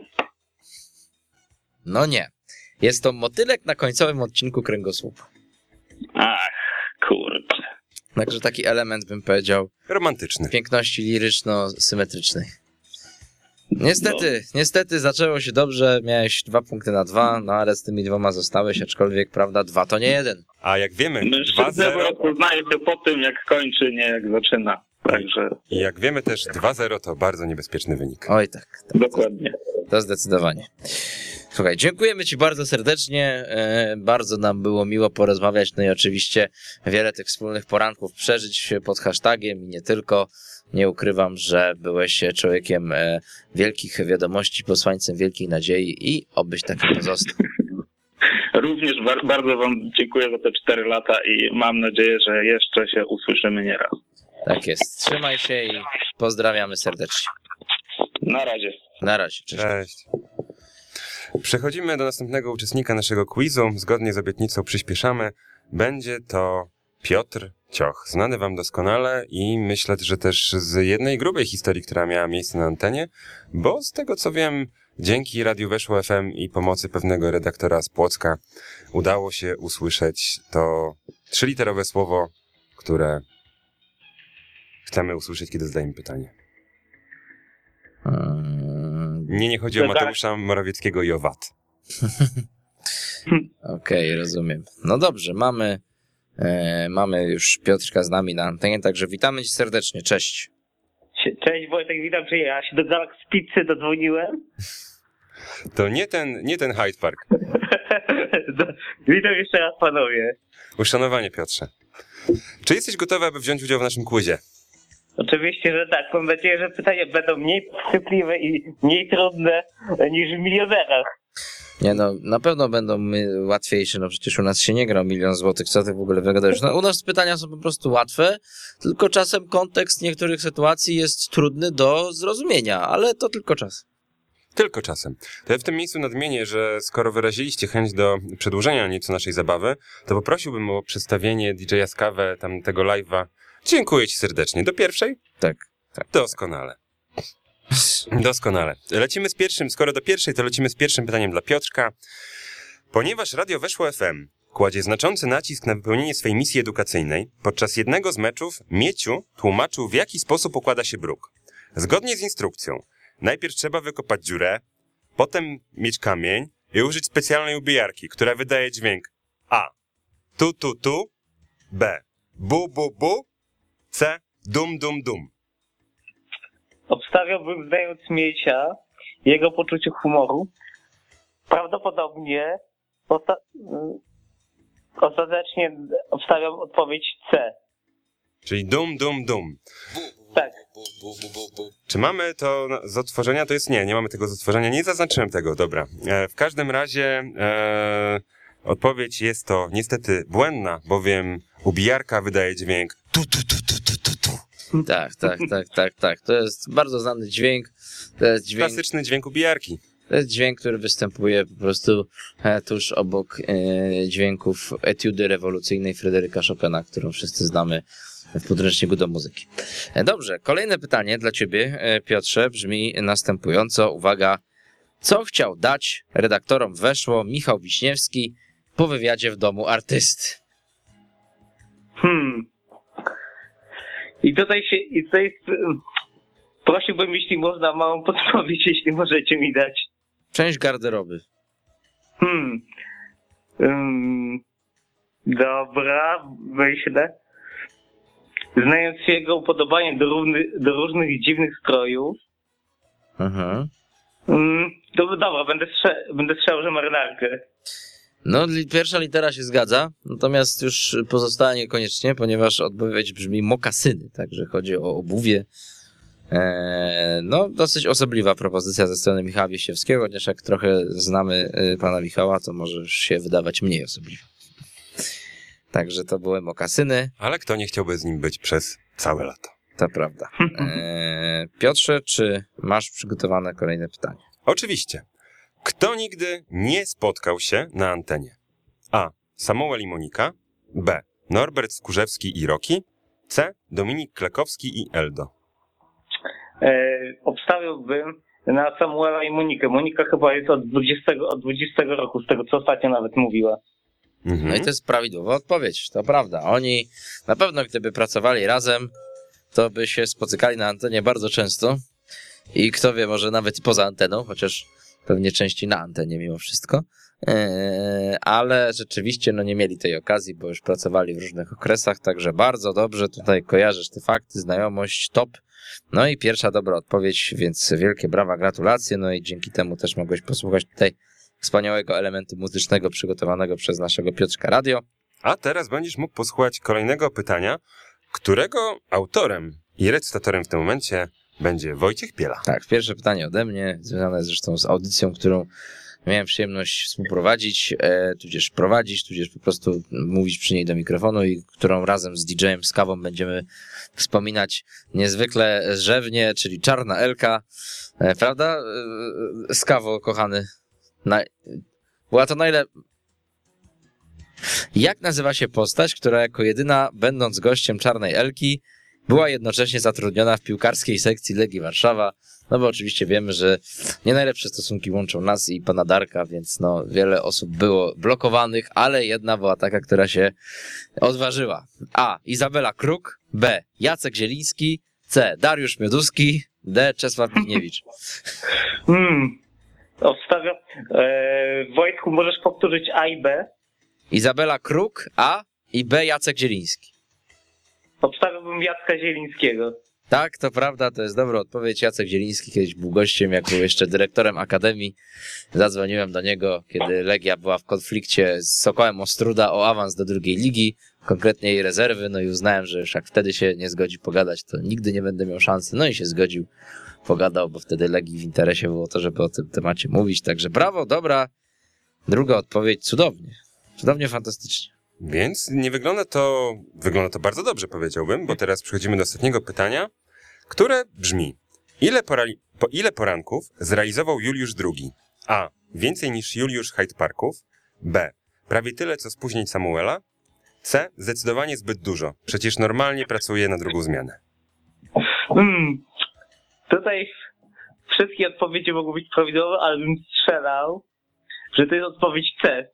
No nie. Jest to motylek na końcowym odcinku kręgosłupa. Ach, kurczę. Także taki element, bym powiedział, romantyczny. Piękności liryczno-symetrycznej. Niestety, no. niestety zaczęło się dobrze, miałeś dwa punkty na dwa, no ale z tymi dwoma zostałeś, aczkolwiek, prawda, dwa to nie jeden. A jak wiemy, dwa zero poznaje się po tym, jak kończy, nie jak zaczyna. Także... I jak wiemy też, dwa zero to bardzo niebezpieczny wynik. Oj tak. tak Dokładnie. To, to zdecydowanie. Słuchaj, dziękujemy ci bardzo serdecznie, e, bardzo nam było miło porozmawiać, no i oczywiście wiele tych wspólnych poranków przeżyć pod hashtagiem i nie tylko. Nie ukrywam, że byłeś człowiekiem e, wielkich wiadomości, posłańcem wielkiej nadziei i obyś takim pozostał. Również bar- bardzo wam dziękuję za te cztery lata i mam nadzieję, że jeszcze się usłyszymy nieraz. Tak jest. Trzymaj się i pozdrawiamy serdecznie. Na razie. Na razie. Cześć. Cześć. Przechodzimy do następnego uczestnika naszego quizu. Zgodnie z obietnicą przyspieszamy. Będzie to Piotr Cioch, znany wam doskonale i myślę, że też z jednej grubej historii, która miała miejsce na antenie, bo z tego co wiem, dzięki Radiu Weszło F M i pomocy pewnego redaktora z Płocka udało się usłyszeć to trzyliterowe słowo, które chcemy usłyszeć, kiedy zadajemy pytanie. Nie, nie chodzi o Mateusza Morawieckiego i o V A T. Okej, okay, rozumiem. No dobrze, mamy, e, mamy już Piotrka z nami na antenie, także witamy cię serdecznie. Cześć. Cześć Wojtek, witam cię. Ja się do Galaxy Pizzy dodzwoniłem. To nie ten, nie ten Hyde Park. Witam jeszcze raz panowie. Uszanowanie, Piotrze. Czy jesteś gotowy, aby wziąć udział w naszym quizie? Oczywiście, że tak. Mam nadzieję, że pytania będą mniej podchwytliwe i mniej trudne niż w milionerach. Nie no, na pewno będą łatwiejsze, no przecież u nas się nie gra o milion złotych, co ty w ogóle wygadujesz? No, u nas pytania są po prostu łatwe, tylko czasem kontekst niektórych sytuacji jest trudny do zrozumienia, ale to tylko czas. Tylko czasem. To ja w tym miejscu nadmienię, że skoro wyraziliście chęć do przedłużenia nieco naszej zabawy, to poprosiłbym o przedstawienie D J-a z kawę, tam tego live'a. Dziękuję ci serdecznie. Do pierwszej? Tak. tak. Doskonale. Doskonale. Lecimy z pierwszym, skoro do pierwszej, to lecimy z pierwszym pytaniem dla Piotrka. Ponieważ Radio Weszło F M kładzie znaczący nacisk na wypełnienie swej misji edukacyjnej, podczas jednego z meczów Mieciu tłumaczył, w jaki sposób układa się bruk. Zgodnie z instrukcją, najpierw trzeba wykopać dziurę, potem mieć kamień i użyć specjalnej ubijarki, która wydaje dźwięk A. Tu, tu, tu. B. Bu, bu, bu. C. Dum, dum, dum. Obstawiałbym, znając Miecia, jego poczucie humoru, prawdopodobnie osta- ostatecznie obstawiam odpowiedź C. Czyli dum, dum, dum. Tak. Czy mamy to z odtworzenia? To jest nie, nie mamy tego z odtworzenia. Nie zaznaczyłem tego, dobra. E, w każdym razie e, odpowiedź jest to niestety błędna, bowiem ubijarka wydaje dźwięk tu, tu, tu, tu, tu, tu, tu. Tak, tak, tak, tak, tak. To jest bardzo znany dźwięk. To jest dźwięk... Klasyczny dźwięk ubijarki. To jest dźwięk, który występuje po prostu e, tuż obok e, dźwięków etiudy rewolucyjnej Fryderyka Chopina, którą wszyscy znamy w podręczniku do muzyki. E, dobrze, kolejne pytanie dla ciebie, e, Piotrze, brzmi następująco. Uwaga. Co chciał dać redaktorom Weszło Michał Wiśniewski po wywiadzie w domu artysty? Hmm. I tutaj się, i tutaj prosiłbym, jeśli można, małą podpowiedź, jeśli możecie mi dać. Część garderoby. Hmm. Um, dobra, myślę. Znając jego upodobanie do, równy, do różnych dziwnych strojów. Mhm. Um, to, dobra, będę, strze- będę strzelał, że marynarkę. No, pierwsza litera się zgadza, natomiast już pozostała niekoniecznie, ponieważ odpowiedź brzmi mokasyny, także chodzi o obuwie. Eee, no, dosyć osobliwa propozycja ze strony Michała Wiśniewskiego, chociaż jak trochę znamy pana Michała, to może już się wydawać mniej osobliwa. Także to były mokasyny. Ale kto nie chciałby z nim być przez całe lato? To prawda. Eee, Piotrze, czy masz przygotowane kolejne pytanie? Oczywiście. Kto nigdy nie spotkał się na antenie? A. Samuel i Monika. B. Norbert Skórzewski i Roki. C. Dominik Klekowski i Eldo. E, obstawiłbym na Samuela i Monikę. Monika chyba jest od dwudziestego, od dwudziestego roku, z tego co ostatnio nawet mówiła. No i to jest prawidłowa odpowiedź, to prawda. Oni na pewno gdyby pracowali razem, to by się spotykali na antenie bardzo często i kto wie, może nawet i poza anteną, chociaż pewnie częściej na antenie mimo wszystko, eee, ale rzeczywiście no nie mieli tej okazji, bo już pracowali w różnych okresach, także bardzo dobrze tutaj kojarzysz te fakty, znajomość, top. No i pierwsza dobra odpowiedź, więc wielkie brawa, gratulacje, no i dzięki temu też mogłeś posłuchać tutaj wspaniałego elementu muzycznego przygotowanego przez naszego Piotrka Radio. A teraz będziesz mógł posłuchać kolejnego pytania, którego autorem i recytatorem w tym momencie będzie Wojciech Piela. Tak, pierwsze pytanie ode mnie, związane zresztą z audycją, którą miałem przyjemność współprowadzić, e, tudzież prowadzić, tudzież po prostu mówić przy niej do mikrofonu i którą razem z didżejem z kawą będziemy wspominać niezwykle rzewnie, czyli Czarna Elka, e, prawda? E, z kawą, kochany. Na... Była to najlepsza. Jak nazywa się postać, która jako jedyna, będąc gościem Czarnej Elki, była jednocześnie zatrudniona w piłkarskiej sekcji Legii Warszawa? No bo oczywiście wiemy, że nie najlepsze stosunki łączą nas i pana Darka, więc no wiele osób było blokowanych, ale jedna była taka, która się odważyła. A. Izabela Kruk. B. Jacek Zieliński. C. Dariusz Mioduski. D. Czesław Michniewicz. Hmm. Obstawiam. Eee, Wojtku, możesz powtórzyć A i B? Izabela Kruk, A i B. Jacek Zieliński. Obstawiałbym Jacka Zielińskiego. Tak, to prawda, to jest dobra odpowiedź. Jacek Zieliński kiedyś był gościem, jak był jeszcze dyrektorem Akademii. Zadzwoniłem do niego, kiedy Legia była w konflikcie z Sokołem Ostróda o awans do drugiej ligi, konkretnie jej rezerwy, no i uznałem, że już jak wtedy się nie zgodzi pogadać, to nigdy nie będę miał szansy. No i się zgodził, pogadał, bo wtedy Legii w interesie było to, żeby o tym temacie mówić. Także brawo, dobra. Druga odpowiedź, cudownie. Cudownie, fantastycznie. Więc nie wygląda to, wygląda to bardzo dobrze, powiedziałbym, bo teraz przechodzimy do ostatniego pytania, które brzmi: ile, porali, po ile poranków zrealizował Juliusz drugi? A. Więcej niż Juliusz Hyde Parków. B. Prawie tyle, co spóźnień Samuela. C. Zdecydowanie zbyt dużo. Przecież normalnie pracuje na drugą zmianę. Hmm. Tutaj wszystkie odpowiedzi mogą być prawidłowe, ale bym strzelał, że to jest odpowiedź C.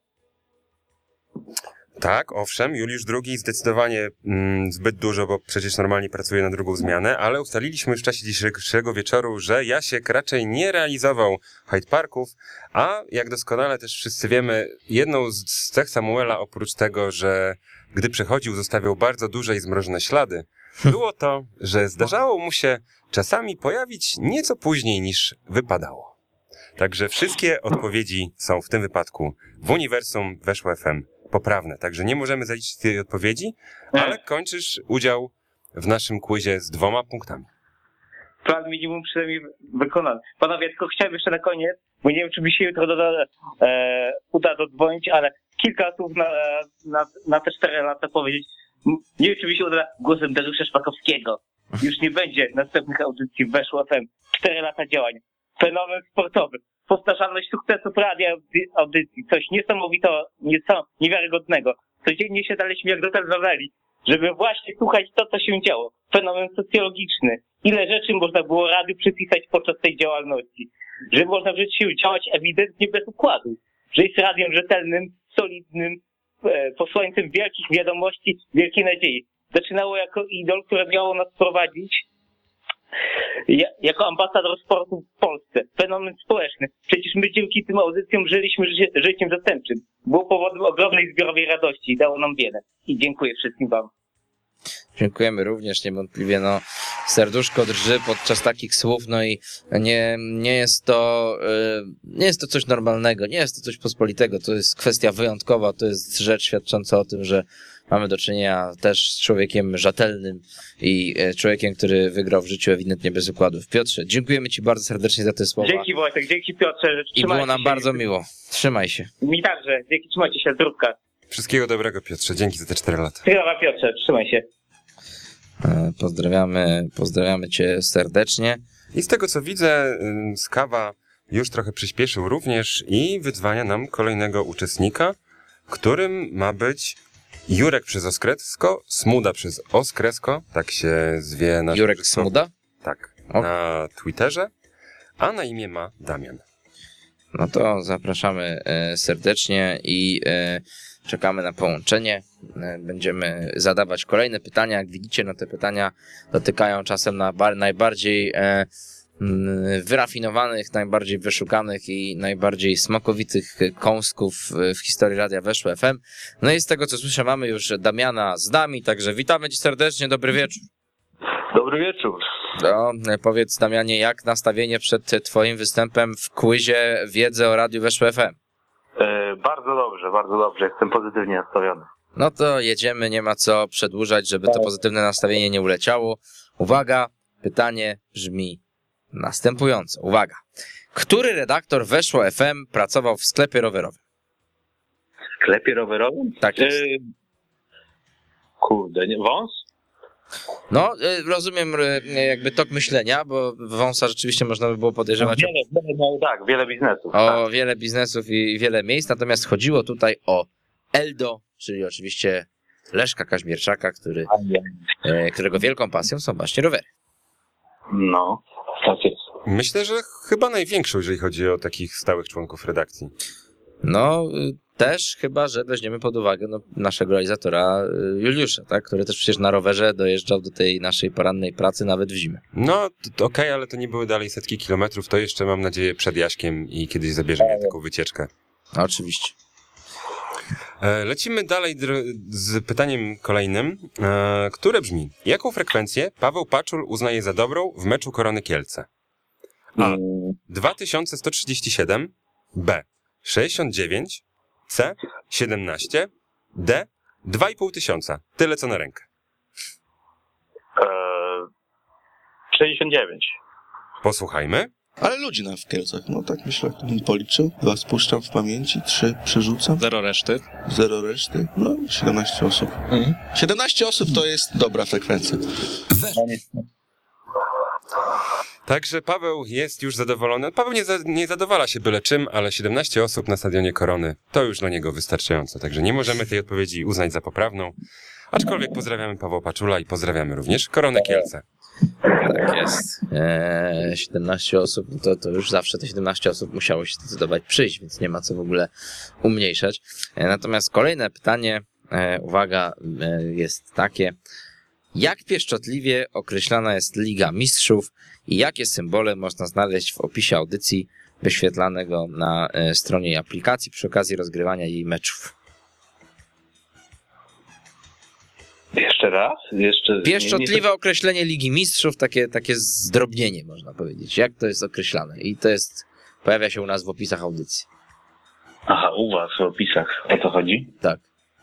Tak, owszem, Juliusz drugi zdecydowanie mm, zbyt dużo, bo przecież normalnie pracuje na drugą zmianę, ale ustaliliśmy już w czasie dzisiejszego wieczoru, że Jasiek raczej nie realizował Hyde Parków, a jak doskonale też wszyscy wiemy, jedną z, z cech Samuela, oprócz tego, że gdy przechodził, zostawiał bardzo duże i zmrożone ślady, było to, że zdarzało mu się czasami pojawić nieco później niż wypadało. Także wszystkie odpowiedzi są w tym wypadku w uniwersum Weszło F M poprawne, także nie możemy zaliczyć tej odpowiedzi, ale kończysz udział w naszym quizie z dwoma punktami. Plan minimum przynajmniej wykonany. Panowie, tylko chciałem jeszcze na koniec, bo nie wiem, czy mi się jutro doda, e, uda dodzwonić, ale kilka słów na, na, na te cztery lata powiedzieć. Nie wiem, czy mi się uda głosem Dariusza Szpakowskiego. Już nie będzie następnych audycji Weszło F M. Cztery lata działań. Fenomen sportowy. Powtarzalność sukcesów radia audycji. Coś niesamowitego, nieco, niewiarygodnego. Codziennie siadaliśmy jak do telenoweli, żeby właśnie słuchać to, co się działo. Fenomen socjologiczny. Ile rzeczy można było radiu przypisać podczas tej działalności. Że można w życiu działać ewidentnie bez układu. Że jest radiem rzetelnym, solidnym, e, posłańcem wielkich wiadomości, wielkiej nadziei. Zaczynało jako idol, które miało nas prowadzić Ja, jako ambasador sportu w Polsce. Fenomen społeczny. Przecież my dzięki tym audycjom żyliśmy ży życiem zastępczym. Było powodem ogromnej zbiorowej radości i dało nam wiele. I dziękuję wszystkim wam. Dziękujemy również, niewątpliwie, no serduszko drży podczas takich słów, no i nie, nie jest to yy, nie jest to coś normalnego, nie jest to coś pospolitego, to jest kwestia wyjątkowa, to jest rzecz świadcząca o tym, że mamy do czynienia też z człowiekiem rzetelnym i yy, człowiekiem, który wygrał w życiu ewidentnie bez układów. Piotrze, dziękujemy ci bardzo serdecznie za te słowa. Dzięki Wojtek, dzięki Piotrze. I było nam się. bardzo miło. Trzymaj się. Mi także. Dzięki, trzymajcie się, zdrówka. Wszystkiego dobrego, Piotrze, dzięki za te cztery lata. Zdrowa, Piotrze, trzymaj się. Pozdrawiamy, pozdrawiamy cię serdecznie. I z tego co widzę, Skawa już trochę przyspieszył również i wyzwania nam kolejnego uczestnika, którym ma być Jurek przez Oskresko, Smuda przez Oskresko, tak się zwie nasz... Jurek Smuda? Tak, na Twitterze. a na imię ma Damian. No to zapraszamy serdecznie i czekamy na połączenie. Będziemy zadawać kolejne pytania. Jak widzicie, no te pytania dotykają czasem na najbardziej wyrafinowanych, najbardziej wyszukanych i najbardziej smakowitych kąsków w historii Radia Weszło F M. No i z tego, co słyszę, mamy już Damiana z nami, także witamy cię serdecznie, dobry wieczór. Dobry wieczór. No, powiedz, Damianie, jak nastawienie przed twoim występem w quizie Wiedzę o Radiu Weszło F M? E, bardzo dobrze, bardzo dobrze, jestem pozytywnie nastawiony. No to jedziemy, nie ma co przedłużać, żeby to pozytywne nastawienie nie uleciało. Uwaga, pytanie brzmi następująco. Uwaga. Który redaktor Weszło F M pracował w sklepie rowerowym? W sklepie rowerowym? Tak jest. E, kurde, nie, wąs? No, rozumiem jakby tok myślenia, bo wąsa rzeczywiście można by było podejrzewać. Wiele, wiele, no, tak, wiele biznesów. O tak. wiele biznesów i wiele miejsc, natomiast chodziło tutaj o Eldo, czyli oczywiście Leszka Kaźmierczaka, który, którego wielką pasją są właśnie rowery. No, tak jest. Myślę, że chyba największą, jeżeli chodzi o takich stałych członków redakcji. No, też chyba, że weźmiemy pod uwagę no, naszego realizatora Juliusza, tak, który też przecież na rowerze dojeżdżał do tej naszej porannej pracy nawet w zimę. No, okej, okay, ale to nie były dalej setki kilometrów, to jeszcze mam nadzieję przed Jaśkiem i kiedyś zabierze mnie taką wycieczkę. No, oczywiście. Lecimy dalej z pytaniem kolejnym, które brzmi: jaką frekwencję Paweł Paczul uznaje za dobrą w meczu Korony Kielce? A. dwa tysiące sto trzydzieści siedem, B. sześćdziesiąt dziewięć, C. siedemnaście, D. dwa i pół tysiąca. Tyle co na rękę. Eee, sześćdziesiąt dziewięć. Posłuchajmy. Ale ludzi na w Kielcach, no tak myślę, bym policzył. Dwa spuszczam w pamięci, trzy przerzucam. Zero reszty. Zero reszty, no siedemnaście osób. Mhm. siedemnaście osób to jest dobra frekwencja. Także Paweł jest już zadowolony. Paweł nie, za, nie zadowala się byle czym, ale siedemnaście osób na stadionie Korony to już dla niego wystarczająco. Także nie możemy tej odpowiedzi uznać za poprawną. Aczkolwiek pozdrawiamy Pawła Paczula i pozdrawiamy również Koronę Kielce. Tak jest. Eee, siedemnaście osób, to, to już zawsze te siedemnaście osób musiało się zdecydować przyjść, więc nie ma co w ogóle umniejszać. E, natomiast kolejne pytanie, e, uwaga, e, jest takie. Jak pieszczotliwie określana jest Liga Mistrzów i jakie symbole można znaleźć w opisie audycji wyświetlanego na e, stronie aplikacji przy okazji rozgrywania jej meczów? Jeszcze raz? Jeszcze Pieszczotliwe nie... określenie Ligi Mistrzów, takie, takie zdrobnienie można powiedzieć. Jak to jest określane? I to jest, pojawia się u nas w opisach audycji. Aha, u was w opisach. O co chodzi? Tak.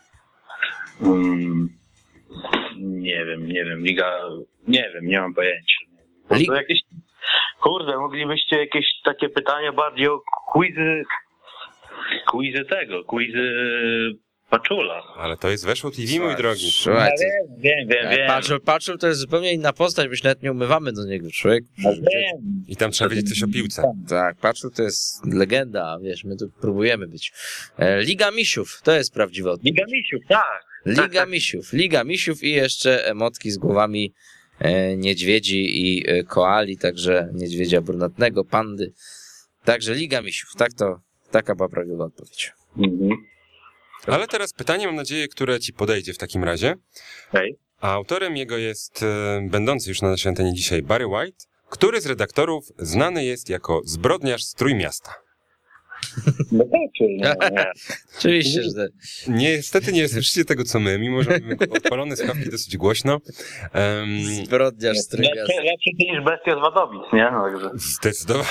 Hmm, nie wiem, nie wiem. Liga... Nie wiem, nie mam pojęcia. Li... To jakieś... Kurde, moglibyście jakieś takie pytania bardziej o quizy... Quizy tego, quizy... Paczula. Ale to jest Weszło T V, mój drogi. Słuchaj, ja wiem, wiem, wiem, wiem. Paczul, Paczul to jest zupełnie inna postać, my się nawet nie umywamy do niego, człowiek. Ja wiem. I tam trzeba wiedzieć coś o piłce. Tak, Paczul to jest legenda, wiesz, my tu próbujemy być. Liga Misiów, to jest prawdziwa odpowiedź. Liga Misiów, tak. Liga tak, tak. Misiów, Liga Misiów i jeszcze emotki z głowami e, niedźwiedzi i e, koali, także niedźwiedzia brunatnego, pandy. Także Liga Misiów, tak to, taka była prawdziwa odpowiedź. Mhm. Ale teraz pytanie, mam nadzieję, które ci podejdzie w takim razie. Hej. A autorem jego jest e, będący już na naszej antenie dzisiaj Barry White, który z redaktorów znany jest jako zbrodniarz z Trójmiasta. No tak, no, oczywiście, że... Niestety nie słyszycie tego, co my, mimo że mamy odpalone słuchawki dosyć głośno. Um, zbrodniarz z Trójmiasta. Lepszy, lepszy niż bestia z Wadowic, nie? No, także... Zdecydowanie.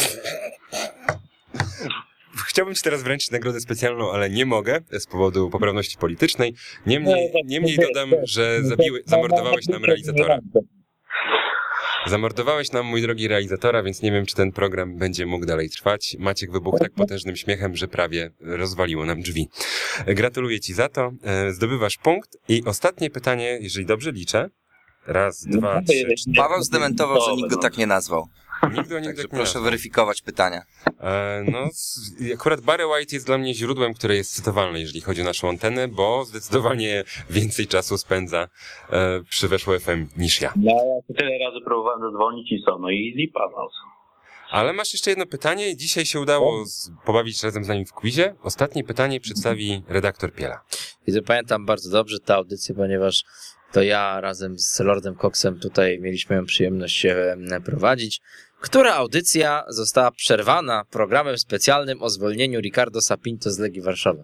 Chciałbym ci teraz wręczyć nagrodę specjalną, ale nie mogę z powodu poprawności politycznej. Niemniej, niemniej dodam, że zabiły, zamordowałeś nam realizatora. Zamordowałeś nam, mój drogi realizatora, więc nie wiem, czy ten program będzie mógł dalej trwać. Maciek wybuchł tak potężnym śmiechem, że prawie rozwaliło nam drzwi. Gratuluję ci za to. Zdobywasz punkt. I ostatnie pytanie, jeżeli dobrze liczę. Raz, dwa, trzy, cztery. Paweł zdementował, że nikt go tak nie nazwał. Nikt go nie Także tak proszę nazwał. weryfikować pytania. E, no, akurat Barry White jest dla mnie źródłem, które jest cytowalne, jeżeli chodzi o naszą antenę, bo zdecydowanie więcej czasu spędza e, przy Weszło F M niż ja. No, ja tyle razy próbowałem zadzwonić i co, no i lipa, no. Ale masz jeszcze jedno pytanie. Dzisiaj się udało z, pobawić razem z nami w quizie. Ostatnie pytanie przedstawi redaktor Piela. I pamiętam bardzo dobrze tę audycję, ponieważ to ja razem z Lordem Coxem tutaj mieliśmy ją przyjemność się prowadzić. Która audycja została przerwana programem specjalnym o zwolnieniu Ricardo Sapinto z Legii Warszawa?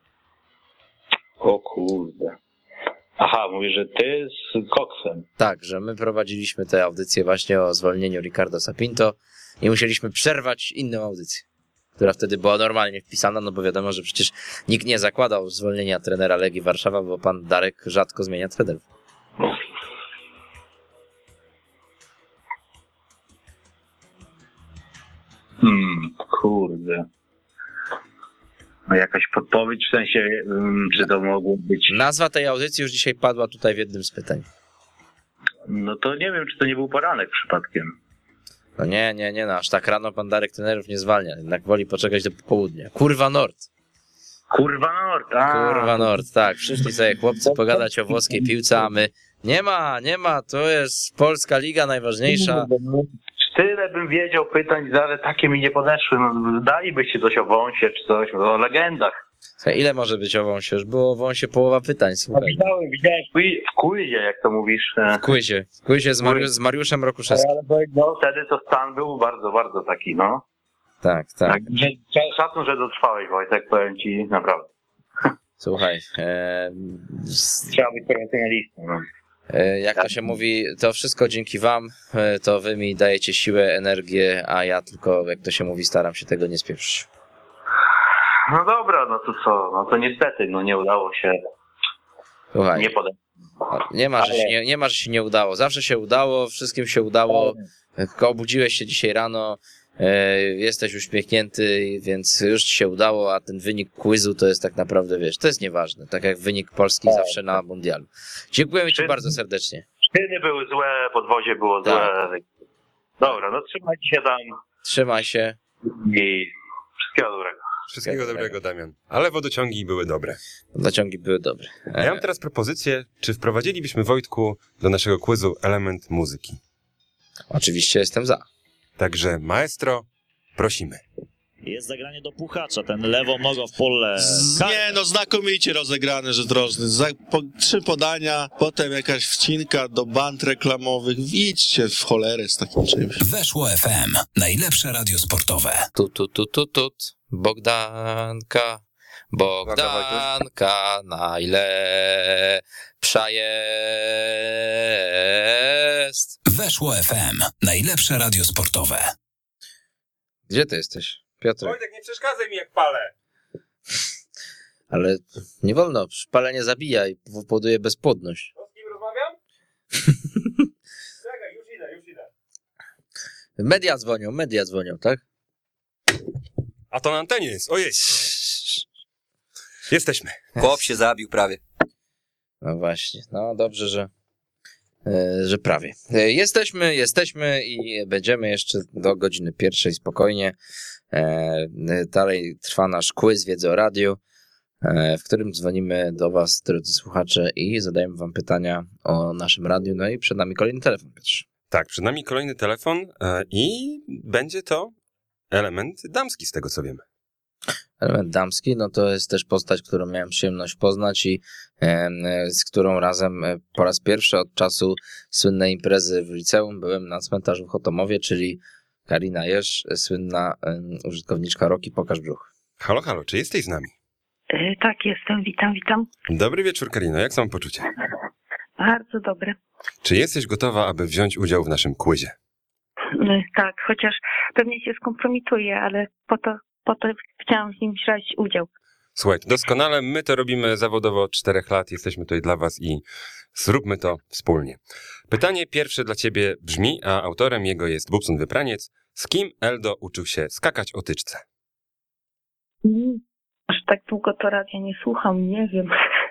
O kurde. Aha, mówisz, że ty z Coxem. Tak, że my prowadziliśmy tę audycję właśnie o zwolnieniu Ricardo Sapinto i musieliśmy przerwać inną audycję, która wtedy była normalnie wpisana, no bo wiadomo, że przecież nikt nie zakładał zwolnienia trenera Legii Warszawa, bo pan Darek rzadko zmienia trenerów. Hmm, kurde. No jakaś podpowiedź, w sensie, um, czy to mogło być... Nazwa tej audycji już dzisiaj padła tutaj w jednym z pytań. No to nie wiem, czy to nie był poranek przypadkiem. No nie, nie, nie, no aż tak rano pan Darek trenerów nie zwalnia, jednak woli poczekać do popołudnia. Kurwa Nord. Kurwa Nord, a. Kurwa Nord, tak. Przyszli sobie chłopcy pogadać o włoskiej piłce, a my nie ma, nie ma, to jest Polska Liga najważniejsza. Tyle bym wiedział pytań, ale takie mi nie podeszły. No, dalibyście coś o Wąsie czy coś, o legendach. Słuchaj, ile może być o Wąsie? Już było o Wąsie połowa pytań, słuchaj. Widziałem, widziałem w quizie, jak to mówisz. W quizie, w quizie z, Mariusz, z Mariuszem Rokuszewskim. Ale no, wtedy to stan był bardzo, bardzo taki, no. Tak, tak. tak że, szacun, że dotrwałeś, Wojtek, powiem ci naprawdę. Słuchaj. E, Trzeba być profesjonalistą, no. Jak to się mówi, to wszystko dzięki wam, to wy mi dajecie siłę, energię, a ja tylko, jak to się mówi, staram się tego nie spieprzyć. No dobra, no to co, no to niestety, no nie udało się. Słuchaj, nie podać. Nie ma, że się nie, nie ma, że się nie udało. Zawsze się udało, wszystkim się udało. Tylko obudziłeś się dzisiaj rano, e, jesteś uśmiechnięty, więc już ci się udało, a ten wynik quizu to jest tak naprawdę, wiesz, to jest nieważne. Tak jak wynik Polski tak, zawsze na mundialu. Dziękujemy ci bardzo serdecznie. Szczyny były złe, podwozie było tak. złe. Dobra, no trzymajcie się tam. Trzymaj się. I wszystkiego dobrego. Wszystkiego dobrego, Damian. Ale wodociągi były dobre. Wodociągi były dobre. Ja mam teraz propozycję, czy wprowadzilibyśmy, Wojtku, do naszego quizu element muzyki? Oczywiście jestem za. Także maestro, prosimy. Jest zagranie do puchacza, ten lewą nogą w pole. Nie, no znakomicie rozegrane, że drożny. Za, po, trzy podania, potem jakaś wcinka do band reklamowych. Idźcie w cholerę z takim czymś. Weszło F M. Najlepsze radio sportowe. Tu, tu, tu, tu, tu. Bogdanka. Bogdanka najlepsza jest. Weszło F M. Najlepsze radio sportowe. Gdzie ty jesteś, Piotr? Wojtek, nie przeszkadzaj mi jak palę. Ale nie wolno, palenie zabija i powoduje bezpłodność. O, z kim rozmawiam? Czekaj, już idę, już idę. Media dzwonią, media dzwonią, tak? A to na antenie jest, ojej. Jesteśmy. Chłop się zabił prawie. No właśnie, no dobrze, że, że prawie. Jesteśmy, jesteśmy i będziemy jeszcze do godziny pierwszej spokojnie. Dalej trwa nasz quiz wiedzy o radiu, w którym dzwonimy do was, drodzy słuchacze, i zadajemy wam pytania o naszym radiu. No i przed nami kolejny telefon, Piotrze. Tak, przed nami kolejny telefon i będzie to element damski, z tego co wiemy. Element damski, no to jest też postać, którą miałem przyjemność poznać i e, z którą razem po raz pierwszy od czasu słynnej imprezy w liceum byłem na cmentarzu w Chotomowie, czyli Karina Jerz, słynna e, użytkowniczka Roki Pokaż Brzuch. Halo, halo, czy jesteś z nami? Yy, tak, jestem, witam, witam. Dobry wieczór, Karino, jak samopoczucie? Bardzo dobre. Czy jesteś gotowa, aby wziąć udział w naszym quizie? Yy, tak, chociaż pewnie się skompromituję, ale po to Po to chciałam w nim brać udział. Słuchaj, doskonale, my to robimy zawodowo od czterech lat, jesteśmy tutaj dla was i zróbmy to wspólnie. Pytanie pierwsze dla ciebie brzmi, a autorem jego jest Bubson Wypraniec. Z kim Eldo uczył się skakać o tyczce? Mm, aż tak długo to radia nie słucham, nie wiem.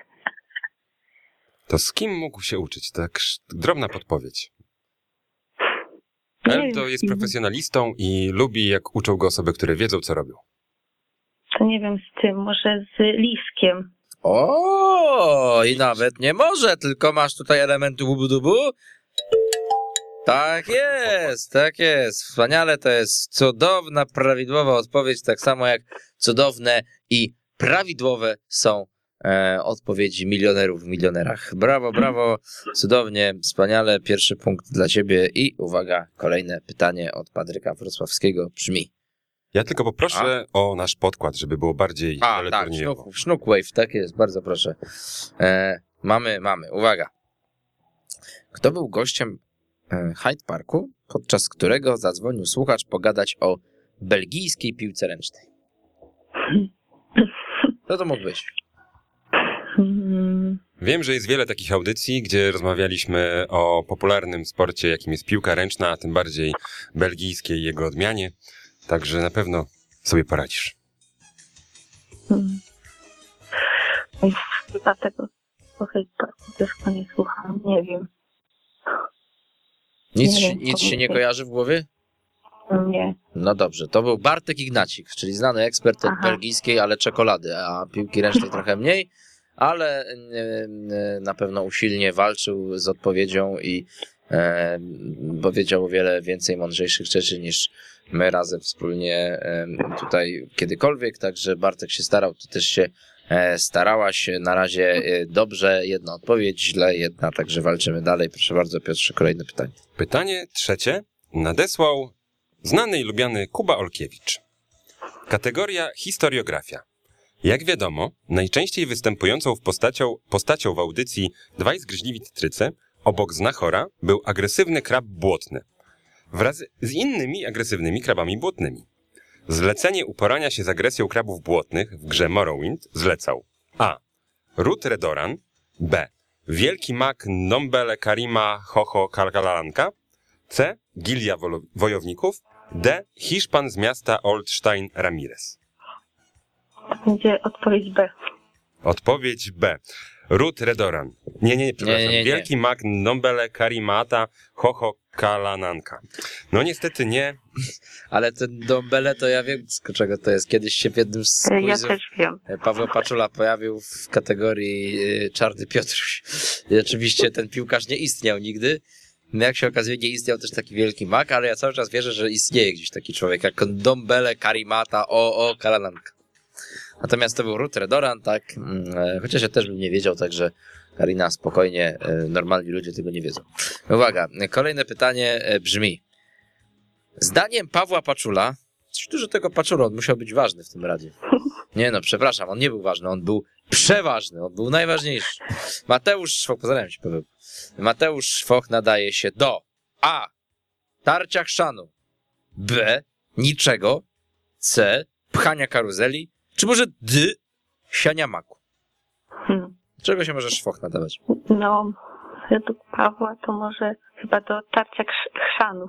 To z kim mógł się uczyć? Tak drobna podpowiedź. Nie Eldo wiem, jest profesjonalistą i lubi, jak uczą go osoby, które wiedzą, co robią. To nie wiem z tym, może z Liskiem. O, i nawet nie może, tylko masz tutaj element dubu-dubu. Tak jest, tak jest. Wspaniale, to jest cudowna, prawidłowa odpowiedź, tak samo jak cudowne i prawidłowe są e, odpowiedzi milionerów w milionerach. Brawo, brawo, cudownie, wspaniale. Pierwszy punkt dla ciebie i uwaga, kolejne pytanie od Patryka Wrocławskiego brzmi. Ja tylko poproszę A? o nasz podkład, żeby było bardziej A, tak, Snook, Snookwave, tak jest, bardzo proszę. E, mamy, mamy, uwaga. Kto był gościem Hyde Parku, podczas którego zadzwonił słuchacz pogadać o belgijskiej piłce ręcznej? Co to mógł być? Wiem, że jest wiele takich audycji, gdzie rozmawialiśmy o popularnym sporcie, jakim jest piłka ręczna, a tym bardziej belgijskiej jego odmianie. Także na pewno sobie poradzisz. Hmm. Dlatego o Hyde Parku też nie słucham, nie wiem. Nic, nie wiem, nic się nie kojarzy w głowie? Nie. No dobrze, to był Bartek Ignacik, czyli znany ekspert od Aha. belgijskiej, ale czekolady, a piłki ręcznej trochę mniej, ale na pewno usilnie walczył z odpowiedzią i e, powiedział o wiele więcej mądrzejszych rzeczy niż my razem wspólnie e, tutaj kiedykolwiek, także Bartek się starał, ty też się e, starałaś, na razie e, dobrze, jedna odpowiedź, źle jedna, także walczymy dalej. Proszę bardzo, Piotrze, kolejne pytanie. Pytanie trzecie nadesłał znany i lubiany Kuba Olkiewicz. Kategoria historiografia. Jak wiadomo, najczęściej występującą w postacią, postacią w audycji Dwaj zgryźliwi tetrycy obok znachora był agresywny krab błotny wraz z innymi agresywnymi krabami błotnymi. Zlecenie uporania się z agresją krabów błotnych w grze Morrowind zlecał A. Ruth Redoran, B. Wielki mak Nombele Karima Hoho Kalkalanka, C. Gilia Wojowników, D. Hiszpan z miasta Oldstein Ramirez. Będzie odpowiedź B. Odpowiedź B. Ruth Redoran. Nie, nie, nie, przepraszam. Nie, nie, nie. Wielki mak Nombele Karimata Hoho Kalananka. No niestety nie. Ale ten Nombele to ja wiem, z czego to jest. Kiedyś się w jednym z quizów ja też wiem. Paweł Paczula pojawił w kategorii Czarny Piotruś. I oczywiście ten piłkarz nie istniał nigdy. No jak się okazuje, nie istniał też taki wielki mak, ale ja cały czas wierzę, że istnieje gdzieś taki człowiek jak Nombele Karimata o o Kalananka. Natomiast to był Ruth Redoran, tak, chociaż ja też bym nie wiedział, także Karina, spokojnie, normalni ludzie tego nie wiedzą. Uwaga, kolejne pytanie brzmi. Zdaniem Pawła Paczula, coś dużo tego Paczula, on musiał być ważny w tym radiu. Nie no, przepraszam, on nie był ważny, on był przeważny, on był najważniejszy. Mateusz Szwoch, pozdrawiam cię, Paweł. Mateusz Szwoch nadaje się do A. Tarcia chrzanu, B. Niczego, C. Pchania karuzeli, czy może D. Siania maku. Hmm. Czego się może Szwoch nadawać? No, według Pawła to może chyba do tarcia chrzanu.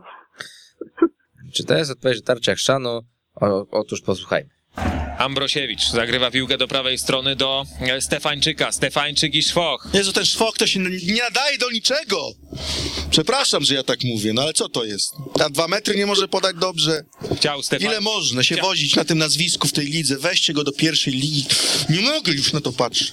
Czy to jest odpowiedź do tarcia chrzanu? O, otóż posłuchajmy. Ambrosiewicz zagrywa piłkę do prawej strony do Stefańczyka. Stefańczyk i Szwoch. Jezu, ten Szwoch to się nie nadaje do niczego. Przepraszam, że ja tak mówię, no ale co to jest? Na dwa metry nie może podać dobrze. Chciał Stefan... Ile można się Chciał... wozić na tym nazwisku w tej lidze? Weźcie go do pierwszej ligi. Nie mogę już na to patrzeć.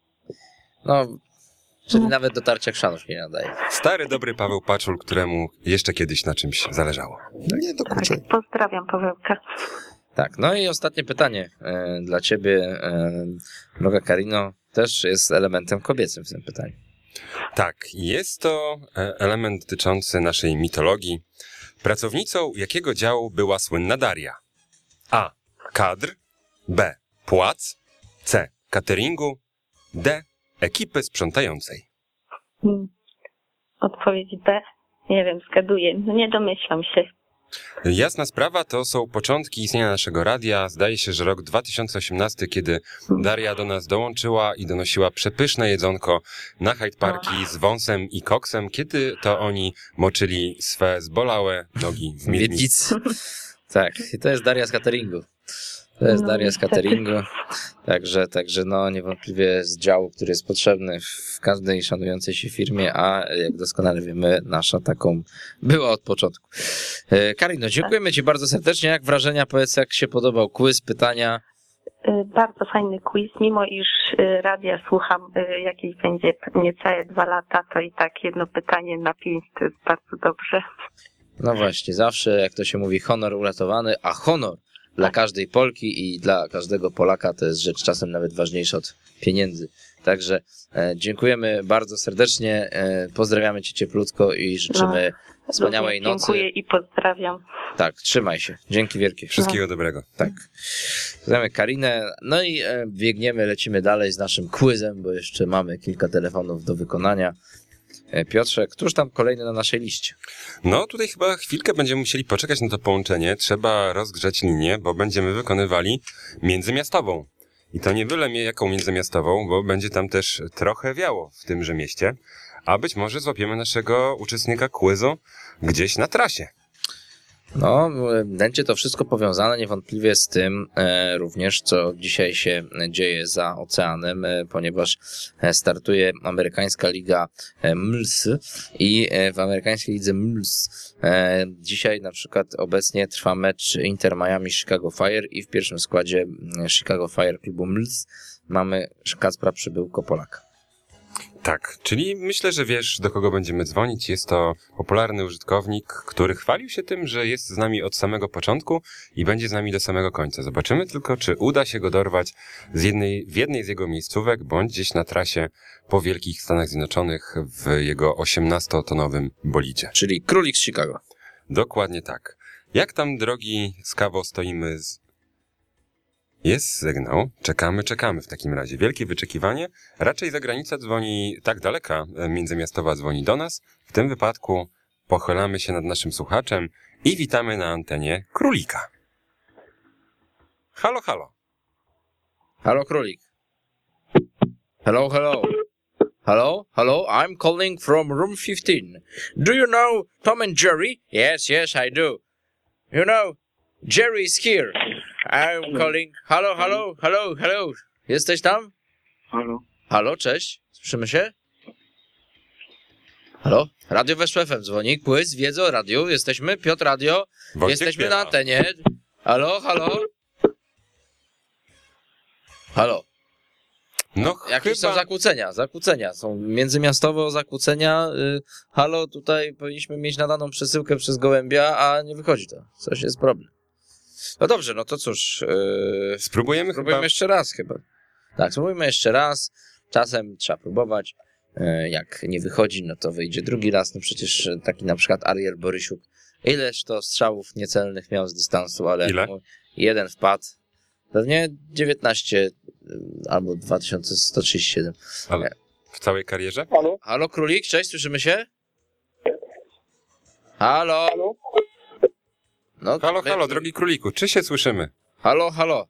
No, czyli nawet do tarcia chrzanów nie nadaje. Stary, dobry Paweł Paczul, któremu jeszcze kiedyś na czymś zależało. No nie dokuczaj. Tak, pozdrawiam Pawełka. Tak, no i ostatnie pytanie e, dla ciebie, e, droga Karino, też jest elementem kobiecym w tym pytaniu. Tak, jest to element dotyczący naszej mitologii. Pracownicą jakiego działu była słynna Daria? A. Kadr, B. Płac, C. Cateringu, D. Ekipy sprzątającej. Hmm. Odpowiedź B. Nie wiem, zgaduję. No nie domyślam się. Jasna sprawa, to są początki istnienia naszego radia. Zdaje się, że rok dwa tysiące osiemnasty, kiedy Daria do nas dołączyła i donosiła przepyszne jedzonko na Hyde Parki z wąsem i koksem, kiedy to oni moczyli swe zbolałe nogi w miednicy. Tak, i to jest Daria z cateringu. To jest Daria z cateringu. Także, także no niewątpliwie z działu, który jest potrzebny w każdej szanującej się firmie, a jak doskonale wiemy, nasza taką była od początku. Karino, dziękujemy ci bardzo serdecznie. Jak wrażenia? Powiedz, jak się podobał quiz, pytania? y, bardzo fajny quiz, mimo iż y, radia słucham y, jakieś będzie niecałe dwa lata, to i tak jedno pytanie na pięć to jest bardzo dobrze. No właśnie, zawsze jak to się mówi, honor uratowany, a honor dla każdej Polki i dla każdego Polaka to jest rzecz czasem nawet ważniejsza od pieniędzy. Także e, dziękujemy bardzo serdecznie, e, pozdrawiamy cię cieplutko i życzymy no, wspaniałej nocy. Dziękuję i pozdrawiam. Tak, trzymaj się. Dzięki wielkie. Wszystkiego no. dobrego. Tak. Pozdrawiamy Karinę. No i e, biegniemy, lecimy dalej z naszym quizem, bo jeszcze mamy kilka telefonów do wykonania. E, Piotrze, któż tam kolejny na naszej liście? No tutaj chyba chwilkę będziemy musieli poczekać na to połączenie. Trzeba rozgrzać linię, bo będziemy wykonywali międzymiastową. I to nie byle jaką międzymiastową, bo będzie tam też trochę wiało w tymże mieście, a być może złapiemy naszego uczestnika quizu gdzieś na trasie. No, będzie to wszystko powiązane niewątpliwie z tym e, również, co dzisiaj się dzieje za oceanem, e, ponieważ startuje amerykańska liga e, M L S i e, w amerykańskiej lidze M L S e, dzisiaj na przykład obecnie trwa mecz Inter Miami-Chicago Fire i w pierwszym składzie Chicago Fire klubu M L S mamy Kacpra Przybyłko, Polaka. Tak, czyli myślę, że wiesz, do kogo będziemy dzwonić. Jest to popularny użytkownik, który chwalił się tym, że jest z nami od samego początku i będzie z nami do samego końca. Zobaczymy tylko, czy uda się go dorwać z jednej, w jednej z jego miejscówek, bądź gdzieś na trasie po wielkich Stanach Zjednoczonych w jego osiemnastotonowym bolidzie. Czyli Królik z Chicago. Dokładnie tak. Jak tam, drogi Skawo, stoimy z... Jest sygnał, czekamy, czekamy w takim razie. Wielkie wyczekiwanie. Raczej zagranica dzwoni tak daleka, międzymiastowa dzwoni do nas. W tym wypadku pochylamy się nad naszym słuchaczem i witamy na antenie Królika. Halo, halo. Halo, Królik. Hello, hello. Hello, hello, I'm calling from room fifteen. Do you know Tom and Jerry? Yes, yes, I do. You know, Jerry is here. I'm calling. Halo, halo, halo, halo. Jesteś tam? Halo. Halo, cześć. Słyszymy się? Halo? Radio Weszło F M dzwoni. Quiz, wiedza o radiu. Jesteśmy, Piotr Radio. Wojciech Jesteśmy śpiewa. na antenie. Halo, halo. Halo. No, Jakieś chyba... są zakłócenia, zakłócenia. Są międzymiastowe zakłócenia. Y, halo, tutaj powinniśmy mieć nadaną przesyłkę przez Gołębia, a nie wychodzi to. Coś jest problem. No dobrze, no to cóż. Yy, spróbujemy spróbujemy chyba... jeszcze raz chyba. Tak, spróbujmy jeszcze raz. Czasem trzeba próbować. Yy, jak nie wychodzi, no to wyjdzie drugi raz. No przecież taki na przykład Ariel Borysiuk. Ileż to strzałów niecelnych miał z dystansu, ale Ile? jeden wpadł. Pewnie dziewiętnaście albo dwa tysiące sto trzydzieści siedem. Ale w całej karierze? Halo? Halo, Królik, cześć, słyszymy się? Halo? Halo? No, halo, halo, drogi Króliku, czy się słyszymy? Halo, halo.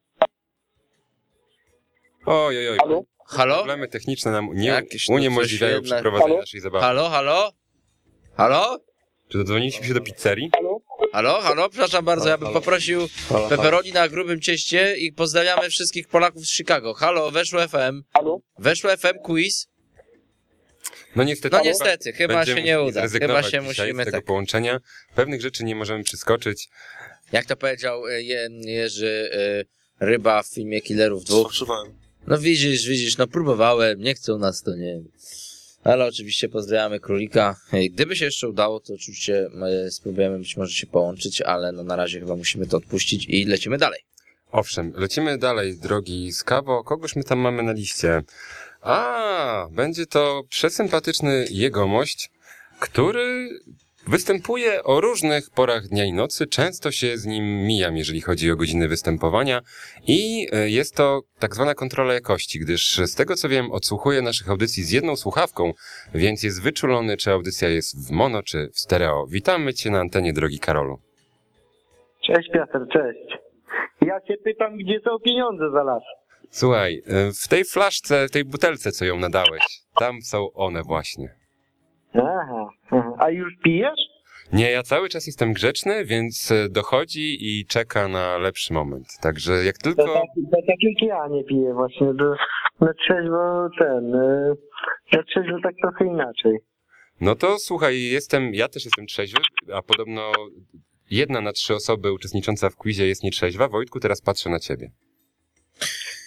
Oj, oj, oj. Halo? Halo? Problemy techniczne nam nie Jakieś to uniemożliwiają coś jednak- przeprowadzenie Halo? naszej zabawy. Halo, halo? Halo? Czy dodzwoniliśmy się do pizzerii? Halo? Halo, halo, przepraszam bardzo, ja bym poprosił pepperoni na grubym cieście i pozdrawiamy wszystkich Polaków z Chicago. Halo, Weszło F M. Halo? Weszło F M, quiz. No niestety. No niestety, chyba będziemy się nie musieli uda. zrezygnować Chyba się dzisiaj musimy z tego tak. połączenia. Pewnych rzeczy nie możemy przeskoczyć. Jak to powiedział e, Je- Jerzy e, Ryba w filmie Killerów dwóch. No widzisz, widzisz, no próbowałem, nie chcą nas to, nie. Ale oczywiście pozdrawiamy Królika. Gdyby się jeszcze udało, to oczywiście e, spróbujemy być może się połączyć, ale no na razie chyba musimy to odpuścić i lecimy dalej. Owszem, lecimy dalej, drogi Skawo. Kogoż my tam mamy na liście? A, będzie to przesympatyczny jegomość, który występuje o różnych porach dnia i nocy. Często się z nim mijam, jeżeli chodzi o godziny występowania i jest to tak zwana kontrola jakości, gdyż z tego co wiem odsłuchuję naszych audycji z jedną słuchawką, więc jest wyczulony, czy audycja jest w mono, czy w stereo. Witamy Cię na antenie, drogi Karolu. Cześć Piotr, cześć. Ja cię pytam, gdzie są pieniądze za las? Słuchaj, w tej flaszce, w tej butelce, co ją nadałeś, tam są one właśnie. Aha, aha. A już pijesz? Nie, ja cały czas jestem grzeczny, więc dochodzi i czeka na lepszy moment. Także jak tylko... To tak, to tak jak ja nie piję właśnie, to na trzeźwo ten, y, na trzeźwo tak trochę inaczej. No to słuchaj, jestem, ja też jestem trzeźwy, a podobno jedna na trzy osoby uczestnicząca w quizie jest nietrzeźwa. Wojtku, teraz patrzę na ciebie.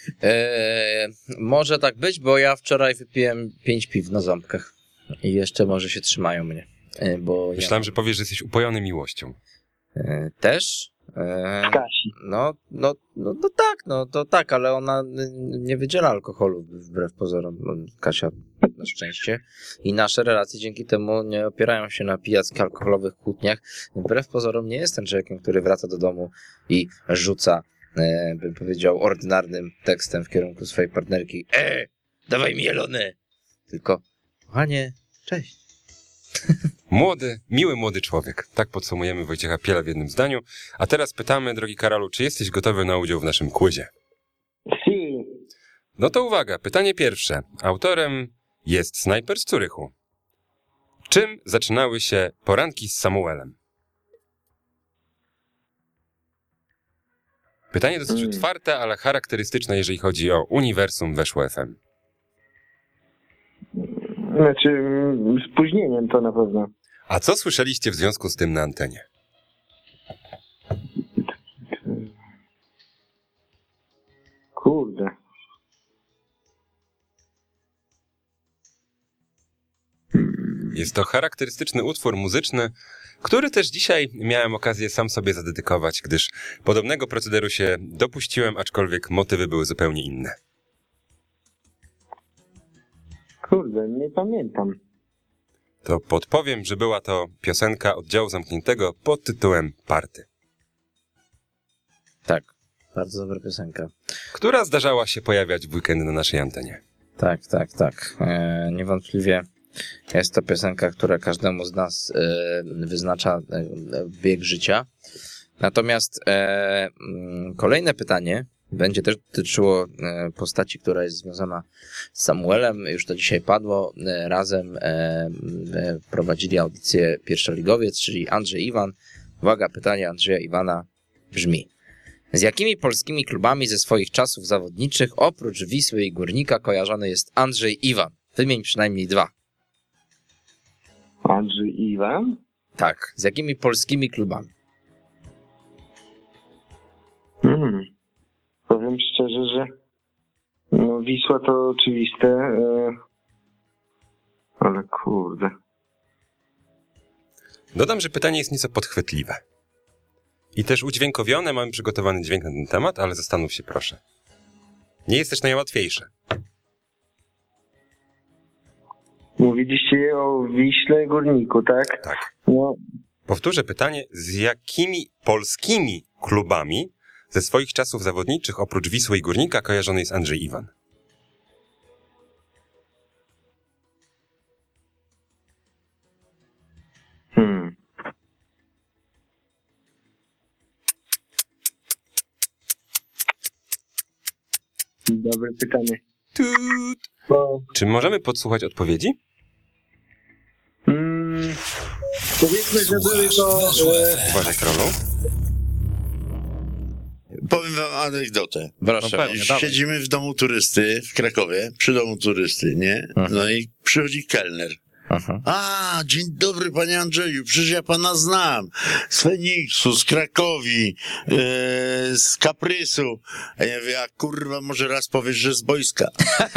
Eee, może tak być, bo ja wczoraj wypiłem pięć piw na ząbkach i jeszcze może się trzymają mnie. E, bo Myślałem, ja... że powiesz, że jesteś upojony miłością. E, też? E, Kasi. no, no, no, no tak, no to tak, ale ona nie wydziela alkoholu wbrew pozorom, Kasia, na szczęście. I nasze relacje dzięki temu nie opierają się na pijackich, alkoholowych kłótniach. Wbrew pozorom nie jestem człowiekiem, który wraca do domu i rzuca, e, bym powiedział, ordynarnym tekstem w kierunku swojej partnerki. E, dawaj mi jelony! Tylko, kochanie, cześć. Młody, miły młody człowiek. Tak podsumujemy Wojciecha Piela w jednym zdaniu. A teraz pytamy, drogi Karolu, czy jesteś gotowy na udział w naszym quizie? Si. No to uwaga, pytanie pierwsze. Autorem jest snajper z Zurychu. Czym zaczynały się poranki z Samuelem? Pytanie dosyć Hmm. otwarte, ale charakterystyczne, jeżeli chodzi o uniwersum Weszło F M. Znaczy, mm, spóźnieniem to na pewno. A co słyszeliście w związku z tym na antenie? Kurde. Jest to charakterystyczny utwór muzyczny, który też dzisiaj miałem okazję sam sobie zadedykować, gdyż podobnego procederu się dopuściłem, aczkolwiek motywy były zupełnie inne. Kurde, nie pamiętam. To podpowiem, że była to piosenka oddziału zamkniętego pod tytułem Party. Tak, bardzo dobra piosenka. Która zdarzała się pojawiać w weekend na naszej antenie. Tak, tak, tak. E, niewątpliwie jest to piosenka, która każdemu z nas e, wyznacza e, bieg życia. Natomiast e, m, kolejne pytanie będzie też dotyczyło e, postaci, która jest związana z Samuelem. Już to dzisiaj padło. E, razem e, e, prowadzili audycję Pierwszoligowiec, czyli Andrzej Iwan. Uwaga, pytanie Andrzeja Iwana brzmi: z jakimi polskimi klubami ze swoich czasów zawodniczych oprócz Wisły i Górnika kojarzony jest Andrzej Iwan? Wymień przynajmniej dwa. Andrzej Iwan? Tak, z jakimi polskimi klubami? Hmm. Powiem szczerze, że no Wisła to oczywiste, e... ale kurde. Dodam, że pytanie jest nieco podchwytliwe. I też udźwiękowione, mamy przygotowany dźwięk na ten temat, ale zastanów się proszę. Nie jest też najłatwiejsze. Mówiliście o Wiśle Górniku, tak? Tak. No. Powtórzę pytanie, z jakimi polskimi klubami ze swoich czasów zawodniczych oprócz Wisły i Górnika kojarzony jest Andrzej Iwan? Hmm. Dobre pytanie. Tut. Bo... Czy możemy podsłuchać odpowiedzi? Mm, powiedzmy, że były to... E... Uważaj, Karolu. Powiem wam anegdotę. Proszę, no, siedzimy w domu turysty w Krakowie, przy domu turysty, nie? No i przychodzi kelner. Aha. A, dzień dobry, panie Andrzeju, przecież ja pana znam. Z Feniksu, z Krakowi, yy, z Kaprysu. A ja mówię, a kurwa, może raz powiesz, że z boiska.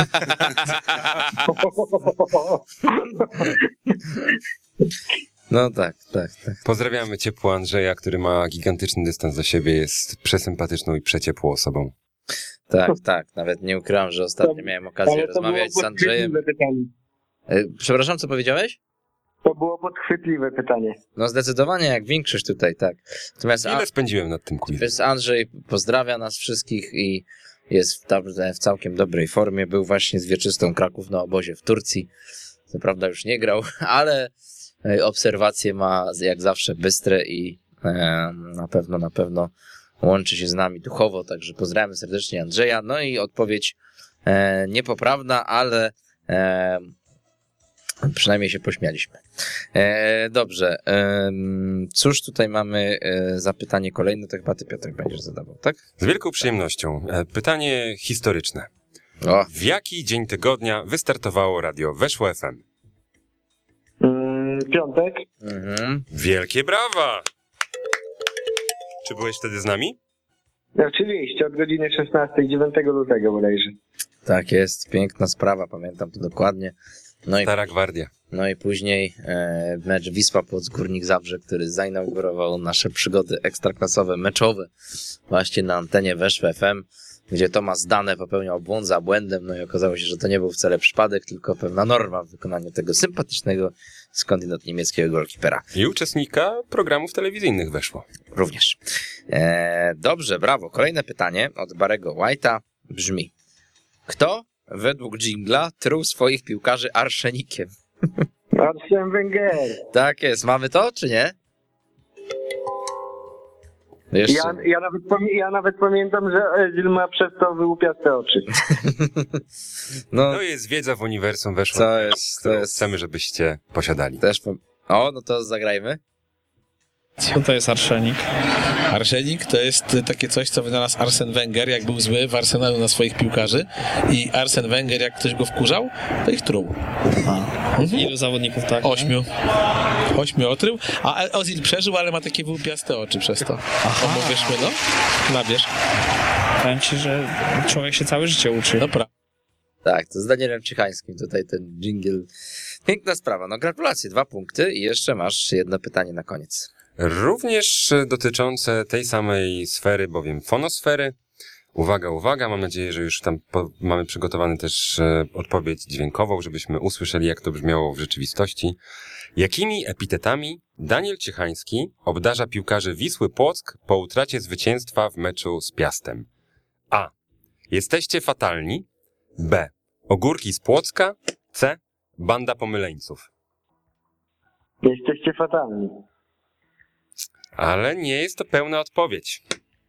No tak, tak, tak. Pozdrawiamy ciepło Andrzeja, który ma gigantyczny dystans do siebie, jest przesympatyczną i przeciepłą osobą. Tak, tak. Nawet nie ukrywam, że ostatnio miałem okazję rozmawiać z Andrzejem. Przepraszam, co powiedziałeś? To było podchwytliwe pytanie. No zdecydowanie, jak większość tutaj, tak. Natomiast Ile spędziłem nad tym quizem? Andrzej pozdrawia nas wszystkich i jest w, w całkiem dobrej formie. Był właśnie z Wieczystą Kraków na obozie w Turcji. Co prawda już nie grał, ale obserwacje ma jak zawsze bystre i e, na pewno, na pewno łączy się z nami duchowo, także pozdrawiamy serdecznie Andrzeja. No i odpowiedź e, niepoprawna, ale e, przynajmniej się pośmialiśmy. E, dobrze. E, cóż tutaj mamy e, za pytanie kolejne, to chyba ty, Piotrek, będziesz zadawał, tak? Z wielką przyjemnością. E, pytanie historyczne. O. W jaki dzień tygodnia wystartowało radio Weszło F M? Mm, piątek. Mhm. Wielkie brawa! Czy byłeś wtedy z nami? Oczywiście, od godziny szesnastej, dziewiątego lutego bodajże. Tak jest, piękna sprawa, pamiętam to dokładnie. No i, Stara Gwardia. No i później e, mecz Wisła Płock Górnik Zabrze, który zainaugurował nasze przygody ekstraklasowe, meczowe właśnie na antenie Weszło F M, gdzie Tomasz Dane popełniał błąd za błędem, no i okazało się, że to nie był wcale przypadek, tylko pewna norma w wykonaniu tego sympatycznego skądinąd niemieckiego golkipera. I uczestnika programów telewizyjnych Weszło. Również. E, dobrze, brawo. Kolejne pytanie od Barry'ego White'a brzmi: kto według dżingla truł swoich piłkarzy arszenikiem? Arsene Wenger. Tak jest. Mamy to, czy nie? Ja, ja, nawet, ja nawet pamiętam, że Özil ma przez to wyłupiaste oczy. No, to jest wiedza w uniwersum Weszło, to jest, to jest... chcemy, żebyście posiadali. Też po... O, no to zagrajmy. Co to jest arszenik? Arszenik to jest takie coś, co wynalazł Arsene Wenger, jak był zły w Arsenalu na swoich piłkarzy. I Arsene Wenger, jak ktoś go wkurzał, to ich truł. Mhm. Ilu zawodników tak? Ośmiu. Ośmiu otrył, a Özil przeżył, ale ma takie wyłupiaste oczy przez to. Aha. Wiesz, no? Nabierz. Powiem ci, że człowiek się całe życie uczy. Dobra. Tak, to z Danielem Cichańskim tutaj ten dżingiel. Piękna sprawa. No gratulacje, dwa punkty i jeszcze masz jedno pytanie na koniec. Również dotyczące tej samej sfery, bowiem fonosfery. Uwaga, uwaga, mam nadzieję, że już tam po, mamy przygotowany też e, odpowiedź dźwiękową, żebyśmy usłyszeli, jak to brzmiało w rzeczywistości. Jakimi epitetami Daniel Cichański obdarza piłkarzy Wisły Płock po utracie zwycięstwa w meczu z Piastem? A. Jesteście fatalni. B. Ogórki z Płocka. C. Banda pomyleńców. Jesteście fatalni. Ale nie jest to pełna odpowiedź.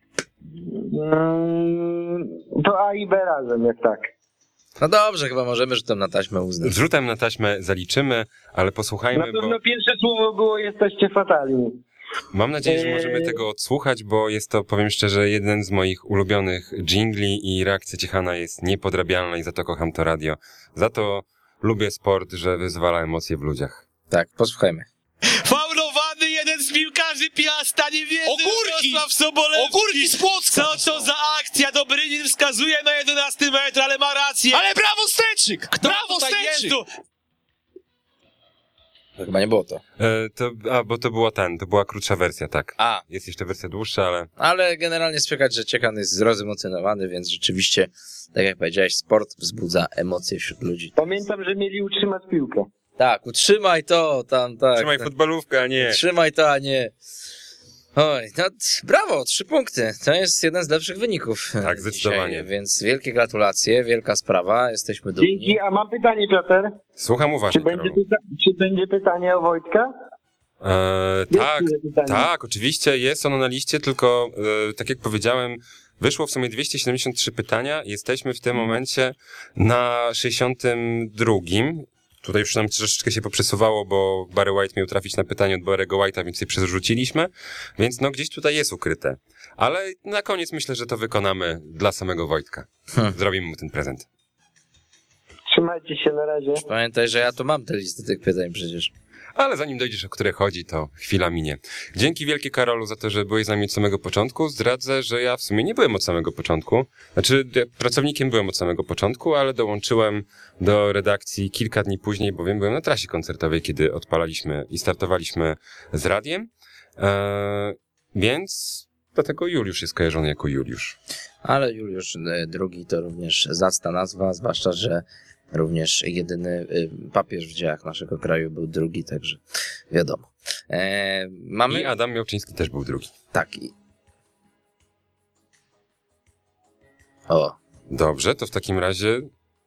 Mm, to A i B razem, jak tak. No dobrze, chyba możemy rzutem na taśmę uznać. Rzutem na taśmę zaliczymy, ale posłuchajmy, Na pewno bo... pierwsze słowo było jesteście fatalni. Mam nadzieję, że możemy tego odsłuchać, bo jest to, powiem szczerze, jeden z moich ulubionych dżingli i reakcja Ciechana jest niepodrabialna i za to kocham to radio. Za to lubię sport, że wyzwala emocje w ludziach. Tak, posłuchajmy. Faulowany jeden z piłkarzy Piasta, nie wierzy. Ogórki! Ogórki z Płocka! Co to za akcja? Dobrynin wskazuje na jedenasty metr, ale ma rację. Ale brawo Stęczyk! Kto brawo Stęczyk! To chyba nie było to. E, to. A, bo to była ten, to była krótsza wersja, tak. A. Jest jeszcze wersja dłuższa, ale... Ale generalnie słychać, że Ciechan jest zrozemocjonowany, więc rzeczywiście, tak jak powiedziałeś, sport wzbudza emocje wśród ludzi. Pamiętam, że mieli utrzymać piłkę. Tak, utrzymaj to, tam, tak. Utrzymaj futbolówkę, a nie. Utrzymaj to, a nie. Oj, no brawo, trzy punkty. To jest jeden z lepszych wyników. Tak, zdecydowanie. Dzisiaj, więc wielkie gratulacje, wielka sprawa, jesteśmy dumni. Dzięki, a mam pytanie, Piotr. Słucham uważnie, Czy będzie, pyta- czy będzie pytanie o Wojtka? E, tak, tak, oczywiście jest ono na liście, tylko e, tak jak powiedziałem, wyszło w sumie dwieście siedemdziesiąt trzy pytania, jesteśmy w tym momencie na sześćdziesiątym drugim. Tutaj już nam troszeczkę się poprzesuwało, bo Barry White miał trafić na pytanie od Barry'ego White'a, więc je przerzuciliśmy, więc no gdzieś tutaj jest ukryte. Ale na koniec myślę, że to wykonamy dla samego Wojtka. Hmm. Zrobimy mu ten prezent. Trzymajcie się, na razie. Pamiętaj, że ja tu mam tę listę tych pytań przecież. Ale zanim dojdziesz, o które chodzi, to chwila minie. Dzięki wielkie, Karolu, za to, że byłeś z nami od samego początku. Zdradzę, że ja w sumie nie byłem od samego początku. Znaczy, pracownikiem byłem od samego początku, ale dołączyłem do redakcji kilka dni później, bowiem byłem na trasie koncertowej, kiedy odpalaliśmy i startowaliśmy z radiem. Eee, więc dlatego Juliusz jest kojarzony jako Juliusz. Ale Juliusz drugi to również zacna nazwa, zwłaszcza, że również jedyny papież w dziejach naszego kraju był drugi, także wiadomo. E, mamy... I Adam Miałczyński też był drugi. Tak. I... O. Dobrze, to w takim razie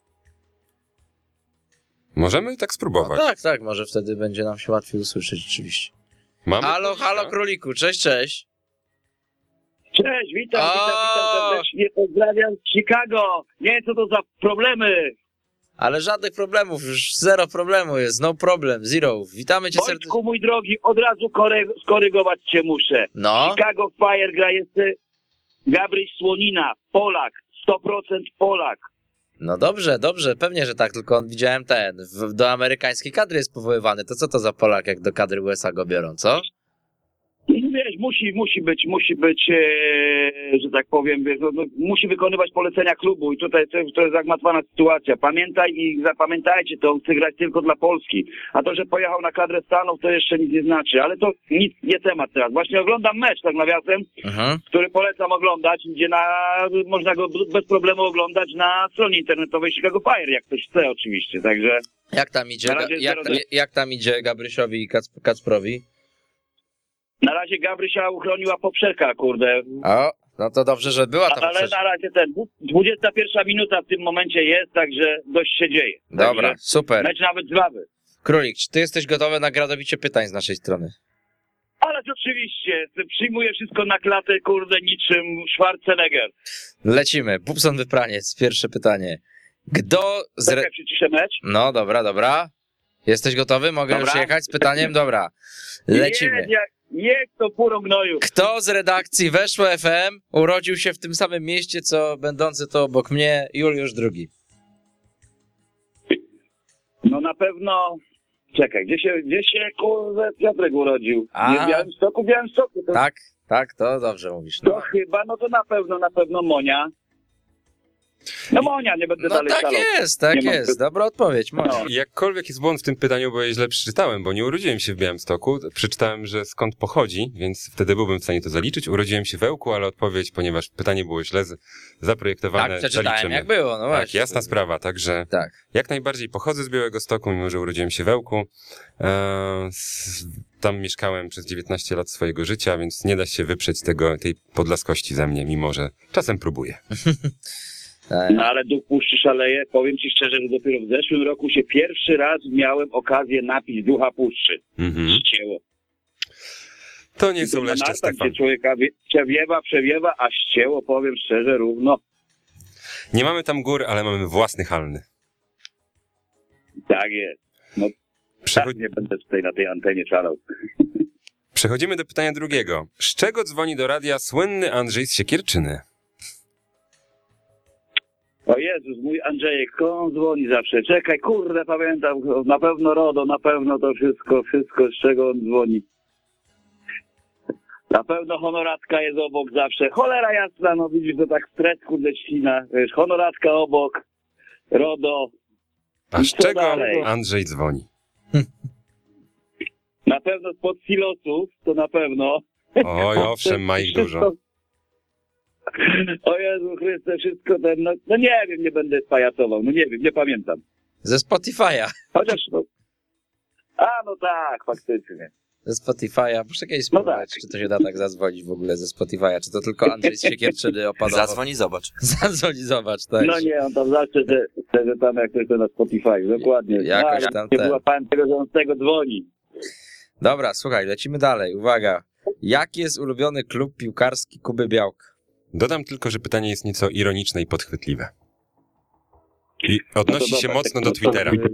możemy tak spróbować. No tak, tak, może wtedy będzie nam się łatwiej usłyszeć rzeczywiście. Mamy halo, królika? Halo króliku, cześć, cześć. Cześć, witam, witam, witam serdecznie, pozdrawiam z Chicago. Nie wiem, co to za problemy. Ale żadnych problemów, już zero problemu jest, no problem, zero. Witamy cię serdecznie. Wojtku, mój drogi, od razu kory- skorygować cię muszę. No. Chicago Fire gra jest Gabryś Słonina, Polak, sto procent Polak. No dobrze, dobrze, pewnie, że tak, tylko on widziałem ten, w, do amerykańskiej kadry jest powoływany, to co to za Polak, jak do kadry U S A go biorą, co? Wiesz, musi, musi być, musi być, e, że tak powiem, wiesz, no, no, musi wykonywać polecenia klubu i tutaj to, to jest zagmatwana sytuacja. Pamiętaj i zapamiętajcie, to on chce grać tylko dla Polski. A to, że pojechał na kadrę Stanów, to jeszcze nic nie znaczy, ale to nic, nie temat teraz. Właśnie oglądam mecz, tak nawiasem, Aha. który polecam oglądać, gdzie na, można go bez problemu oglądać na stronie internetowej Chicago Fire, jak ktoś chce oczywiście, także... Jak tam idzie, Na razie jak, zero- jak tam idzie Gabrysiowi i Kac- Kacprowi? Na razie Gabrysia uchroniła poprzeka, kurde. O, no to dobrze, że była tam Ale przecież. na razie ten, dwudziesta pierwsza minuta w tym momencie jest, także dość się dzieje. Dobra, Także super. Mecz nawet żwawy. Królik, czy ty jesteś gotowy na gradobicie pytań z naszej strony? Ale oczywiście, przyjmuję wszystko na klatę, kurde, niczym Schwarzenegger. Lecimy. Bubson Wypraniec, pierwsze pytanie. Kto z... Re... Czekaj, przyciszę mecz. No, dobra, dobra. Jesteś gotowy? Mogę Dobra. już jechać z pytaniem? Dobra. Lecimy. Jedź, jak, jedź to puro gnoju. Kto z redakcji Weszło F M urodził się w tym samym mieście, co będący to obok mnie Juliusz drugi? No na pewno... Czekaj, gdzie się, gdzie się kurde, Piotrek urodził? A. Nie w Białymstoku? W Białymstoku. To, Tak, tak, to dobrze mówisz. to No, chyba, no to na pewno, na pewno Monia. No Monia, nie będę no dalej tak szalał. jest, tak Nie mam jest. py- Dobra odpowiedź. Monia. No. Jakkolwiek jest błąd w tym pytaniu, bo ja źle przeczytałem, bo nie urodziłem się w Białymstoku. Przeczytałem, że skąd pochodzi, więc wtedy byłbym w stanie to zaliczyć. Urodziłem się w Ełku, ale odpowiedź, ponieważ pytanie było źle z- zaprojektowane, Tak, przeczytałem zaliczymy. jak było, no Tak, właśnie. jasna sprawa, także Tak. jak najbardziej pochodzę z Białegostoku, mimo że urodziłem się w Ełku. Eee, s- tam mieszkałem przez dziewiętnaście lat swojego życia, więc nie da się wyprzeć tego, tej podlaskości ze mnie, mimo że czasem próbuję. No ale duch puszczy szaleje. Powiem ci szczerze, że dopiero w zeszłym roku się pierwszy raz miałem okazję napić ducha puszczy. Mhm. Ścięło. To nie są Na leszcze, nartach Stefan. się człowieka wie- przewiewa, przewiewa, a ścięło, powiem szczerze, równo. Nie mamy tam gór, ale mamy własny halny. Tak jest. No Przecho- tak nie będę tutaj na tej antenie czarał. Przechodzimy do pytania drugiego. Z czego dzwoni do radia słynny Andrzej z Siekierczyny? O Jezus, mój Andrzejek, on dzwoni zawsze. Czekaj, kurde, pamiętam, na pewno RODO, na pewno to wszystko, wszystko, z czego on dzwoni. Na pewno honoratka jest obok zawsze. Cholera jasna, no widzisz, to tak stres, kurde, ścina. Wiesz, honoratka obok, RODO. A I z co czego dalej? Andrzej dzwoni? Na pewno spod silosów, to na pewno. Oj, owszem, ma ich dużo. O Jezu Chryste, wszystko ten, no, no nie wiem, nie będę spajacował, no nie wiem, nie pamiętam. Ze Spotify'a. Chociaż, no, a no tak, faktycznie. Ze Spotify'a. Muszę kiedyś No spróbować, tak. czy to się da tak zadzwonić w ogóle ze Spotify'a, czy to tylko Andrzej z Siekierczyny opadował. Zadzwoni, zobacz. Zadzwoni, zobacz, tak. No nie, on tam zawsze, że, że tam jak ktoś to na Spotify, dokładnie. Jakoś no, tam nie ten. była pan tego, że on z tego dzwoni. Dobra, słuchaj, lecimy dalej. Uwaga. Jaki jest ulubiony klub piłkarski Kuby Białka? Dodam tylko, że pytanie jest nieco ironiczne i podchwytliwe. I No odnosi to się dobra, mocno tak, do no to Twittera. wy-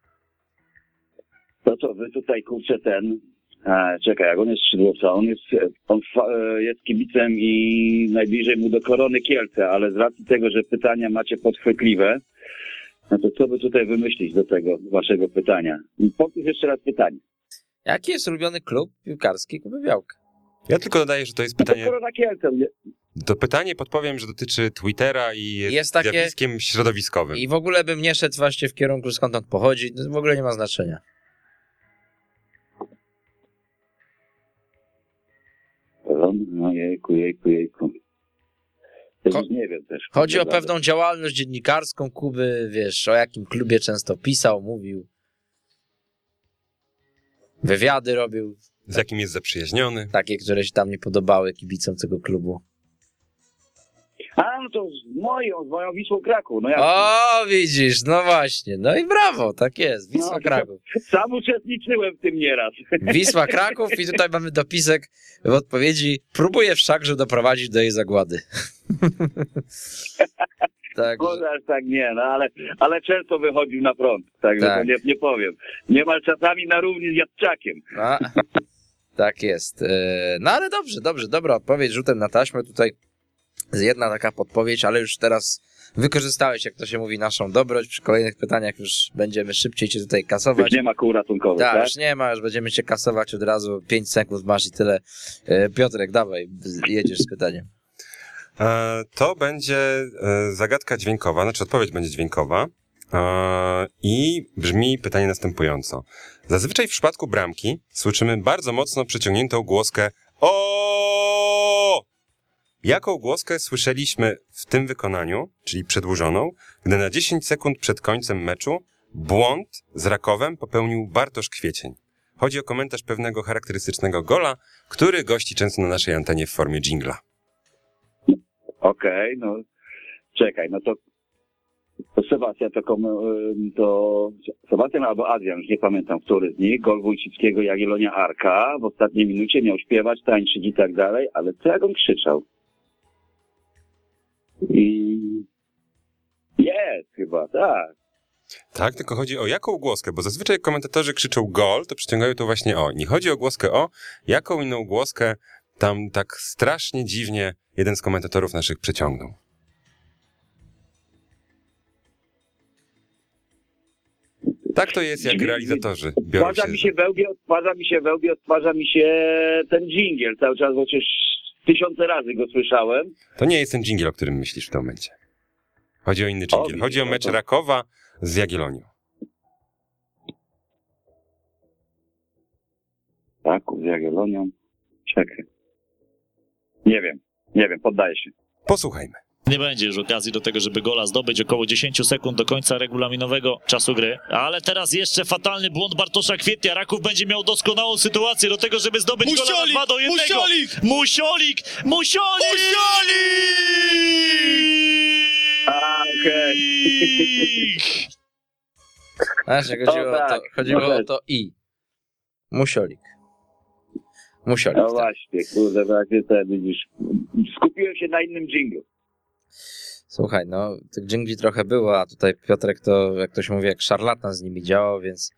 To co, wy tutaj kurczę ten... A, czekaj, jak on jest skrzydłowca, on jest, on fa- jest kibicem i najbliżej mu do Korony Kielce, ale z racji tego, że pytania macie podchwytliwe, no to co by tutaj wymyślić do tego waszego pytania? Powtórz jeszcze raz pytanie. Jaki jest ulubiony klub piłkarski Kuby Białka? Ja tylko dodaję, że to jest No to pytanie... Korona Kielce, nie? To pytanie podpowiem, że dotyczy Twittera i jest, Jest takie- zjawiskiem środowiskowym. I w ogóle bym nie szedł właśnie w kierunku, skąd on pochodzi. To w ogóle nie ma znaczenia. No jejku, jejku, jejku. Ja Cho- już nie wiem też. Chodzi o Naprawdę. pewną działalność dziennikarską Kuby, wiesz, o jakim klubie często pisał, mówił. Wywiady robił, Z jakim jest zaprzyjaźniony. takie, które się tam nie podobały kibicom tego klubu. A, no to z moją, z moją Wisłą Kraków. No ja O, widzisz, no właśnie. No i brawo, tak jest. Wisła No, Kraków. sam uczestniczyłem w tym nieraz. Wisła Kraków i tutaj mamy dopisek w odpowiedzi. Próbuje wszakże doprowadzić do jej zagłady. Tak. Może aż tak nie, no ale, ale często wychodził na prąd, także Tak. to nie, nie powiem. Niemal czasami na równi z Jadczakiem. A, tak jest. E, No ale dobrze, dobrze, dobra odpowiedź rzutem na taśmę tutaj. jedna taka podpowiedź, ale już teraz wykorzystałeś, jak to się mówi, naszą dobroć. Przy kolejnych pytaniach już będziemy szybciej cię tutaj kasować. Już nie ma kół ratunkowych, tak? tak? już nie ma, już będziemy cię kasować od razu. Pięć sekund masz i tyle. Piotrek, dawaj, jedziesz z pytaniem. E, to będzie e, zagadka dźwiękowa, znaczy odpowiedź będzie dźwiękowa e, i brzmi pytanie następująco. Zazwyczaj w przypadku bramki słyszymy bardzo mocno przeciągniętą głoskę o. Jaką głoskę słyszeliśmy w tym wykonaniu, czyli przedłużoną, gdy na dziesięć sekund przed końcem meczu błąd z Rakowem popełnił Bartosz Kwiecień? Chodzi o komentarz pewnego charakterystycznego gola, który gości często na naszej antenie w formie dżingla. Okej, okay, no czekaj, no to, to Sebastian to, to Sebastian albo Adrian, już nie pamiętam, który z nich, gol Wójcickiego Jagiellonia Arka, w ostatniej minucie miał śpiewać, tańczyć i tak dalej, ale co jak on krzyczał? I jest chyba, tak. Tak, tylko chodzi o jaką głoskę, bo zazwyczaj jak komentatorzy krzyczą gol, to przyciągają to właśnie o. Nie chodzi o głoskę o, jaką inną głoskę tam tak strasznie dziwnie jeden z komentatorów naszych przeciągnął. Tak to jest, jak realizatorzy biorą Odtwarza się... mi się wełbie, odtwarza mi się wełbie, odtwarza mi się ten dżingiel cały czas, bo przecież tysiące razy go słyszałem. To nie jest ten dżingiel, o którym myślisz w tym momencie. Chodzi o inny dżingiel. Chodzi o mecz Rakowa z Jagiellonią. Tak, z Jagiellonią. Czekaj. Nie wiem, nie wiem, poddaję się. Posłuchajmy. Nie będzie już okazji do tego, żeby gola zdobyć, około dziesięć sekund do końca regulaminowego czasu gry. Ale teraz jeszcze fatalny błąd Bartosza Kwietnia. Raków będzie miał doskonałą sytuację do tego, żeby zdobyć Musiolik, gola na dwa do jednego. Musiolik! Musiolik! Musiolik! A, okej. Znaczy, chodziło, O, tak. o to, chodziło No o to i. Musiolik. Musiolik. No tak. właśnie, kurde, właśnie ten, widzisz, skupiłem się na innym dżinglu. Słuchaj, no, tych dżingli trochę było, a tutaj Piotrek to, jak ktoś mówi, jak szarlatan z nimi działał, więc,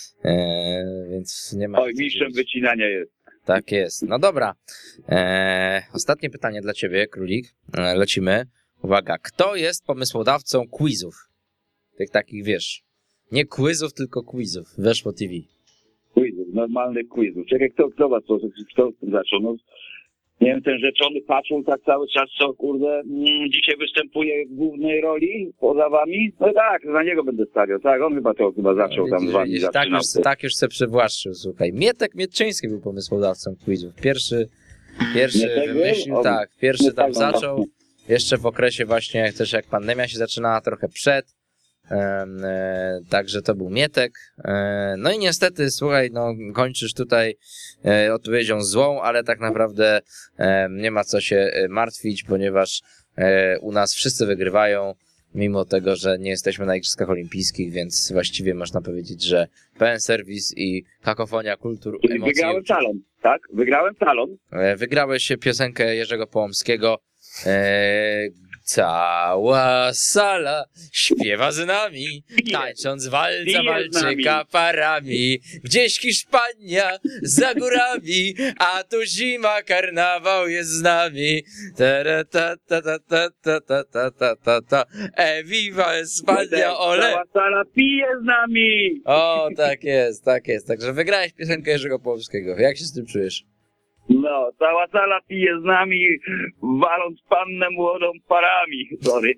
e, więc nie ma... Oj, mistrzem wycinania jest. Tak jest. No dobra. E, ostatnie pytanie dla ciebie, Królik. E, lecimy. Uwaga, kto jest pomysłodawcą quizów? Tych takich, wiesz, nie quizów, tylko quizów. Weszło T V. Quizów, normalnych quizów. Czekaj, kto, kto was to, kto zaczął? No, nie wiem, ten rzeczony patrzył tak cały czas, co kurde, mm, dzisiaj występuje w głównej roli poza wami. No tak, na niego będę stawiał, tak, on chyba to chyba zaczął no, tam z wami. widzisz, tak, już, tak już se przywłaszczył, słuchaj. Mietek Mietczyński był pomysłodawcą quizów. Pierwszy, pierwszy wymyślił, tak, pierwszy tam zaczął. Jeszcze w okresie właśnie też jak pandemia się zaczynała, trochę przed. E, także to był Mietek. E, no i niestety, słuchaj, no kończysz tutaj e, odpowiedzią złą, ale tak naprawdę e, nie ma co się martwić, ponieważ e, u nas wszyscy wygrywają, mimo tego, że nie jesteśmy na Igrzyskach Olimpijskich, więc właściwie można powiedzieć, że pełen serwis i kakofonia kultur, Czyli emocji. wygrałem talon, tak? Wygrałem talon. E, wygrałeś piosenkę Jerzego Połomskiego. E, Cała sala śpiewa z nami, tańcząc walca walczyka parami. Gdzieś Hiszpania za górami, a tu zima, karnawał jest z nami. Ta ta ta ta ta ta ta ta ta ta ta. E viva España, ole! Cała sala pije z nami! O, tak jest, tak jest. Także wygrałeś piosenkę Jerzego Połomskiego. Jak się z tym czujesz? No, cała sala pije z nami, waląc pannę młodą parami. Sorry.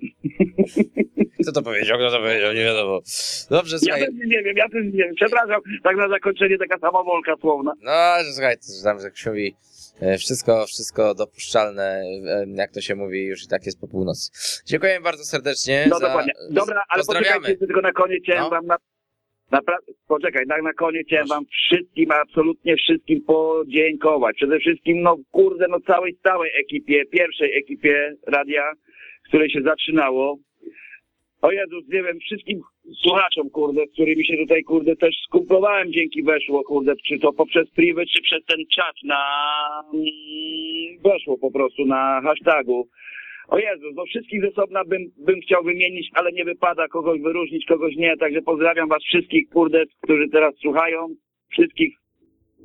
Kto to powiedział? Kto to powiedział? Nie wiadomo. Dobrze, słuchaj. Ja też nie wiem, ja też nie wiem. Przepraszam, tak na zakończenie taka samowolka słowna. No, że słuchaj, tam jak się mówi, wszystko, wszystko dopuszczalne, jak to się mówi, już i tak jest po północy. Dziękuję bardzo serdecznie. No za... dokładnie. Dobra, ale poczekajcie, tylko na koniec chciałem no. wam na... Naprawdę, poczekaj, tak na koniec chciałem wam wszystkim, absolutnie wszystkim podziękować. Przede wszystkim, no kurde, no całej, całej ekipie, pierwszej ekipie radia, z której się zaczynało. O Jezus, nie wiem, wszystkim słuchaczom, kurde, z którymi się tutaj, kurde, też skumplowałem dzięki Weszło, kurde, czy to poprzez privy, czy przez ten czat na... Weszło po prostu na hashtagu. O Jezus, no wszystkich z osobna bym, bym chciał wymienić, ale nie wypada kogoś wyróżnić, kogoś nie, także pozdrawiam was wszystkich, kurde, którzy teraz słuchają, wszystkich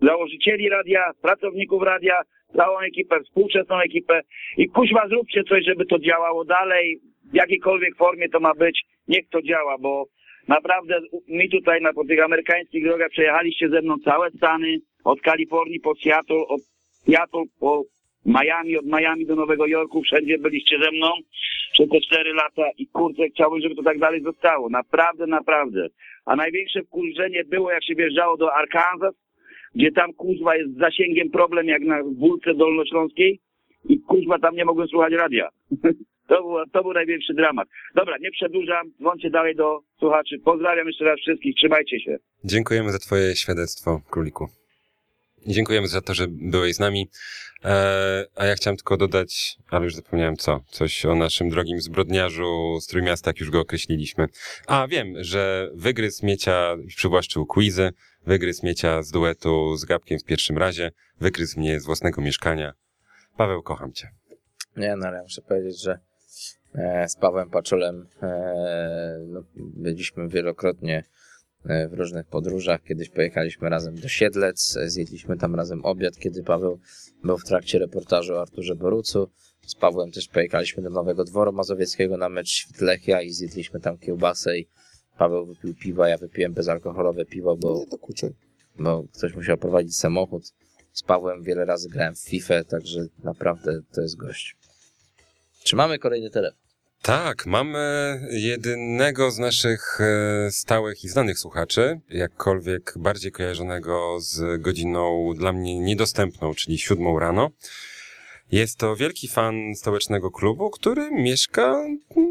założycieli radia, pracowników radia, całą ekipę, współczesną ekipę i kuźwa zróbcie coś, żeby to działało dalej, w jakiejkolwiek formie to ma być, niech to działa, bo naprawdę mi tutaj na po tych amerykańskich drogach przejechaliście ze mną całe Stany, od Kalifornii po Seattle, od Seattle po Miami, od Miami do Nowego Jorku, wszędzie byliście ze mną przez te cztery lata i kurczę, chciałbym, żeby to tak dalej zostało. Naprawdę, naprawdę. A największe wkurzenie było, jak się wjeżdżało do Arkansas, gdzie tam kuźwa jest z zasięgiem problem jak na Wólce Dolnośląskiej i kuźwa tam nie mogłem słuchać radia. To był, to był największy dramat. Dobra, nie przedłużam, dzwoncie dalej do słuchaczy. Pozdrawiam jeszcze raz wszystkich, trzymajcie się. Dziękujemy za twoje świadectwo, Króliku. I dziękujemy za to, że byłeś z nami. Eee, a ja chciałem tylko dodać, ale już zapomniałem co, coś o naszym drogim zbrodniarzu z Trójmiasta, jak już go określiliśmy. A, wiem, że wygryz Miecia przywłaszczył quizy, wygryz Miecia z duetu z Gabkiem w pierwszym razie, wygryz mnie z własnego mieszkania. Paweł, kocham cię. Nie, no ale ja muszę powiedzieć, że e, z Pawłem Paczulem e, no, byliśmy wielokrotnie w różnych podróżach. Kiedyś pojechaliśmy razem do Siedlec, zjedliśmy tam razem obiad, kiedy Paweł był w trakcie reportażu o Arturze Borucu. Z Pawłem też pojechaliśmy do Nowego Dworu Mazowieckiego na mecz Świt-Lechia i zjedliśmy tam kiełbasę i Paweł wypił piwa, ja wypiłem bezalkoholowe piwo, bo, nie dokuczaj. bo ktoś musiał prowadzić samochód. Z Pawłem wiele razy grałem w FIFA, także naprawdę to jest gość. Czy mamy kolejny telefon? Tak, mamy jedynego z naszych e, stałych i znanych słuchaczy, jakkolwiek bardziej kojarzonego z godziną dla mnie niedostępną, czyli siódmą rano. Jest to wielki fan stołecznego klubu, który mieszka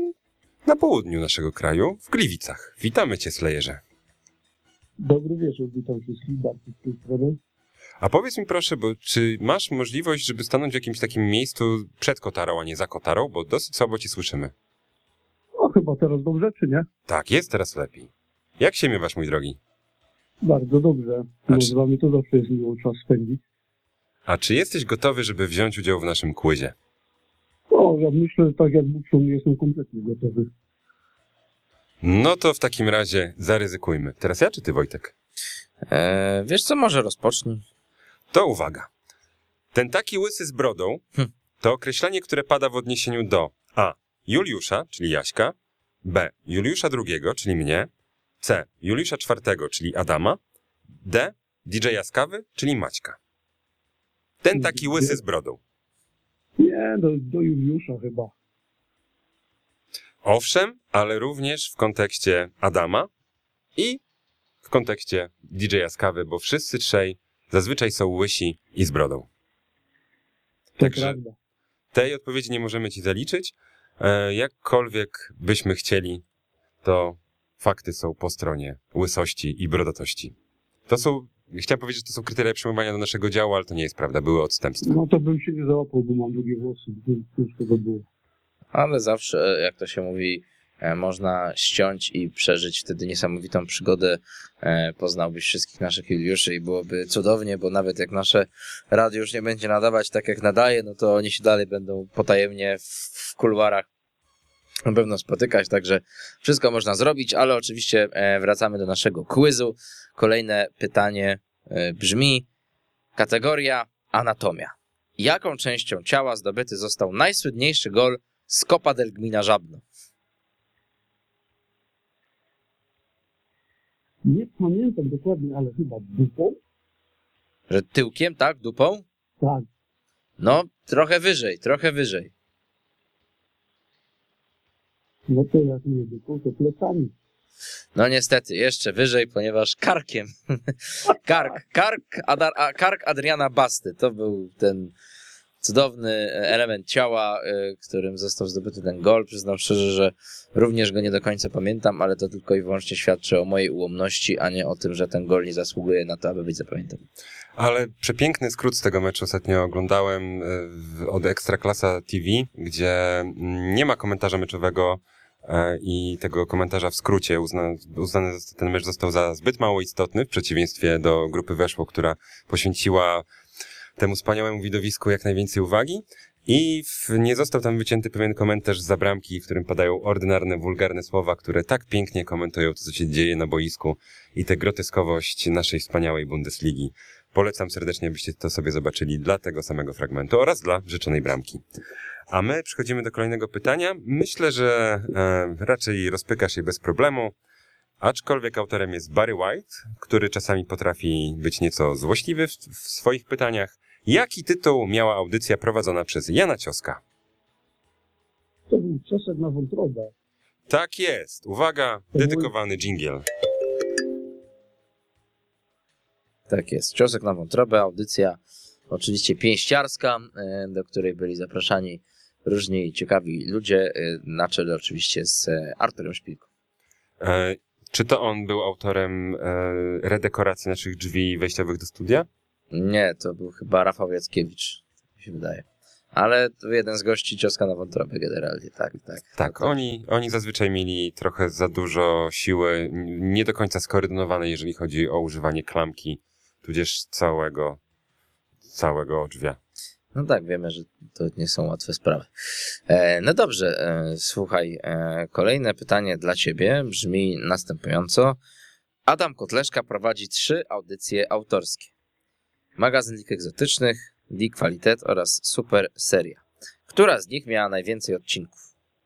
na południu naszego kraju, w Gliwicach. Witamy cię, Slayerze. Dobry wieczór, witam wszystkich, bardzo z tej strony. A powiedz mi proszę, bo czy masz możliwość, żeby stanąć w jakimś takim miejscu przed kotarą, a nie za kotarą, bo dosyć słabo cię słyszymy. O, chyba teraz dobrze, czy nie? Tak, jest teraz lepiej. Jak się miewasz, mój drogi? Bardzo dobrze. No, czy... z wami to zawsze jest miło czas spędzić. A czy jesteś gotowy, żeby wziąć udział w naszym quizie? O, ja myślę, że tak jak muszą, nie jestem kompletnie gotowy. No to w takim razie zaryzykujmy. Teraz ja czy ty, Wojtek? Eee, wiesz co, może rozpocznij. To uwaga. Ten taki łysy z brodą hm. to określenie, które pada w odniesieniu do a. Juliusza, czyli Jaśka, b. Juliusza drugiego, czyli mnie, c. Juliusza czwartego, czyli Adama, d. D J Jaskawy, czyli Maćka. Ten taki łysy z brodą. Nie, do, do Juliusza chyba. Owszem, ale również w kontekście Adama i w kontekście D J Jaskawy, bo wszyscy trzej zazwyczaj są łysi i z brodą. Także tej odpowiedzi nie możemy ci zaliczyć. E, jakkolwiek byśmy chcieli, to fakty są po stronie łysości i brodatości. To są, chciałem powiedzieć, że to są kryteria przyjmowania do naszego działu, ale to nie jest prawda, były odstępstwa. No to bym się nie załapał, bo mam długie włosy, ciężko to było. Ale zawsze, jak to się mówi, można ściąć i przeżyć wtedy niesamowitą przygodę. Poznałbyś wszystkich naszych Juliuszy i byłoby cudownie, bo nawet jak nasze radio już nie będzie nadawać tak jak nadaje, no to oni się dalej będą potajemnie w, w kuluarach na pewno spotykać, także wszystko można zrobić, ale oczywiście wracamy do naszego quizu. Kolejne pytanie brzmi, kategoria anatomia. Jaką częścią ciała zdobyty został najsłynniejszy gol z Copa del Gmina Żabno? Nie pamiętam dokładnie, ale chyba dupą. Że tyłkiem, tak? Dupą? Tak. No, trochę wyżej, trochę wyżej. No to jak nie dupą, to plecami. No niestety, jeszcze wyżej, ponieważ karkiem. Kark, kark, Adar, a, kark Adriana Basty. To był ten cudowny element ciała, którym został zdobyty ten gol. Przyznam szczerze, że również go nie do końca pamiętam, ale to tylko i wyłącznie świadczy o mojej ułomności, a nie o tym, że ten gol nie zasługuje na to, aby być zapamiętany. Ale przepiękny skrót z tego meczu ostatnio oglądałem od Ekstraklasa T V, gdzie nie ma komentarza meczowego i tego komentarza w skrócie. Uznany, uznany ten mecz został za zbyt mało istotny, w przeciwieństwie do grupy Weszło, która poświęciła temu wspaniałemu widowisku jak najwięcej uwagi i w, nie został tam wycięty pewien komentarz za bramki, w którym padają ordynarne, wulgarne słowa, które tak pięknie komentują to, co się dzieje na boisku i tę groteskowość naszej wspaniałej Bundesligi. Polecam serdecznie, byście to sobie zobaczyli dla tego samego fragmentu oraz dla życzonej bramki. A my przechodzimy do kolejnego pytania. Myślę, że e, raczej rozpykasz je bez problemu, aczkolwiek autorem jest Barry White, który czasami potrafi być nieco złośliwy w, w swoich pytaniach. Jaki tytuł miała audycja prowadzona przez Jana Cioska? To był Ciosek na wątrobę. Tak jest. Uwaga, dedykowany dżingiel. Tak jest. Ciosek na wątrobę, audycja oczywiście pięściarska, do której byli zapraszani różni ciekawi ludzie, na czele oczywiście z Arturem Szpilką. E, czy to on był autorem e, redekoracji naszych drzwi wejściowych do studia? Nie, to był chyba Rafał Jackiewicz, tak mi się wydaje. Ale to jeden z gości Cioska na wątrobę generalnie, tak, tak. Tak, oni, oni zazwyczaj mieli trochę za dużo siły, nie do końca skoordynowane, jeżeli chodzi o używanie klamki, tudzież całego, całego drzwia. No tak, wiemy, że to nie są łatwe sprawy. E, no dobrze, e, słuchaj, e, kolejne pytanie dla ciebie brzmi następująco. Adam Kotleszka prowadzi trzy audycje autorskie. Magazyn Lik Egzotycznych, Lik Qualitet oraz Super Seria. Która z nich miała najwięcej odcinków?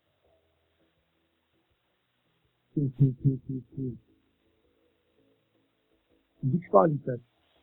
Lik Qualitet.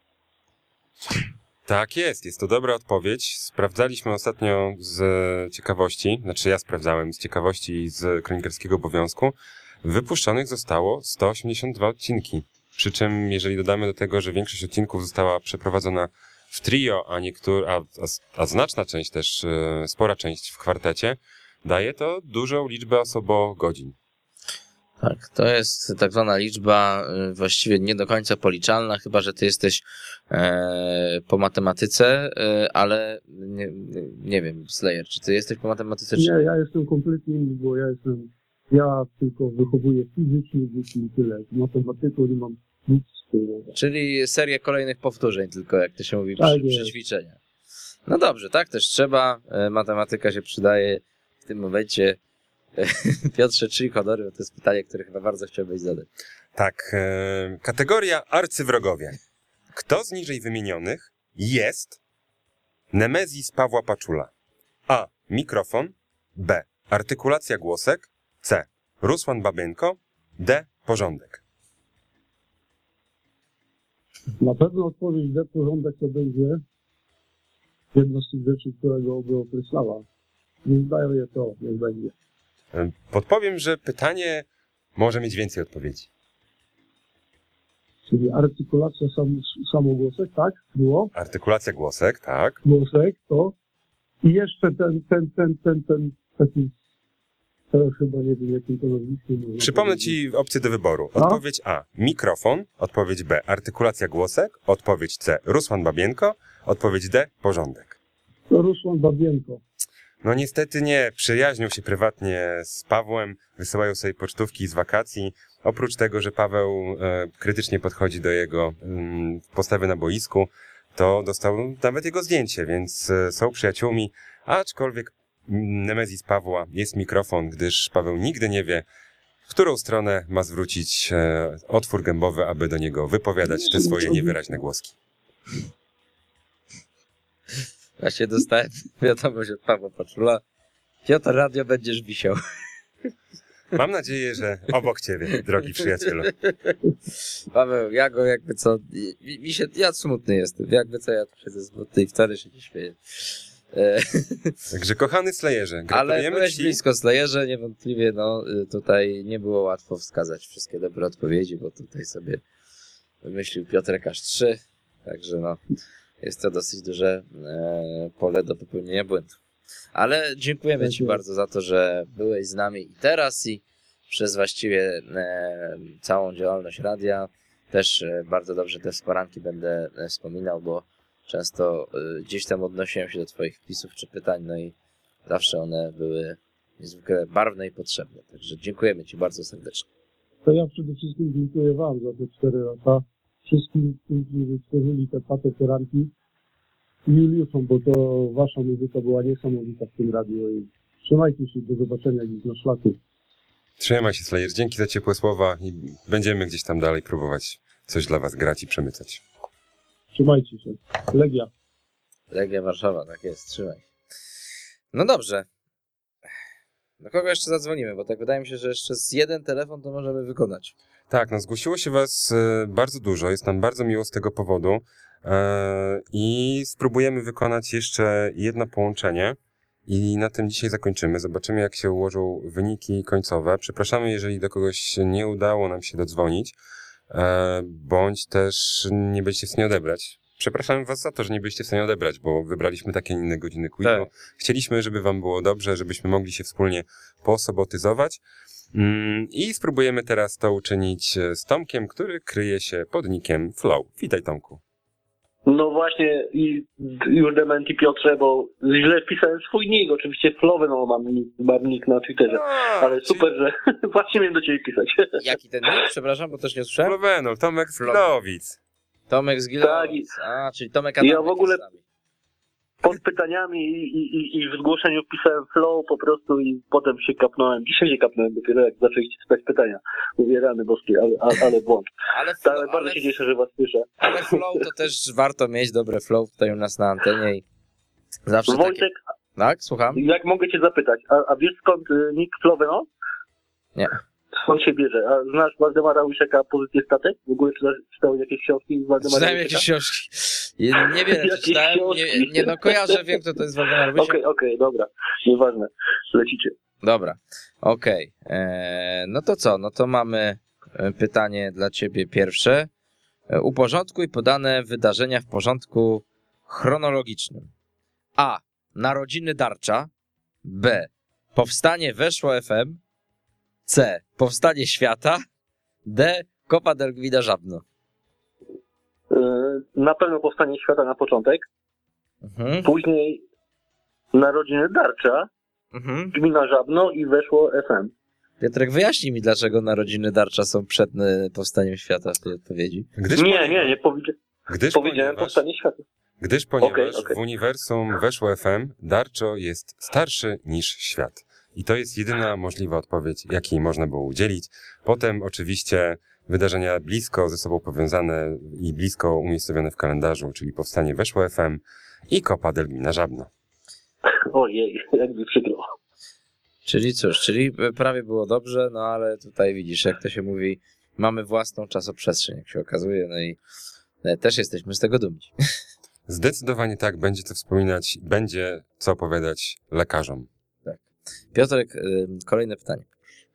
Tak jest, jest to dobra odpowiedź. Sprawdzaliśmy ostatnio z ciekawości, znaczy ja sprawdzałem z ciekawości i z kronikarskiego obowiązku. Wypuszczonych zostało sto osiemdziesiąt dwa odcinki. Przy czym, jeżeli dodamy do tego, że większość odcinków została przeprowadzona w trio, a, niektóre, a, a, a znaczna część też, e, spora część w kwartecie, daje to dużą liczbę osobogodzin. Tak, to jest tak zwana liczba y, właściwie nie do końca policzalna, chyba że ty jesteś e, po matematyce, e, ale nie, nie wiem, Slayer, czy ty jesteś po matematyce? Czy... Nie, ja jestem kompletnie inny, bo ja jestem, ja tylko wychowuję fizycznie dzieci i tyle. Z matematyką nie mam nic wspólnego. Czyli serię kolejnych powtórzeń, tylko jak to się mówi, Tak przy, jest. przećwiczenia. No dobrze, tak też trzeba, e, matematyka się przydaje w tym momencie. Piotrze, trzy honory, bo to jest pytanie, które chyba bardzo chciałbyś zadać. Tak, e, kategoria arcywrogowie. Kto z niżej wymienionych jest Nemezis Pawła Paczula? A. Mikrofon. B. Artykulacja głosek. C. Rusłan Babienko. D. Porządek. Na pewno odpowiedź D, porządek to będzie jedna z tych rzeczy, którego by określała. Nie zdaję to, niech będzie. Podpowiem, że pytanie może mieć więcej odpowiedzi. Czyli artykulacja sam, samogłosek, tak? Było? Artykulacja głosek, tak. Głosek, to. I jeszcze ten, ten, ten, ten, ten, taki, teraz chyba nie wiem, jakim to nazwiskiem. Przypomnę ci opcję do wyboru. Odpowiedź A. Mikrofon. Odpowiedź B. Artykulacja głosek. Odpowiedź C. Rusłan Babienko. Odpowiedź D. Porządek. To Rusłan Babienko. No niestety nie. Przyjaźnił się prywatnie z Pawłem. Wysyłają sobie pocztówki z wakacji. Oprócz tego, że Paweł e, krytycznie podchodzi do jego mm, postawy na boisku, to dostał nawet jego zdjęcie, więc e, są przyjaciółmi, aczkolwiek Nemezis Pawła jest mikrofon, gdyż Paweł nigdy nie wie, w którą stronę ma zwrócić e, otwór gębowy, aby do niego wypowiadać te swoje niewyraźne głoski. Właśnie dostałem wiadomość od Pawła Paczula. Piotr, radio będziesz wisiał. Mam nadzieję, że obok ciebie, drogi przyjacielu. Paweł, ja go jakby co, mi, mi się, ja smutny jestem, jakby co ja tu siedzę smutny i wcale się nie śmieję. E, Także kochany Slayerze, Ale gratulujemy byłeś ci. blisko Slayerze, niewątpliwie no tutaj nie było łatwo wskazać wszystkie dobre odpowiedzi, bo tutaj sobie wymyślił Piotrek aż trzy, także no jest to dosyć duże e, pole do popełnienia błędu. Ale dziękujemy ci bardzo za to, że byłeś z nami i teraz i przez właściwie e, całą działalność radia. Też e, bardzo dobrze te sporanki będę e, wspominał, bo często e, gdzieś tam odnosiłem się do twoich wpisów czy pytań, no i zawsze one były niezwykle barwne i potrzebne. Także dziękujemy ci bardzo serdecznie. To ja przede wszystkim dziękuję wam za te cztery lata. Wszystkim, którzy stworzyli te paty poranki. I Juliuszom, bo to wasza muzyka była niesamowita w tym radiu i trzymajcie się, do zobaczenia gdzieś na szlaku. Trzymaj się, Slayer, dzięki za ciepłe słowa i będziemy gdzieś tam dalej próbować coś dla was grać i przemycać. Trzymajcie się. Legia. Legia Warszawa, tak jest, trzymaj. No dobrze. Do kogo jeszcze zadzwonimy? Bo tak wydaje mi się, że jeszcze z jeden telefon to możemy wykonać. Tak, no zgłosiło się was e, bardzo dużo, jest nam bardzo miło z tego powodu e, i spróbujemy wykonać jeszcze jedno połączenie i na tym dzisiaj zakończymy. Zobaczymy, jak się ułożą wyniki końcowe. Przepraszamy, jeżeli do kogoś nie udało nam się dodzwonić, e, bądź też nie będziecie w stanie odebrać. Przepraszam was za to, że nie byliście w stanie odebrać, bo wybraliśmy takie inne godziny quizu. Tak. Chcieliśmy, żeby wam było dobrze, żebyśmy mogli się wspólnie posobotyzować. Mm, I spróbujemy teraz to uczynić z Tomkiem, który kryje się pod nickiem Flow. Witaj, Tomku. No właśnie, i już dementi Piotrze, bo źle wpisałem swój nick, oczywiście Flowy, no mam nick, mam nick na Twitterze, A, ale super, czyli... że właśnie miałem do ciebie pisać. Jaki ten nick? Przepraszam, bo też nie usłyszałem. Flowenol, Tomek z Gilowic. Tomek z Gilowic, tak, a, czyli Tomek Adamik. Ja w ogóle pod pytaniami i, i, i, i w zgłoszeniu wpisałem Flow po prostu i potem się kapnąłem. Dzisiaj się kapnąłem dopiero, jak zaczęliście czytać pytania. Mówię, rany boskie, ale, ale, ale błąd. Ale, flow, ale bardzo ale, się cieszę, że was słyszę. Ale Flow to też warto mieć dobre Flow tutaj u nas na antenie i zawsze Wojtek, takie... Tak, słucham? Jak mogę cię zapytać, a, a wiesz skąd y, nick Flowenol? Nie. Skąd się bierze? A znasz Waldemara Łysiaka Pozycję Statek? W ogóle czytałeś, czytałeś jakieś książki z Waldemara Czytałem jakieś książki. Niewiele jakieś czytałem. Nie, nie, no kojarzę, wiem kto to jest Waldemar Łysiak. Okej, okay, okej, okay, dobra. Nieważne. Lecicie. Dobra, okej. Okay. Eee, no to co? No to mamy pytanie dla ciebie pierwsze. Uporządkuj podane wydarzenia w porządku chronologicznym. A. Narodziny Darcza. B. Powstanie Weszło F M. C. Powstanie świata. D. Copa del Gvida Żabno. Na pewno Powstanie świata na początek. Mhm. Później Narodziny Darcza. Mhm. Gmina Żabno i Weszło F M. Piotrek, wyjaśnij mi, dlaczego Narodziny Darcza są przed powstaniem świata w tej odpowiedzi. Gdyż nie, ponieważ, nie, nie powiedziałem. Gdyż powiedziałem Powstanie świata. Gdyż ponieważ okay, okay. w uniwersum Weszło F M Darczo jest starszy niż świat. I to jest jedyna możliwa odpowiedź, jakiej można było udzielić. Potem oczywiście wydarzenia blisko ze sobą powiązane i blisko umiejscowione w kalendarzu, czyli powstanie Weszło F M i Copa del Gmina Żabno. Ojej, jakby przykro. Czyli cóż, czyli prawie było dobrze, no ale tutaj widzisz, jak to się mówi, mamy własną czasoprzestrzeń, jak się okazuje, no i też jesteśmy z tego dumni. Zdecydowanie tak, będzie co wspominać, będzie co opowiadać lekarzom. Tak. Piotrek, kolejne pytanie.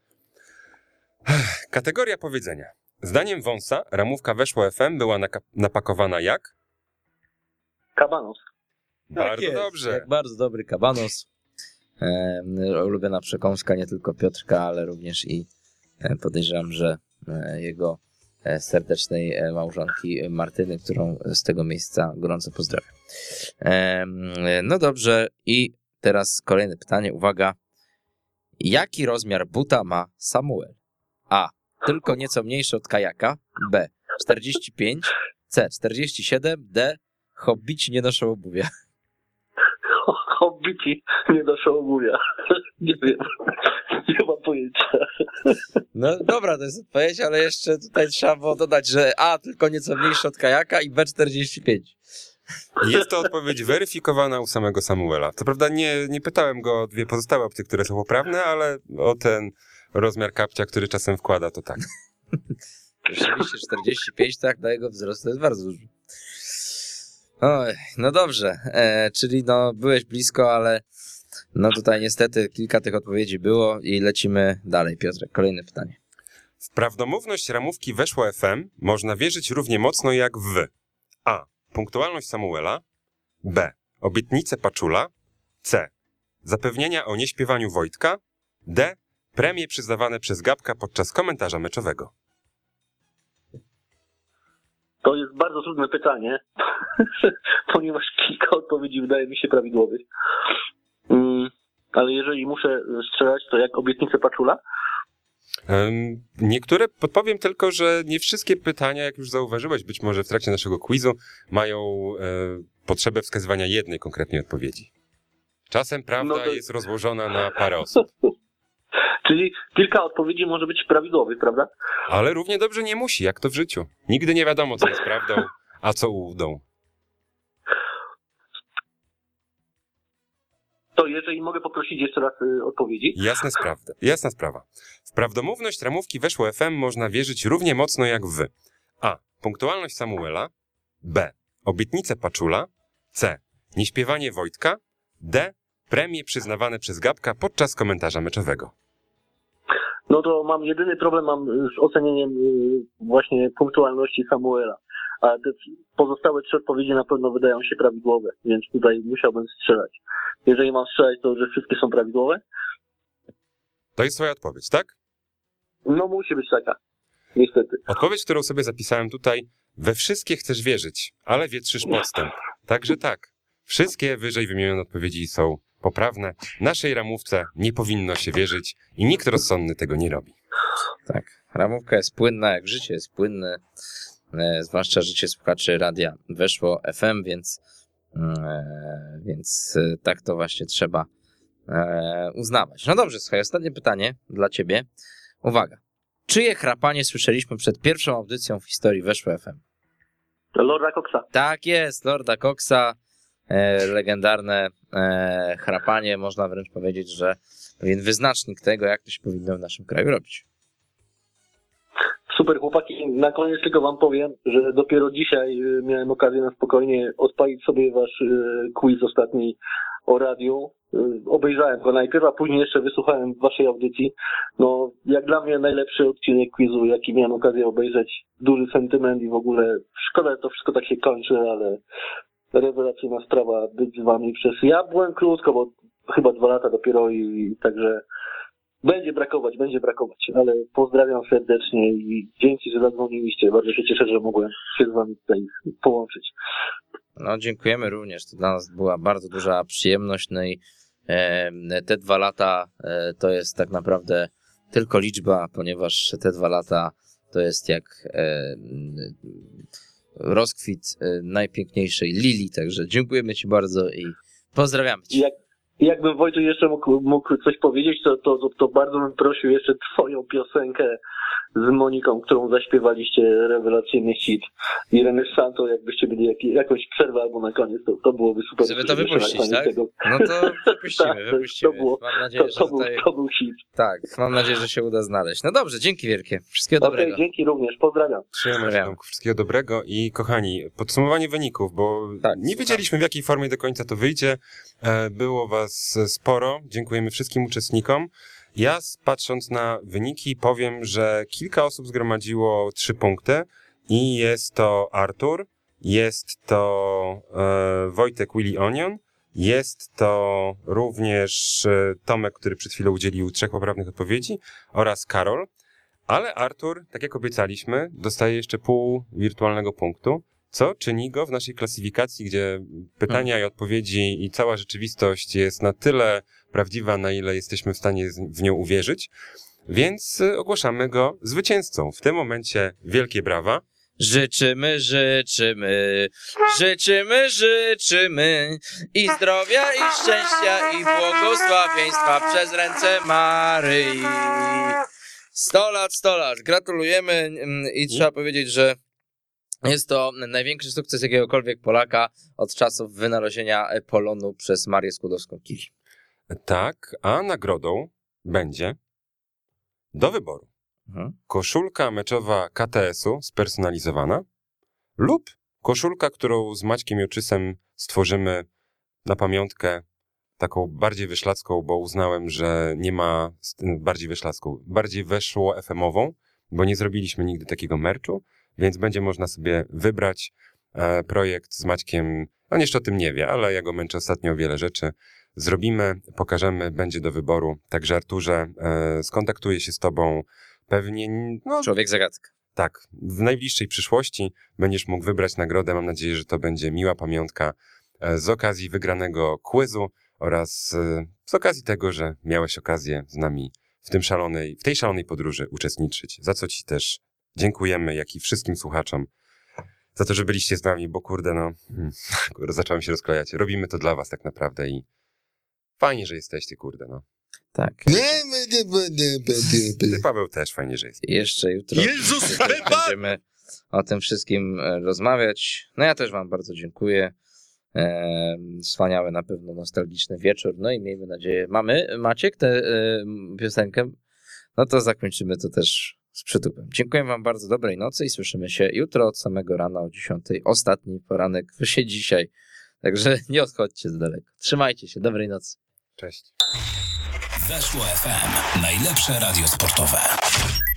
Kategoria powiedzenia. Zdaniem Wąsa ramówka Weszło F M była napakowana jak? Kabanos. Bardzo tak dobrze. Jak bardzo dobry kabanos. E, ulubiona przekąska nie tylko Piotrka, ale również i e, podejrzewam, że e, jego e, serdecznej e, małżonki Martyny, którą z tego miejsca gorąco pozdrawiam. E, no dobrze, i teraz kolejne pytanie. Uwaga. Jaki rozmiar buta ma Samuel? A. Tylko nieco mniejszy od kajaka. B. czterdzieści pięć. C. czterdzieści siedem. D. Hobbici nie noszą obuwia. Hobbici nie noszą obuwia. Nie wiem. Nie mam pojęcia. No dobra, to jest odpowiedź, ale jeszcze tutaj trzeba było dodać, że A. Tylko nieco mniejszy od kajaka i B. czterdzieści pięć. Jest to odpowiedź weryfikowana u samego Samuela. Co prawda nie, nie pytałem go o dwie pozostałe opcje, które są poprawne, ale o ten rozmiar kapcia, który czasem wkłada, to tak. Rzeczywiście czterdzieści pięć, tak, na jego wzrost to jest bardzo duży. Oj, no dobrze, e, czyli no byłeś blisko, ale no tutaj niestety kilka tych odpowiedzi było i lecimy dalej. Piotrek, kolejne pytanie. W prawdomówność ramówki Weszło F M można wierzyć równie mocno jak w A. Punktualność Samuela. B. Obietnice Paczula. C. Zapewnienia o nieśpiewaniu Wojtka. D. Premie przyznawane przez Gabka podczas komentarza meczowego. To jest bardzo trudne pytanie, ponieważ kilka odpowiedzi wydaje mi się prawidłowych. Mm, ale jeżeli muszę strzelać, to jak obietnice Paczula? Um, niektóre, podpowiem tylko, że nie wszystkie pytania, jak już zauważyłeś, być może w trakcie naszego quizu, mają e, potrzebę wskazywania jednej konkretnej odpowiedzi. Czasem prawda no to... jest rozłożona na parę osób. Czyli kilka odpowiedzi może być prawidłowych, prawda? Ale równie dobrze nie musi, jak to w życiu. Nigdy nie wiadomo, co jest prawdą, a co ułudą. To jeżeli mogę poprosić jeszcze raz y, odpowiedzi. Jasna sprawa. Jasna sprawa. W prawdomówność ramówki Weszło F M można wierzyć równie mocno jak wy. A. Punktualność Samuela. B. Obietnice Paczula. C. Nieśpiewanie Wojtka. D. Premie przyznawane przez Gabka podczas komentarza meczowego. No to mam jedyny problem mam z ocenieniem y, właśnie punktualności Samuela. A te pozostałe trzy odpowiedzi na pewno wydają się prawidłowe, więc tutaj musiałbym strzelać. Jeżeli mam strzelać, to że wszystkie są prawidłowe? To jest twoja odpowiedź, tak? No musi być taka, niestety. Odpowiedź, którą sobie zapisałem tutaj, we wszystkie chcesz wierzyć, ale wietrzysz podstęp. Także tak, wszystkie wyżej wymienione odpowiedzi są poprawne. Naszej ramówce nie powinno się wierzyć i nikt rozsądny tego nie robi. Tak, ramówka jest płynna, jak życie jest płynne, e, zwłaszcza życie słuchaczy radia Weszło F M, więc, e, więc e, tak to właśnie trzeba e, uznawać. No dobrze, słuchaj, ostatnie pytanie dla ciebie. Uwaga. Czyje chrapanie słyszeliśmy przed pierwszą audycją w historii Weszło F M? Lorda Coxa. Tak jest, Lorda Coxa. E, legendarne e, chrapanie, można wręcz powiedzieć, że pewien wyznacznik tego, jak to się powinno w naszym kraju robić. Super chłopaki, na koniec tylko wam powiem, że dopiero dzisiaj miałem okazję na spokojnie odpalić sobie wasz quiz ostatni o radiu. Obejrzałem go najpierw, a później jeszcze wysłuchałem waszej audycji. No, jak dla mnie najlepszy odcinek quizu, jaki miałem okazję obejrzeć. Duży sentyment i w ogóle szkoda, że to wszystko tak się kończy, ale rewelacyjna sprawa być z wami przez... Ja byłem krótko, bo chyba dwa lata dopiero i, i także będzie brakować, będzie brakować, ale pozdrawiam serdecznie i dzięki, że zadzwoniliście. Bardzo się cieszę, że mogłem się z wami tutaj połączyć. No dziękujemy również, to dla nas była bardzo duża przyjemność, no i e, te dwa lata e, to jest tak naprawdę tylko liczba, ponieważ te dwa lata to jest jak e, rozkwit e, najpiękniejszej lilii, także dziękujemy ci bardzo i pozdrawiamy cię. Jak, jakbym Wojciech jeszcze mógł, mógł coś powiedzieć, to, to, to bardzo bym prosił jeszcze twoją piosenkę z Moniką, którą zaśpiewaliście, rewelacyjny hit. I René Santo, jakbyście byli jak, jakąś przerwę albo na koniec, to, to byłoby super. Żeby to wypuścić, tak? Tego. No to wypuścimy, tak, wypuścimy. To, było, mam nadzieję, to, to, że był, tutaj... to był hit. Tak, mam nadzieję, że się uda znaleźć. No dobrze, dzięki wielkie. Wszystkiego okay, dobrego. Dzięki również, pozdrawiam. Trzymaj się, Tomku, wszystkiego dobrego i kochani, podsumowanie wyników, bo tak, nie wiedzieliśmy w jakiej formie do końca to wyjdzie. Było was sporo, dziękujemy wszystkim uczestnikom. Ja patrząc na wyniki powiem, że kilka osób zgromadziło trzy punkty i jest to Artur, jest to e, Wojtek Willy Onion, jest to również e, Tomek, który przed chwilą udzielił trzech poprawnych odpowiedzi oraz Karol, ale Artur, tak jak obiecaliśmy, dostaje jeszcze pół wirtualnego punktu, co czyni go w naszej klasyfikacji, gdzie pytania hmm. i odpowiedzi i cała rzeczywistość jest na tyle prawdziwa, na ile jesteśmy w stanie w nią uwierzyć, więc ogłaszamy go zwycięzcą. W tym momencie wielkie brawa. Życzymy, życzymy, życzymy, życzymy i zdrowia, i szczęścia, i błogosławieństwa przez ręce Maryi. Sto lat, sto lat. Gratulujemy i trzeba powiedzieć, że jest to największy sukces jakiegokolwiek Polaka od czasów wynalezienia polonu przez Marię Skłodowską-Curie. Tak, a nagrodą będzie do wyboru mhm. koszulka meczowa K T S-u spersonalizowana lub koszulka, którą z Maćkiem Joczysem stworzymy na pamiątkę taką bardziej wyszlacką, bo uznałem, że nie ma bardziej wyszlacką, bardziej weszło F M-ową, bo nie zrobiliśmy nigdy takiego merchu, więc będzie można sobie wybrać e, projekt z Maćkiem. On jeszcze o tym nie wie, ale ja go męczę ostatnio o wiele rzeczy. Zrobimy, pokażemy, będzie do wyboru. Także Arturze, e, skontaktuję się z tobą pewnie... No, Człowiek zagadka. Tak, w najbliższej przyszłości będziesz mógł wybrać nagrodę. Mam nadzieję, że to będzie miła pamiątka e, z okazji wygranego quizu oraz e, z okazji tego, że miałeś okazję z nami w tym szalonej, w tej szalonej podróży uczestniczyć. Za co ci też dziękujemy, jak i wszystkim słuchaczom za to, że byliście z nami, bo kurde, no, kurde, zacząłem się rozklejać. Robimy to dla was tak naprawdę i fajnie, że jesteście, kurde, no. Tak. Ty, Paweł, też fajnie, że jesteś. Jeszcze jutro Jezus, będziemy o tym wszystkim rozmawiać. No ja też wam bardzo dziękuję. E, wspaniały, na pewno nostalgiczny wieczór. No i miejmy nadzieję, mamy, Maciek, tę e, piosenkę? No to zakończymy to też z przytupem. Dziękuję wam bardzo, dobrej nocy i słyszymy się jutro od samego rana o dziesiątej. Ostatni poranek się dzisiaj. Także nie odchodźcie z daleko. Trzymajcie się, dobrej nocy. Cześć. Weszło F M. Najlepsze radio sportowe.